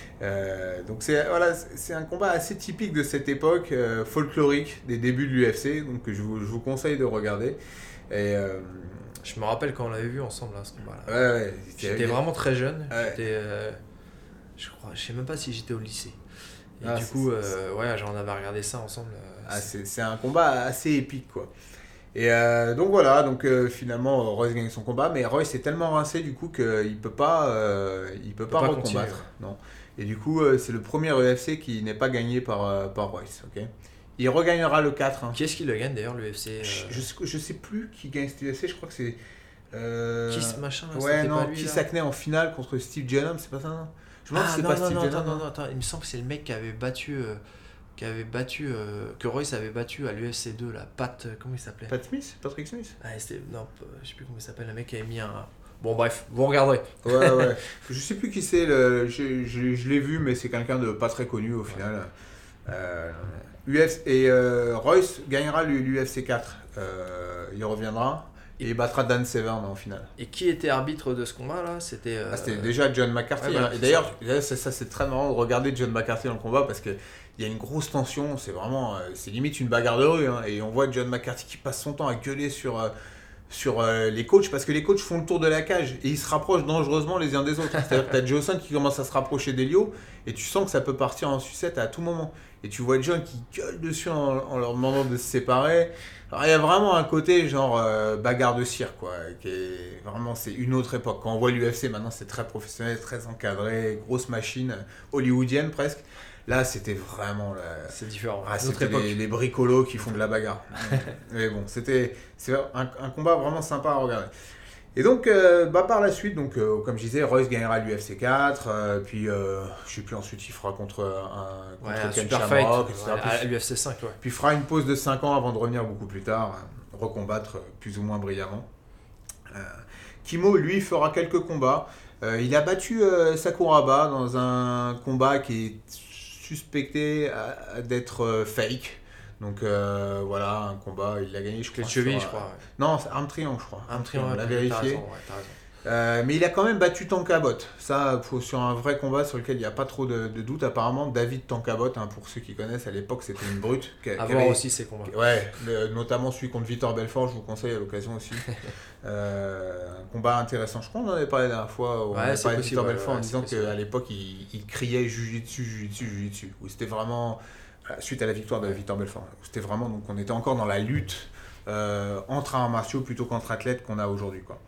Euh, donc c'est voilà, c'est c'est un combat assez typique de cette époque, euh, folklorique, des débuts de l'U F C, donc je vous, je vous conseille de regarder. Et, euh, Je me rappelle quand on l'avait vu ensemble, là, ce combat-là. ouais, ouais, J'étais vraiment très jeune. Ouais. J'étais, euh, je crois, je sais même pas si j'étais au lycée. Et Ah, du c'est- coup, c'est- euh, ouais, genre, on avait regardé ça ensemble. euh, Ah, c'est- c'est c'est un combat assez épique, quoi. Et euh, donc voilà, donc euh, finalement Royce gagne son combat, mais Royce est tellement rincé du coup qu'il peut pas, euh, il peut pas, pas recombattre. continuer, Non. Et du coup, euh, c'est le premier U F C qui n'est pas gagné par, euh, par Royce. Ok. Il regagnera le quatre. Hein. Qui est-ce qui le gagne d'ailleurs, l'U F C euh, Je, je sais, je sais plus qui gagne cet U F C. Je crois que c'est. Euh... Qui ce machin là, Ouais, c'était non, pas lui, qui là Sackney en finale contre Steve Jennum, c'est pas ça, non? Je me demande Ah si c'est non, pas non, Steve non, Jennum. attends, non, non non, attends, il me semble que c'est le mec qui avait battu, euh, qui avait battu, euh, que Royce avait battu à l'U F C deux, là, Pat, euh, comment il s'appelait? Pat Smith, Patrick Smith. Ah, c'était, non, p- je sais plus comment il s'appelle, le mec qui avait mis un... Bon bref, vous regarderez. Ouais, ouais. Je sais plus qui c'est, le... je, je, je l'ai vu, mais c'est quelqu'un de pas très connu au final. Euh, U F C... Et euh, Royce gagnera l'U F C quatre. Euh, il reviendra et il battra Dan Severn en finale. Et qui était arbitre de ce combat là? C'était... euh, Ah, c'était déjà John McCarthy. ouais, voilà, hein. Et c'est d'ailleurs, d'ailleurs, ça, ça, c'est très marrant de regarder John McCarthy dans le combat parce qu'il y a une grosse tension. C'est vraiment, euh, c'est limite une bagarre de rue. Hein. Et on voit John McCarthy qui passe son temps à gueuler sur, euh, sur euh, les coachs parce que les coachs font le tour de la cage et ils se rapprochent dangereusement les uns des autres. C'est-à-dire que tu as Johnson qui commence à se rapprocher d'Elio et tu sens que ça peut partir en sucette à tout moment. Et tu vois John qui gueule dessus en, en leur demandant de se séparer. Alors il y a vraiment un côté genre euh, bagarre de cire quoi, qui est vraiment c'est une autre époque. Quand on voit l'U F C maintenant c'est très professionnel, très encadré, grosse machine hollywoodienne presque. Là c'était vraiment la... C'est différent. ah, Une autre c'était époque. les, les bricolos qui font de la bagarre. Mais bon c'était c'est un, un combat vraiment sympa à regarder. Et donc euh, bah par la suite donc euh, comme je disais Royce gagnera l'U F C quatre, euh, puis euh, je sais plus ensuite il fera contre un contre Ouais, un Ken super fight. Shamrock, et cetera. Ouais, Puis- à l'U F C cinq, ouais. puis il fera une pause de cinq ans avant de revenir beaucoup plus tard, euh, recombattre euh, plus ou moins brillamment. Euh, Kimo, lui, fera quelques combats. Euh, il a battu euh, Sakuraba dans un combat qui est suspecté à- à d'être euh, fake. Donc euh, voilà, un combat, il l'a gagné, je Clé crois. de cheville, sur, je euh, crois. Ouais. Non, c'est arme triangle, je crois. Un triangle, on l'a t'as vérifié. raison, ouais, t'as raison. Euh, mais il a quand même battu Tankabot. Ça, faut, sur un vrai combat sur lequel il n'y a pas trop de, de doute. Apparemment, David Tankabot, hein, pour ceux qui connaissent, à l'époque, c'était une brute. Qui, À qui voir avait- aussi ces combats. Ouais, le- notamment celui contre Victor Belfort, je vous conseille à l'occasion aussi. Euh, un combat intéressant. Je crois qu'on en avait parlé la dernière fois. On Ouais, avait c'est parlé de possible, Victor ouais, Belfort en ouais, disant c'est possible. qu'à l'époque, il, il criait Jujitsu, Jujitsu, Jujitsu. Où c'était vraiment, euh, suite à la victoire de Victor Belfort, c'était vraiment, donc on était encore dans la lutte euh, entre arts martiaux plutôt qu'entre athlètes qu'on a aujourd'hui, quoi.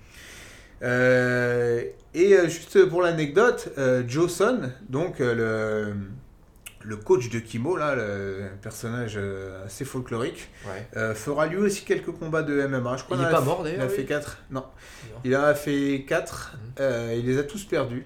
Euh, et euh, juste pour l'anecdote, euh, Joson, donc euh, le, le coach de Kimo, là, le personnage euh, assez folklorique, Ouais. euh, fera lui aussi quelques combats de M M A. Je crois Il qu'il est en a pas fait- mort, d'ailleurs, Il a fait lui quatre. Non, Non. il en a fait quatre. Mhm. Euh, il les a tous perdus.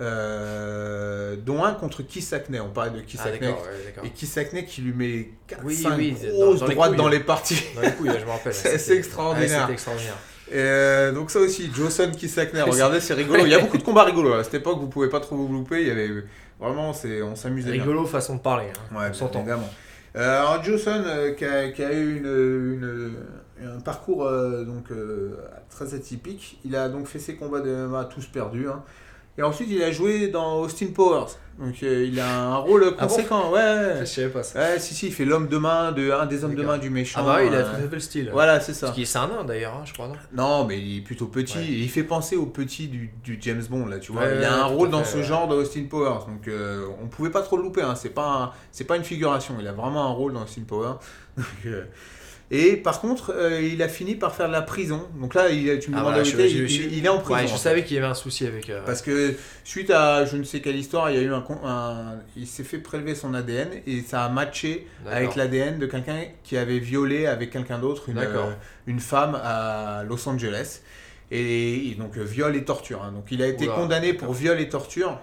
Euh, dont un contre Kisakney. On parlait de Ah, Kisakney. d'accord, ouais, d'accord. Et Kisakney qui lui met quatre Oui, cinq oui, grosses dans- dans les droites couilles. dans les parties. Dans les couilles, je me rappelle. C'est C'était- assez extraordinaire. Ouais, c'était extraordinaire. Et euh, donc ça aussi, Joson Kisakney, regardez, c'est rigolo. Il y a beaucoup de combats rigolos. À cette époque, vous pouvez pas trop vous louper. Il y avait vraiment, c'est, on s'amusait bien. Rigolo façon de parler. Hein. Ouais, On s'entend. évidemment. Euh, alors Joson, euh, qui, a, qui a eu une, une- un parcours euh, donc, euh, très atypique, il a donc fait ses combats de M M A tous perdus. Hein. Et ensuite, il a joué dans Austin Powers. Donc euh, il a un rôle Ah bon conséquent. ouais, ouais. Je savais pas ça. Ouais, si, si, il fait l'homme de main, de, un des hommes de D'accord. main du méchant. Ah bah oui, il a euh, tout à fait le style. Voilà, c'est ça. Parce qu'il c'est un nain d'ailleurs, hein, je crois, non Non, mais il est plutôt petit. Ouais. Et il fait penser au petit du, du James Bond, là, tu vois. Ouais, il a ouais, un tout rôle à dans fait, ce ouais. genre de Austin Powers. Donc, euh, on pouvait pas trop le louper. Hein. C'est pas, un- c'est pas une figuration. Il a vraiment un rôle dans Austin Powers. Donc, euh, et par contre, euh, il a fini par faire de la prison. Donc là, il, tu me Ah, demandes voilà, la je- vérité, je- il, je- il- il est en prison. Ouais, je en savais qu'il y avait un souci avec. euh, Parce que suite à je ne sais quelle histoire, il y a eu un, con- un- il s'est fait prélever son A D N et ça a matché D'accord. avec l'A D N de quelqu'un qui avait violé avec quelqu'un d'autre une, D'accord. euh, une femme à Los Angeles. Et, et donc euh, viol et torture. hein. Donc il a été Oula, condamné pour d'accord. viol et torture.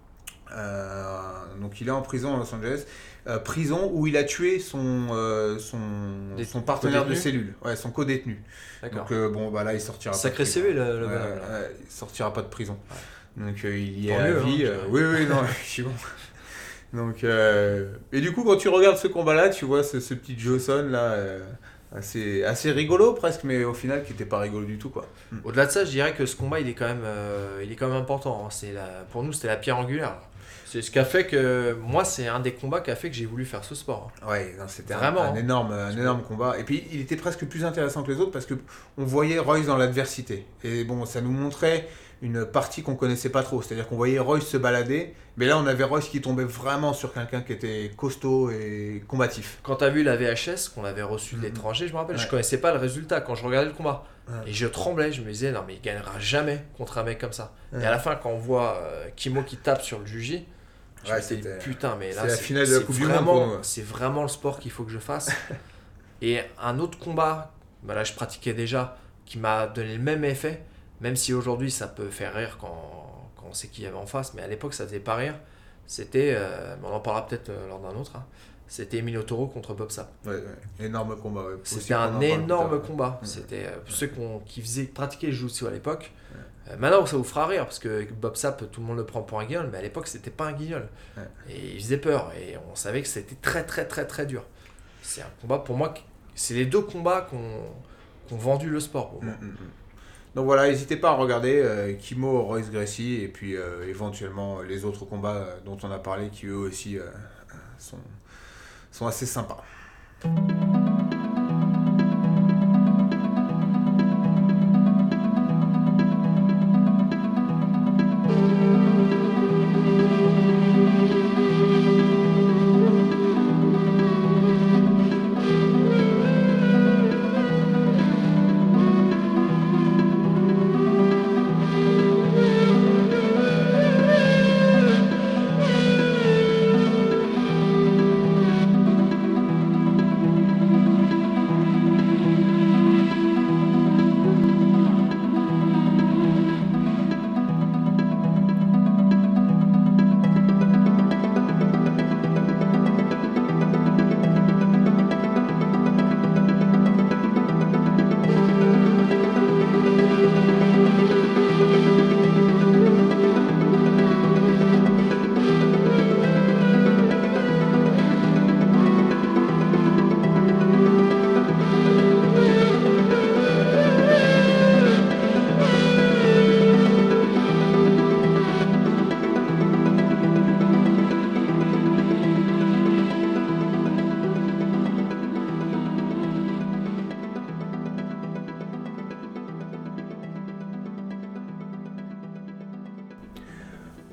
Euh, donc il est en prison à Los Angeles. Euh, prison où il a tué son, euh, son, Des- son partenaire de co-détenu cellule, ouais, son co-détenu. D'accord. Donc euh, bon, bah là il sortira pas de Sacré prison. C V, le, le Ouais, bonhomme, là. ouais, il sortira pas de prison. Donc euh, il y est Tant à mieux, vie. hein, euh, je oui, oui, non, effectivement. Donc, euh, et du coup, quand tu regardes ce combat-là, tu vois ce, ce petit Joson là, euh, assez, assez rigolo presque, mais au final qui était pas rigolo du tout, quoi. Au-delà de ça, je dirais que ce combat, il est quand même, euh, il est quand même important. hein. C'est la, pour nous, c'était la pierre angulaire. C'est ce qui a fait que moi, c'est un des combats qui a fait que j'ai voulu faire ce sport. hein. Ouais, non, c'était un, Vraiment, un hein. énorme, un énorme combat. Et puis il était presque plus intéressant que les autres parce que on voyait Royce dans l'adversité. Et bon, ça nous montrait une partie qu'on connaissait pas trop. C'est-à-dire qu'on voyait Royce se balader, mais là on avait Royce qui tombait vraiment sur quelqu'un qui était costaud et combatif. Quand t'as vu la V H S qu'on avait reçue de Mhm. l'étranger, je me rappelle, je Ouais. connaissais pas le résultat quand je regardais le combat. Ouais. Et je tremblais, je me disais, non mais il gagnera jamais contre un mec comme ça. Ouais. Et à la fin, quand on voit euh, Kimo qui tape sur le Juji, je Ouais, me suis dit, c'était- putain, mais là, c'est la finale de la c'est Coupe du Monde vraiment- pour nous, ouais. c'est vraiment le sport qu'il faut que je fasse. Et un autre combat, bah là je pratiquais déjà, qui m'a donné le même effet, même si aujourd'hui ça peut faire rire quand, quand on sait qui y avait en face, mais à l'époque ça faisait pas rire. C'était, euh, on en parlera peut-être euh, lors d'un autre, hein. C'était Emilio Toro contre Bob Sapp. Ouais, ouais. Énorme combat. Ouais. Aussi C'était qu'on en un parle plus énorme tard. combat. Ouais. C'était euh, pour ceux qu'on- qui faisaient pratiquer le jiu-jitsu à l'époque. Euh, maintenant, ça vous fera rire parce que Bob Sapp, tout le monde le prend pour un guignol, mais à l'époque, c'était pas un guignol. Ouais. Et il faisait peur et on savait que c'était très, très, très, très dur. C'est un combat pour moi. qui- C'est les deux combats qu'on qu'on vendu le sport pour moi. Mm, mm, mm. Donc voilà, n'hésitez pas à regarder euh, Kimo, Royce Gracie et puis euh, éventuellement les autres combats euh, dont on a parlé qui eux aussi euh, sont, sont assez sympas.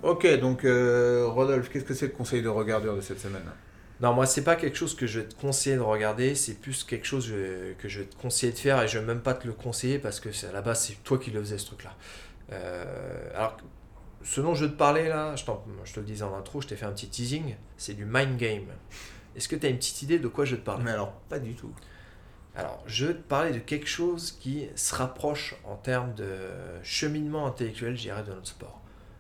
Ok, donc euh, Rodolphe, qu'est-ce que c'est le conseil de regardeur de cette semaine? Non, moi, c'est pas quelque chose que je vais te conseiller de regarder, c'est plus quelque chose euh, que je vais te conseiller de faire et je vais même pas te le conseiller parce que c'est, à la base, c'est toi qui le faisais ce truc-là. Euh, alors, ce dont je veux te parler là, je, t'en- je te le disais en intro, je t'ai fait un petit teasing, c'est du mind game. Est-ce que tu as une petite idée de quoi je veux te parler? Mais alors, pas du tout. Alors, je veux te parler de quelque chose qui se rapproche en termes de cheminement intellectuel, je dirais, de notre sport.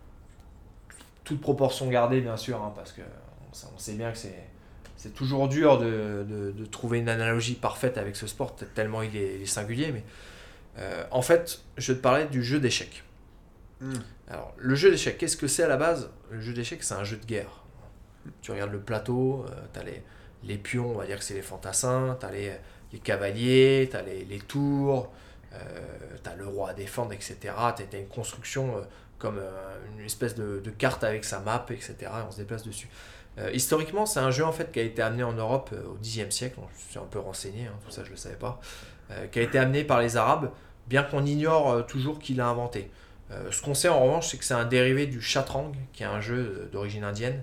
Toute proportion gardée, bien sûr, hein, parce que on sait- on sait bien que c'est, c'est toujours dur de, de- de trouver une analogie parfaite avec ce sport, t- tellement il est, il est singulier. Mais euh, en fait, je vais te parler du jeu d'échecs. Hmm. Alors, le jeu d'échecs, qu'est-ce que c'est à la base? Le jeu d'échecs, c'est un jeu de guerre. Tu regardes le plateau, euh, tu as les, les pions, on va dire que c'est les fantassins, tu as les, les cavaliers, tu as les, les tours, euh, tu as le roi à défendre, et cetera. Tu as une construction euh, comme euh, une espèce de, de carte avec sa map, et cetera. Et on se déplace dessus. Euh, historiquement, c'est un jeu en fait qui a été amené en Europe euh, au dixième siècle. Donc, je suis un peu renseigné, hein, tout ça je ne le savais pas. Euh, qui a été amené par les Arabes, bien qu'on ignore euh, toujours qui l'a inventé. Euh, ce qu'on sait en revanche, c'est que c'est un dérivé du Shatrang, qui est un jeu d'origine indienne,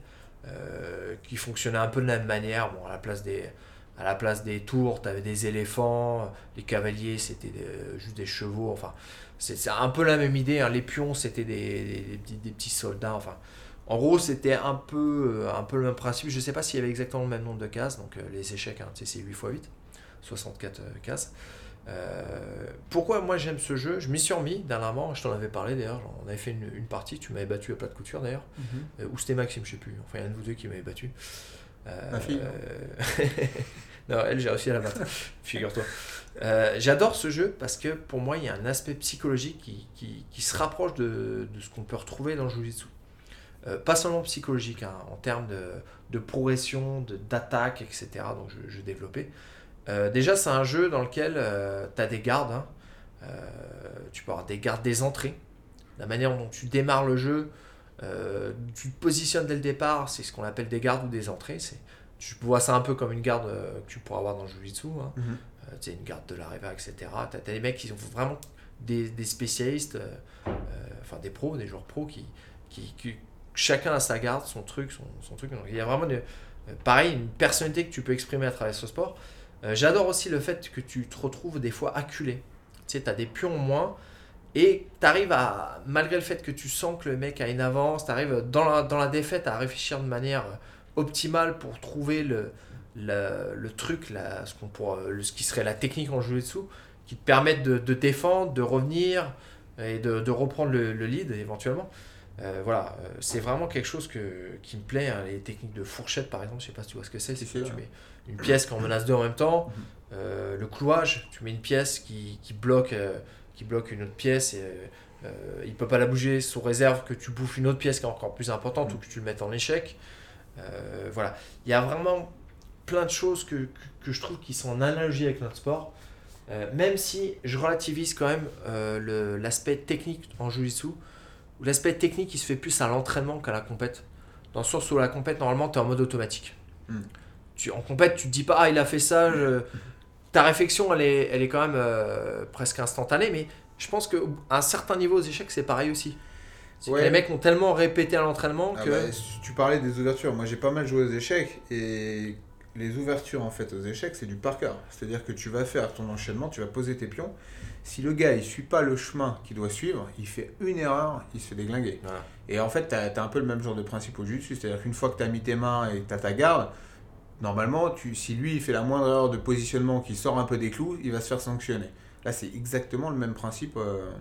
euh, qui fonctionnait un peu de la même manière. Bon, à la place des, à la place des tours, tu avais des éléphants, les cavaliers, c'était des- juste des chevaux. Enfin, c'est c'est un peu la même idée. Hein. Les pions, c'était des, des- des petits, des petits soldats. Enfin, en gros, c'était un peu, euh, un peu le même principe. Je ne sais pas s'il y avait exactement le même nombre de cases. Donc, euh, les échecs, hein, tu sais, c'est huit fois huit, soixante-quatre euh, cases. Euh, pourquoi moi j'aime ce jeu? Je m'y suis remis dernièrement, je t'en avais parlé d'ailleurs, on avait fait une, une partie, tu m'avais battu à plat de couture d'ailleurs, euh, ou c'était Maxime, je sais plus, enfin il y en a un de vous deux qui m'avait battu. Euh, Ma fille. euh, non, elle j'ai réussi à la battre, figure-toi. Euh, j'adore ce jeu parce que pour moi il y a un aspect psychologique qui, qui, qui se rapproche de, de ce qu'on peut retrouver dans le Jiu-Jitsu. Euh, pas seulement psychologique, hein, en termes de, de progression, de, d'attaque, et cetera. Donc je, je développais. Euh, déjà, c'est un jeu dans lequel tu as des gardes. Hein. Euh, tu peux avoir des gardes des entrées. La manière dont tu démarres le jeu, euh, tu te positionnes dès le départ, c'est ce qu'on appelle des gardes ou des entrées. C'est, tu vois ça un peu comme une garde euh, que tu pourras avoir dans le Jiu-Jitsu. Hein. Mhm. Euh, tu sais, une garde de la Reva, et cetera. Tu as des mecs qui sont vraiment des, des spécialistes, euh, euh, enfin des pros, des joueurs pros qui, qui, qui- chacun a sa garde, son truc, son, son truc. Donc il y a vraiment, une, euh, pareil, une personnalité que tu peux exprimer à travers ce sport. Euh, j'adore aussi le fait que tu te retrouves des fois acculé. Tu sais, tu as des pions en moins et tu arrives à, malgré le fait que tu sens que le mec a une avance, tu arrives dans la, dans la défaite à réfléchir de manière optimale pour trouver le, le, le truc, la, ce, qu'on pourra- le- ce qui serait la technique en jiu-jitsu qui te permette de, de défendre, de revenir et de, de reprendre le, le lead éventuellement. Euh, voilà, euh, c'est vraiment quelque chose que, qui me plaît. Hein. Les techniques de fourchette, par exemple, je sais pas si tu vois ce que c'est. C'est Si, que si, tu ouais. mets une pièce qui en menace deux en même temps. Euh, le clouage, tu mets une pièce qui, qui, bloque, euh, qui bloque une autre pièce et euh, euh, il peut pas la bouger sous réserve que tu bouffes une autre pièce qui est encore plus importante ou que tu le mettes en échec. Euh, voilà, il y a vraiment plein de choses que, que, que je trouve qui sont en analogie avec notre sport. Euh, même si je relativise quand même euh, le- l'aspect technique en jiu-jitsu, où l'aspect technique il se fait plus à l'entraînement qu'à la compète. Dans le sens où la compète, normalement, tu es en mode automatique. Mm. Tu, en compète, tu te dis pas, ah, il a fait ça. je- Ta réflexion, elle est, elle est quand même euh, presque instantanée, mais je pense qu'à un certain niveau aux échecs, c'est pareil aussi. C'est que Ouais. les mecs ont tellement répété à l'entraînement Ah que. bah, tu parlais des ouvertures. Moi, j'ai pas mal joué aux échecs et les ouvertures en fait aux échecs, c'est du par cœur. C'est-à-dire que tu vas faire ton enchaînement, tu vas poser tes pions. Si le gars il suit pas le chemin qu'il doit suivre, il fait une erreur, il se fait déglinguer. Voilà. Et en fait, tu as un peu le même genre de principe au jiu-jitsu. C'est-à-dire qu'une fois que tu as mis tes mains et que tu as ta garde, normalement, tu, si lui il fait la moindre erreur de positionnement qui sort un peu des clous, il va se faire sanctionner. Là, c'est exactement le même principe euh,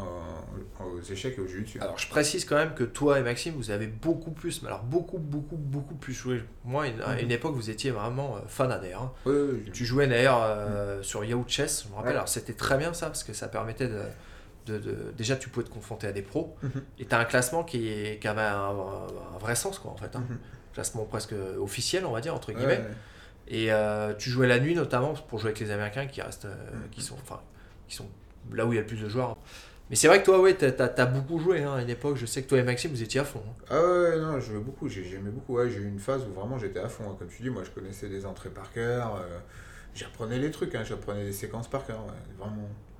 en- aux échecs et au jiu-jitsu. Alors, je précise quand même que toi et Maxime, vous avez beaucoup plus, mais alors beaucoup, beaucoup, beaucoup plus joué. Moi, une- à une époque, vous étiez vraiment euh, fan d'ailleurs. Hein. Oui, oui, oui. Tu jouais d'ailleurs euh, sur Yahoo Chess, je me rappelle. Ouais. Alors, c'était très bien ça, parce que ça permettait de. de- de- déjà, tu pouvais te confronter à des pros. Mhm. Et tu as un classement qui, est- qui avait un, un- un vrai sens, quoi, en fait. Hein. Mhm. Classement presque officiel, on va dire, entre Ouais, guillemets. ouais. Et euh, tu jouais la nuit, notamment, pour jouer avec les Américains qui restent. euh, Mhm. qui sont, enfin, qui sont là où il y a le plus de joueurs. Mais c'est vrai que toi, ouais, t'as, t'as- t'as beaucoup joué hein, à une époque. Je sais que toi et Maxime, vous étiez à fond. hein. Ah ouais, non, je jouais beaucoup, j'ai- j'aimais beaucoup. Ouais, j'ai eu une phase où vraiment j'étais à fond. hein. Comme tu dis, moi je connaissais des entrées par cœur, euh, j'apprenais les trucs, hein, j'apprenais les séquences par cœur. Ouais, vraiment.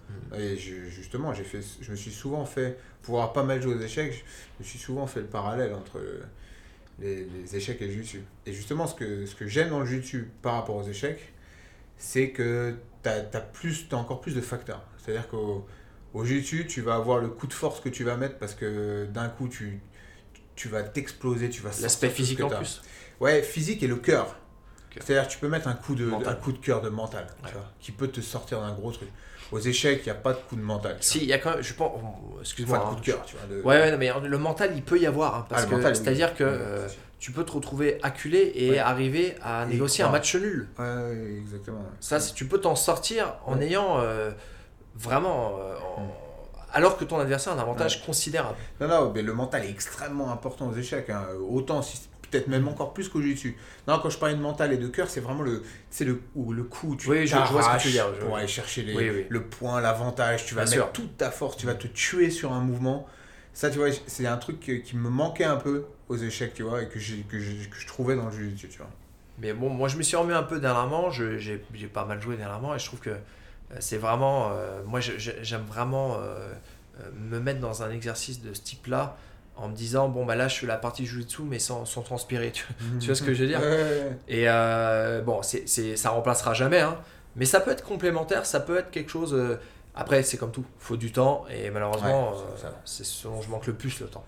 Et je- justement, j'ai fait, je me suis souvent fait, pour avoir pas mal joué aux échecs, je me suis souvent fait le parallèle entre les, les échecs et le jiu-jitsu. Et justement, ce que, ce que j'aime dans le jiu-jitsu par rapport aux échecs, c'est que tu as encore plus de facteurs. C'est-à-dire qu'au au jiu-jitsu, tu vas avoir le coup de force que tu vas mettre parce que d'un coup, tu, tu vas t'exploser, tu vas sortir L'aspect tout ce physique que en t'as. plus. Ouais, physique et le cœur. Cœur. C'est-à-dire que tu peux mettre un coup de, Mental. un coup de cœur de mental, tu Ouais. vois, qui peut te sortir d'un gros truc. Aux échecs, il n'y a pas de coup de mental. tu Si, il y a quand même, je pense, oh, vois. excuse-moi. Enfin, de hein, coup de cœur, tu vois. de- Ouais, ouais, non, mais le mental, il peut y avoir. hein, parce Ah, le que, mental, oui. c'est-à-dire que Ouais, euh, c'est sûr. tu peux te retrouver acculé et Ouais. arriver à Et négocier croire. un match nul. Ouais, ouais, exactement. ouais. Ça, c'est- tu peux t'en sortir en Ouais. ayant euh, vraiment. euh, en- Alors que ton adversaire a un avantage Ouais. considérable. Non, non, mais le mental est extrêmement important aux échecs. hein. Autant, si, peut-être même encore plus qu'au jiu-jitsu. Non, quand je parlais de mental et de cœur, c'est vraiment le, c'est le, ou le coup où tu Oui, je- je vois ce que tu veux t'arraches dire, je- pour aller chercher les, Oui, oui. le point, l'avantage. Tu vas Bien mettre sûr. toute ta force, tu vas te tuer sur un mouvement. Ça, tu vois, c'est un truc que- qui me manquait un peu aux échecs, tu vois, et que, j'ai- que, j'ai- que je trouvais dans le jiu-jitsu, tu vois. Mais bon, moi, je me suis remis un peu dernièrement. je- J'ai j'ai pas mal joué dernièrement et je trouve que euh, c'est vraiment. euh, moi, je- je- j'aime vraiment euh, euh, me mettre dans un exercice de ce type-là en me disant bon, bah là, je fais la partie jiu-jitsu, mais sans, sans transpirer. Tu, tu vois ce que je veux dire? Ouais, ouais, ouais. Et euh, bon, c'est, c'est, ça remplacera jamais, hein, mais ça peut être complémentaire, ça peut être quelque chose. euh, après, c'est comme tout, faut du temps, et malheureusement, Ouais, euh, c'est ça. c'est ce dont je manque le plus, le temps.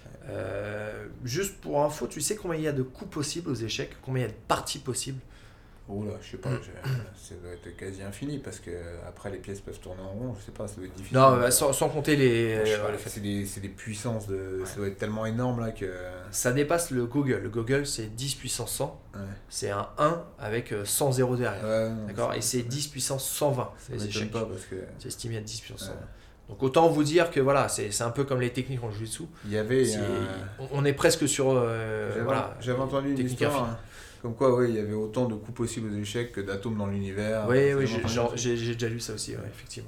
Euh, juste pour info, tu sais combien il y a de coups possibles aux échecs, combien il y a de parties possibles? Oula, je sais pas, Mm. je- ça doit être quasi infini parce que après les pièces peuvent tourner en rond, je sais pas, ça doit être difficile. Non, bah, sans, sans compter les. Je sais euh, pas, les- c'est des, c'est des puissances de. Ça doit être tellement énorme là que. Ça dépasse le Google. Le Google, c'est dix puissance cent, Ouais. c'est un un avec euh, cent zéro derrière. Ouais, non, D'accord? ça- Et c'est ça- dix puissance cent vingt, Ça les m'étonne échecs. pas parce que. C'est estimé à dix puissance cent vingt. Ouais. Donc autant vous dire que voilà, c'est, c'est un peu comme les techniques en jiu-jitsu. Il y avait. C'est- un- on- On est presque sur. euh, J'avais voilà, j'avais entendu une technique histoire. infinie. hein, Comme quoi, ouais, il y avait autant de coups possibles aux échecs que d'atomes dans l'univers. Oui, J'avais oui, j'ai, entendu genre, un truc. j'ai, j'ai déjà lu ça aussi, ouais, effectivement.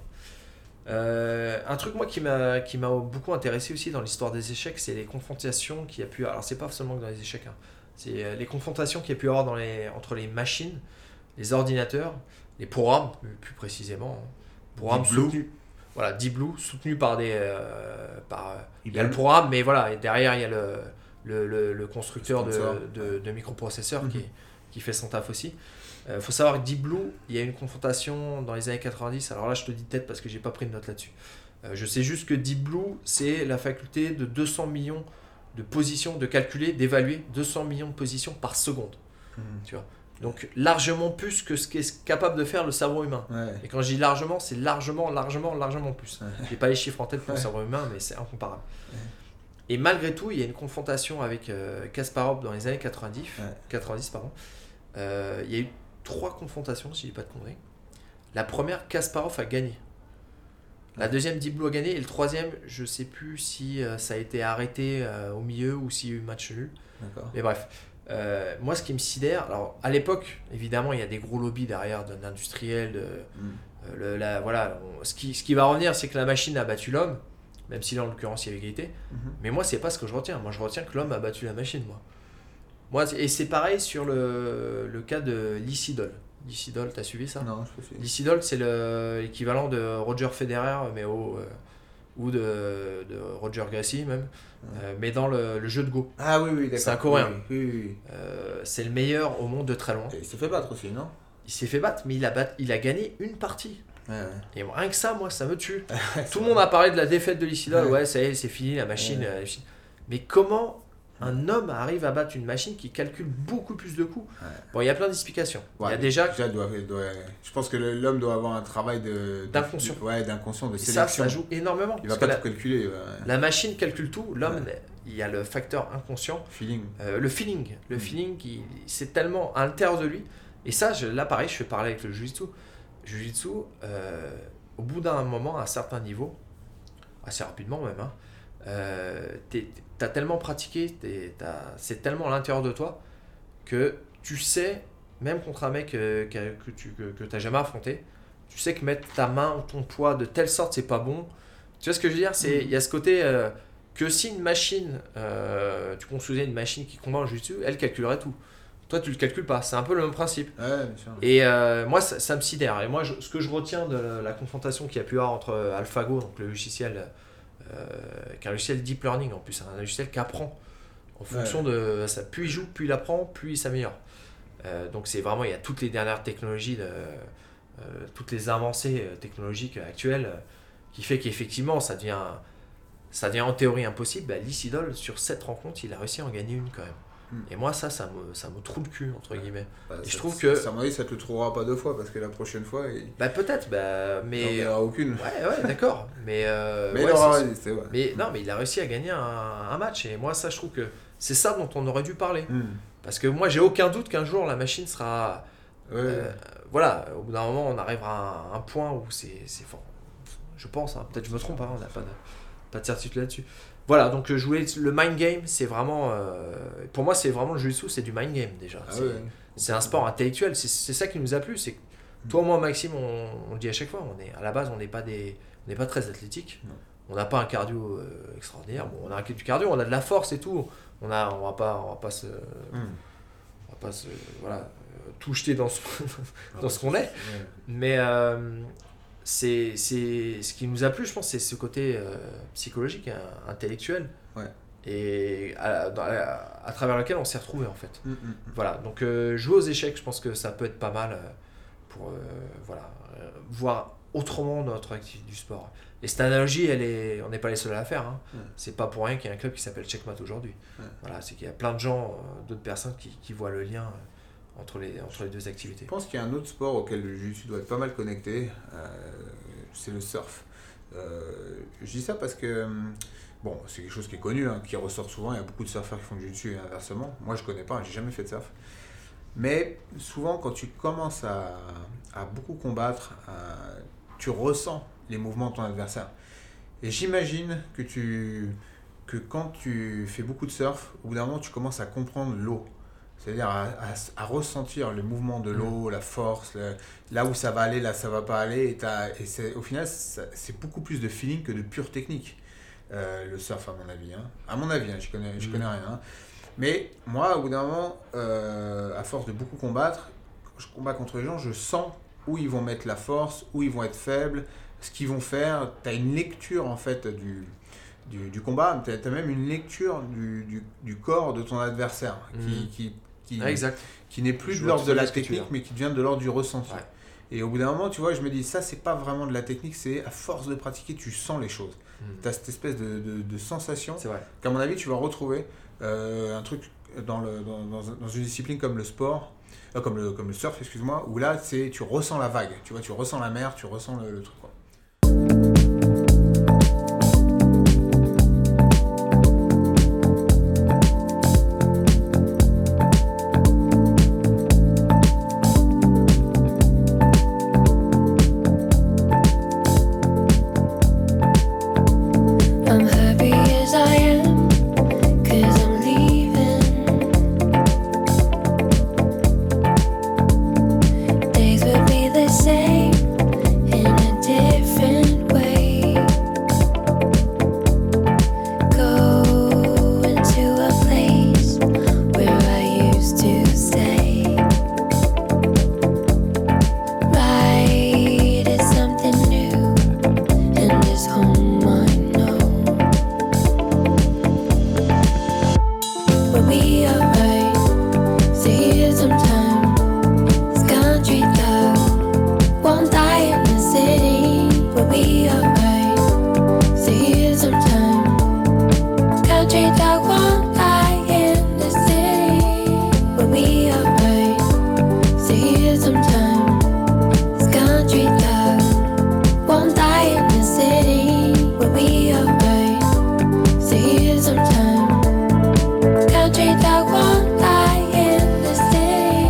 Euh, un truc moi qui m'a, qui m'a beaucoup intéressé aussi dans l'histoire des échecs, c'est les confrontations qu'il y a pu. Alors c'est pas seulement que dans les échecs, hein, c'est euh, les confrontations qu'il y a pu avoir dans les, entre les machines, les ordinateurs, les programmes, plus- plus précisément. hein. Programmes Deep Blue. soutenus. Voilà, Deep Blue, soutenu par des. euh, par, euh, il y a Blue. le programme, mais voilà, et derrière il y a le, le, le, le constructeur de, Sponsor. de, de microprocesseurs Mhm. qui, qui fait son taf aussi. Il faut savoir que Deep Blue, il y a eu une confrontation dans les années quatre-vingt-dix. Alors là, je te dis tête parce que j'ai pas pris de note là-dessus. Euh, je sais juste que Deep Blue, c'est la faculté de deux cents millions de positions, de calculer, d'évaluer deux cents millions de positions par seconde. Mhm. Tu vois. Donc largement plus que ce qu'est capable de faire le cerveau humain. Ouais. Et quand je dis largement, c'est largement, largement, largement plus. Ouais. J'ai pas les chiffres en tête pour le Ouais. cerveau humain, mais c'est incomparable. Ouais. Et malgré tout, il y a une confrontation avec euh, Kasparov dans les années quatre-vingt-dix. Ouais. quatre-vingt-dix pardon. Euh, il y a eu trois confrontations, si je dis pas de conneries. La première, Kasparov a gagné. La deuxième, Deep Blue a gagné. Et le troisième, je sais plus si euh, ça a été arrêté euh, au milieu ou s'il y a eu match nul. D'accord. Mais bref, euh, moi ce qui me sidère, alors à l'époque, évidemment, il y a des gros lobbies derrière d'un- d'industriels. De, Mm. euh, le- la- voilà, on- ce, qui, ce qui va revenir, c'est que la machine a battu l'homme, même si là en l'occurrence il y avait égalité. Mhm. Mais moi, c'est pas ce que je retiens. Moi, je retiens que l'homme a battu la machine, moi. moi c'est- et c'est pareil sur le, le cas de Lysidol. Lysidol, t'as suivi ça? Non, je peux Lysidol, c'est le- l'équivalent de Roger Federer, mais au, euh, ou de, de Roger Gracie même, euh, mais dans le, le jeu de Go. Ah oui, oui, d'accord. C'est un Coréen. Oui, oui, oui. Euh, c'est le meilleur au monde de très loin. Et il s'est fait battre aussi, non? Il s'est fait battre, mais il a, bat- il a gagné une partie. Ouais, ouais. Et rien que ça, moi, ça me tue. Tout le monde a parlé de la défaite de Lysidol. Ouais. Ouais, ça y est, c'est fini, la machine. Ouais. euh, la machine. Mais comment un homme arrive à battre une machine qui calcule beaucoup plus de coups? Ouais. Bon, il y a plein d'explications. il y a Ouais, déjà. il doit, il doit- je pense que le- l'homme doit avoir un travail de. de- D'inconscient. Ouais, d'inconscient, de Et ça, sélection. ça joue énormément. Il va parce pas que tout calculer. ouais. la, la machine calcule tout. L'homme, Ouais. il y a le facteur inconscient. Feeling. Euh, le feeling, le Mm. feeling, qui, c'est tellement à l'intérieur de lui. Et ça, je- là, pareil, je fais parler avec le Jiu-Jitsu. Jiu-Jitsu, euh, au bout d'un moment, à un certain niveau, assez rapidement même, hein, euh, t'es- t'as tellement pratiqué, t'es- t'as- c'est tellement à l'intérieur de toi que tu sais, même contre un mec euh, qu'a- que tu que, que t'as jamais affronté, tu sais que mettre ta main ou ton poids de telle sorte, c'est pas bon. Tu vois ce que je veux dire? C'est, il y a ce côté euh, que si une machine, euh, tu construisais une machine qui combat en jiu-jitsu, elle calculerait tout. Toi, tu le calcules pas. C'est un peu le même principe. Ouais, bien sûr. Et euh, moi, ça, ça me sidère. Et moi, je- ce que je retiens de la, la confrontation qu'il y a pu y avoir entre AlphaGo, donc le logiciel, euh, qui est un logiciel deep learning en plus, un logiciel qui apprend en fonction de ça. Plus il joue, plus il apprend, plus il s'améliore. Euh, donc c'est vraiment, il y a toutes les dernières technologies, de, euh, toutes les avancées euh, technologiques actuelles, euh, qui fait qu'effectivement, ça devient, ça devient en théorie impossible. Bah, Lee Sedol, sur sept rencontres, il a réussi à en gagner une quand même. Et moi, ça, ça me, ça me troue le cul, entre guillemets. Bah, Et ça- je trouve que- Ça, à mon avis, ça te le trouvera pas deux fois parce que la prochaine fois, il Bah peut-être, bah, il mais... n'en gagnera aucune. Ouais, ouais, d'accord. Mais, euh, Mais ouais, il aura c'est- résisté, ouais. mais non, mais il a réussi à gagner un, un match. Et moi, ça, je trouve que c'est ça dont on aurait dû parler. Hmm. Parce que moi, j'ai aucun doute qu'un jour, la machine sera... Ouais. euh, voilà, au bout d'un moment, on arrivera à un, un point où c'est c'est fort. Je pense, hein, peut-être je me trompe, hein, on n'a pas de, pas de certitude là-dessus. Voilà, donc euh, jouer le mind game, c'est vraiment... euh, pour moi, c'est vraiment le jiu-jitsu, c'est du mind game déjà. Ah c'est ouais. c'est un sport intellectuel, c'est c'est ça qui nous a plu. C'est que toi, moi, Maxime, on, on le dit à chaque fois, on est, à la base, on n'est pas, des, on n'est pas très athlétique. Non. On n'a pas un cardio euh, extraordinaire. Bon, on a du cardio, on a de la force et tout. On a, on va pas, on va pas se, Hmm. on va pas se, voilà, euh, tout jeter dans ce, dans ce qu'on est. Ouais. Mais euh, c'est, c'est, ce qui nous a plu, je pense, c'est ce côté euh, psychologique, hein, intellectuel. Ouais. Et à, dans la- à travers lequel on s'est retrouvé en fait. Hmm, hmm. Voilà, donc euh, jouer aux échecs, je pense que ça peut être pas mal euh, pour euh, voilà, euh, voir autrement notre activité du sport. Et cette analogie, elle est, on n'est pas les seuls à la faire. Hein. Ouais. C'est pas pour rien qu'il y a un club qui s'appelle Checkmate aujourd'hui. Ouais. Voilà, c'est qu'il y a plein de gens, euh, d'autres personnes qui, qui voient le lien euh, entre, les, entre les deux activités. Je pense qu'il y a un autre sport auquel le jiu-jitsu doit être pas mal connecté, euh, c'est le surf. Euh, je dis ça parce que, hum, bon, c'est quelque chose qui est connu, hein, qui ressort souvent, il y a beaucoup de surfeurs qui font du jiu-jitsu et inversement. Moi je connais pas, hein, j'ai jamais fait de surf. Mais souvent quand tu commences à, à beaucoup combattre, à- tu ressens les mouvements de ton adversaire. Et j'imagine que, tu, que quand tu fais beaucoup de surf, au bout d'un moment tu commences à comprendre l'eau. C'est-à-dire à, à- à ressentir le mouvement de l'eau, la force, le- là où ça va aller, là ça va pas aller. Et, t'as- et c'est, au final, ça- c'est beaucoup plus de feeling que de pure technique, euh, le surf à mon avis. Hein. À mon avis, hein, je connais, je connais rien. Hein. Mais moi, au bout d'un moment, euh, à force de beaucoup combattre, quand je combats contre les gens, je sens où ils vont mettre la force, où ils vont être faibles, ce qu'ils vont faire. Tu as une lecture en fait du, du, du combat, tu as même une lecture du, du, du corps de ton adversaire qui, Mhm. qui, qui, Ah, exact. qui n'est plus Je de vois l'ordre tout à de fait la ce que tu veux technique, dire. mais qui devient de l'ordre du ressenti. Ouais. Et au bout d'un moment, tu vois, je me dis, ça, c'est pas vraiment de la technique, c'est à force de pratiquer, tu sens les choses. Mhm. Tu as cette espèce de, de, de sensation C'est vrai. qu'à mon avis, tu vas retrouver euh, un truc dans, le, dans, dans, dans une discipline comme le sport, euh, comme, le, comme le surf, excuse-moi, où là, c'est, tu ressens la vague, tu vois, tu ressens la mer, tu ressens le, le truc, quoi. I'm happy as I am, 'cause I'm leaving. Days would be the same in a different way. Going to a place where I used to stay. Right is something new, and this home I know. We'll be alright. See you sometime. This country love won't die in the city. We'll be alright. See you sometime. This country dog won't die in the city. We'll be alright. See you sometime. This country dog won't die in the city. We'll be alright. See you sometime. Country dog won't die in the city.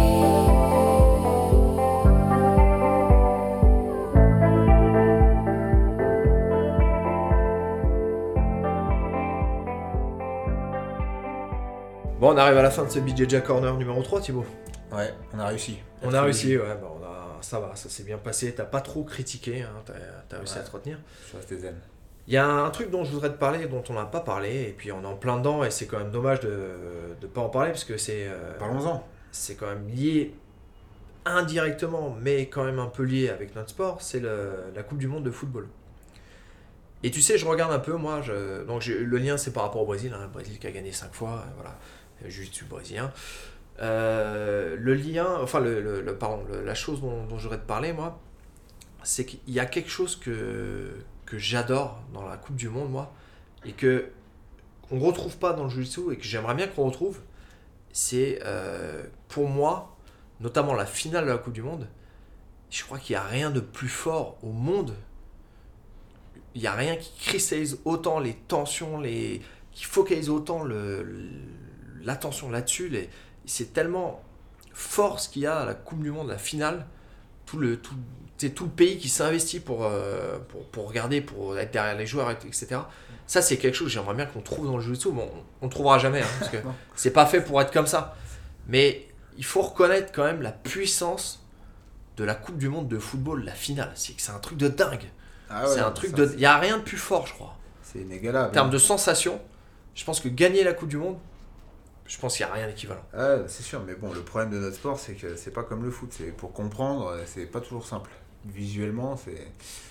Bon, on arrive à la fin de ce B J J Corner numéro trois, Thibaut. Ouais, on a réussi. On a réussi, ouais, bah, on a, ça va, ça s'est bien passé. T'as pas trop critiqué, hein, t'as, t'as réussi Ouais. à te retenir. Je suis resté zen. Il y a un truc dont je voudrais te parler, dont on n'a pas parlé, et puis on est en plein dedans, et c'est quand même dommage de ne pas en parler, parce que c'est... euh, Parlons-en. c'est quand même lié indirectement, mais quand même un peu lié avec notre sport, c'est le, la Coupe du Monde de football. Et tu sais, je regarde un peu, moi, je, donc j'ai- le lien c'est par rapport au Brésil, hein, le Brésil qui a gagné cinq fois, euh, voilà, le jiu-jitsu brésilien. Euh, le lien, enfin, le, le- le- pardon, le- la chose dont, dont j'aurais te parler, moi, c'est qu'il y a quelque chose que, que j'adore dans la Coupe du Monde, moi, et que qu'on ne retrouve pas dans le jiu-jitsu et que j'aimerais bien qu'on retrouve, c'est euh, pour moi, notamment la finale de la Coupe du Monde, je crois qu'il n'y a rien de plus fort au monde. Il n'y a rien qui cristallise autant les tensions, les... qui focalise autant le... le- l'attention là-dessus. Les... C'est tellement fort ce qu'il y a à la Coupe du Monde, la finale. Tout le, tout, c'est tout le pays qui s'investit pour, euh, pour, pour regarder, pour être derrière les joueurs, et cetera. Ça, c'est quelque chose que j'aimerais bien qu'on trouve dans le jiu-jitsu. Bon, on ne trouvera jamais, hein, parce que c'est pas fait pour être comme ça. Mais il faut reconnaître quand même la puissance de la Coupe du Monde de football, la finale. C'est que c'est un truc de dingue. Ah c'est ouais, un truc ça, de. c'est- Il n'y a rien de plus fort, je crois. C'est inégalable. En termes de sensation, je pense que gagner la Coupe du Monde, je pense qu'il n'y a rien d'équivalent. Ah, c'est sûr, mais bon, le problème de notre sport, c'est que c'est pas comme le foot. C'est pour comprendre, c'est pas toujours simple. Visuellement, c'est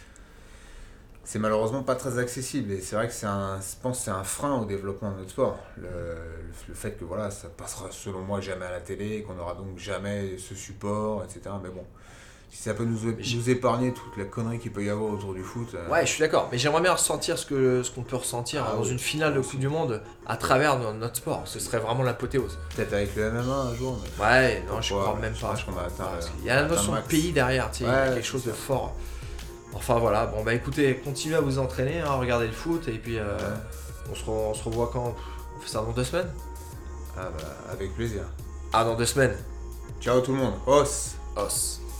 c'est malheureusement pas très accessible. Et c'est vrai que c'est un, je pense, que c'est un frein au développement de notre sport. Le, le, le fait que voilà, ça passera selon moi jamais à la télé, et qu'on n'aura donc jamais ce support, et cetera. Mais bon, si ça peut nous, j'ai- nous épargner toute la connerie qu'il peut y avoir autour du foot. euh, Ouais, je suis d'accord, mais j'aimerais bien ressentir ce que ce qu'on peut ressentir Ah dans oui, une finale de aussi. Coupe du Monde à travers no- notre sport. Ce serait vraiment l'apothéose. Peut-être avec le M M A un jour. Mais... Ouais, non, je Pourquoi, crois même je pas. pense qu'on a atteint Parce le- qu'il y a la atteint notion le de max. pays derrière, tu sais, il y a Ouais, quelque chose c'est de ça. fort. Enfin voilà, bon bah écoutez, continuez à vous entraîner, hein, regardez le foot et puis euh, on, se re- on se revoit quand on fait ça dans deux semaines. Ah bah, avec plaisir. Ah, dans deux semaines. Ciao tout le monde. Os. Os.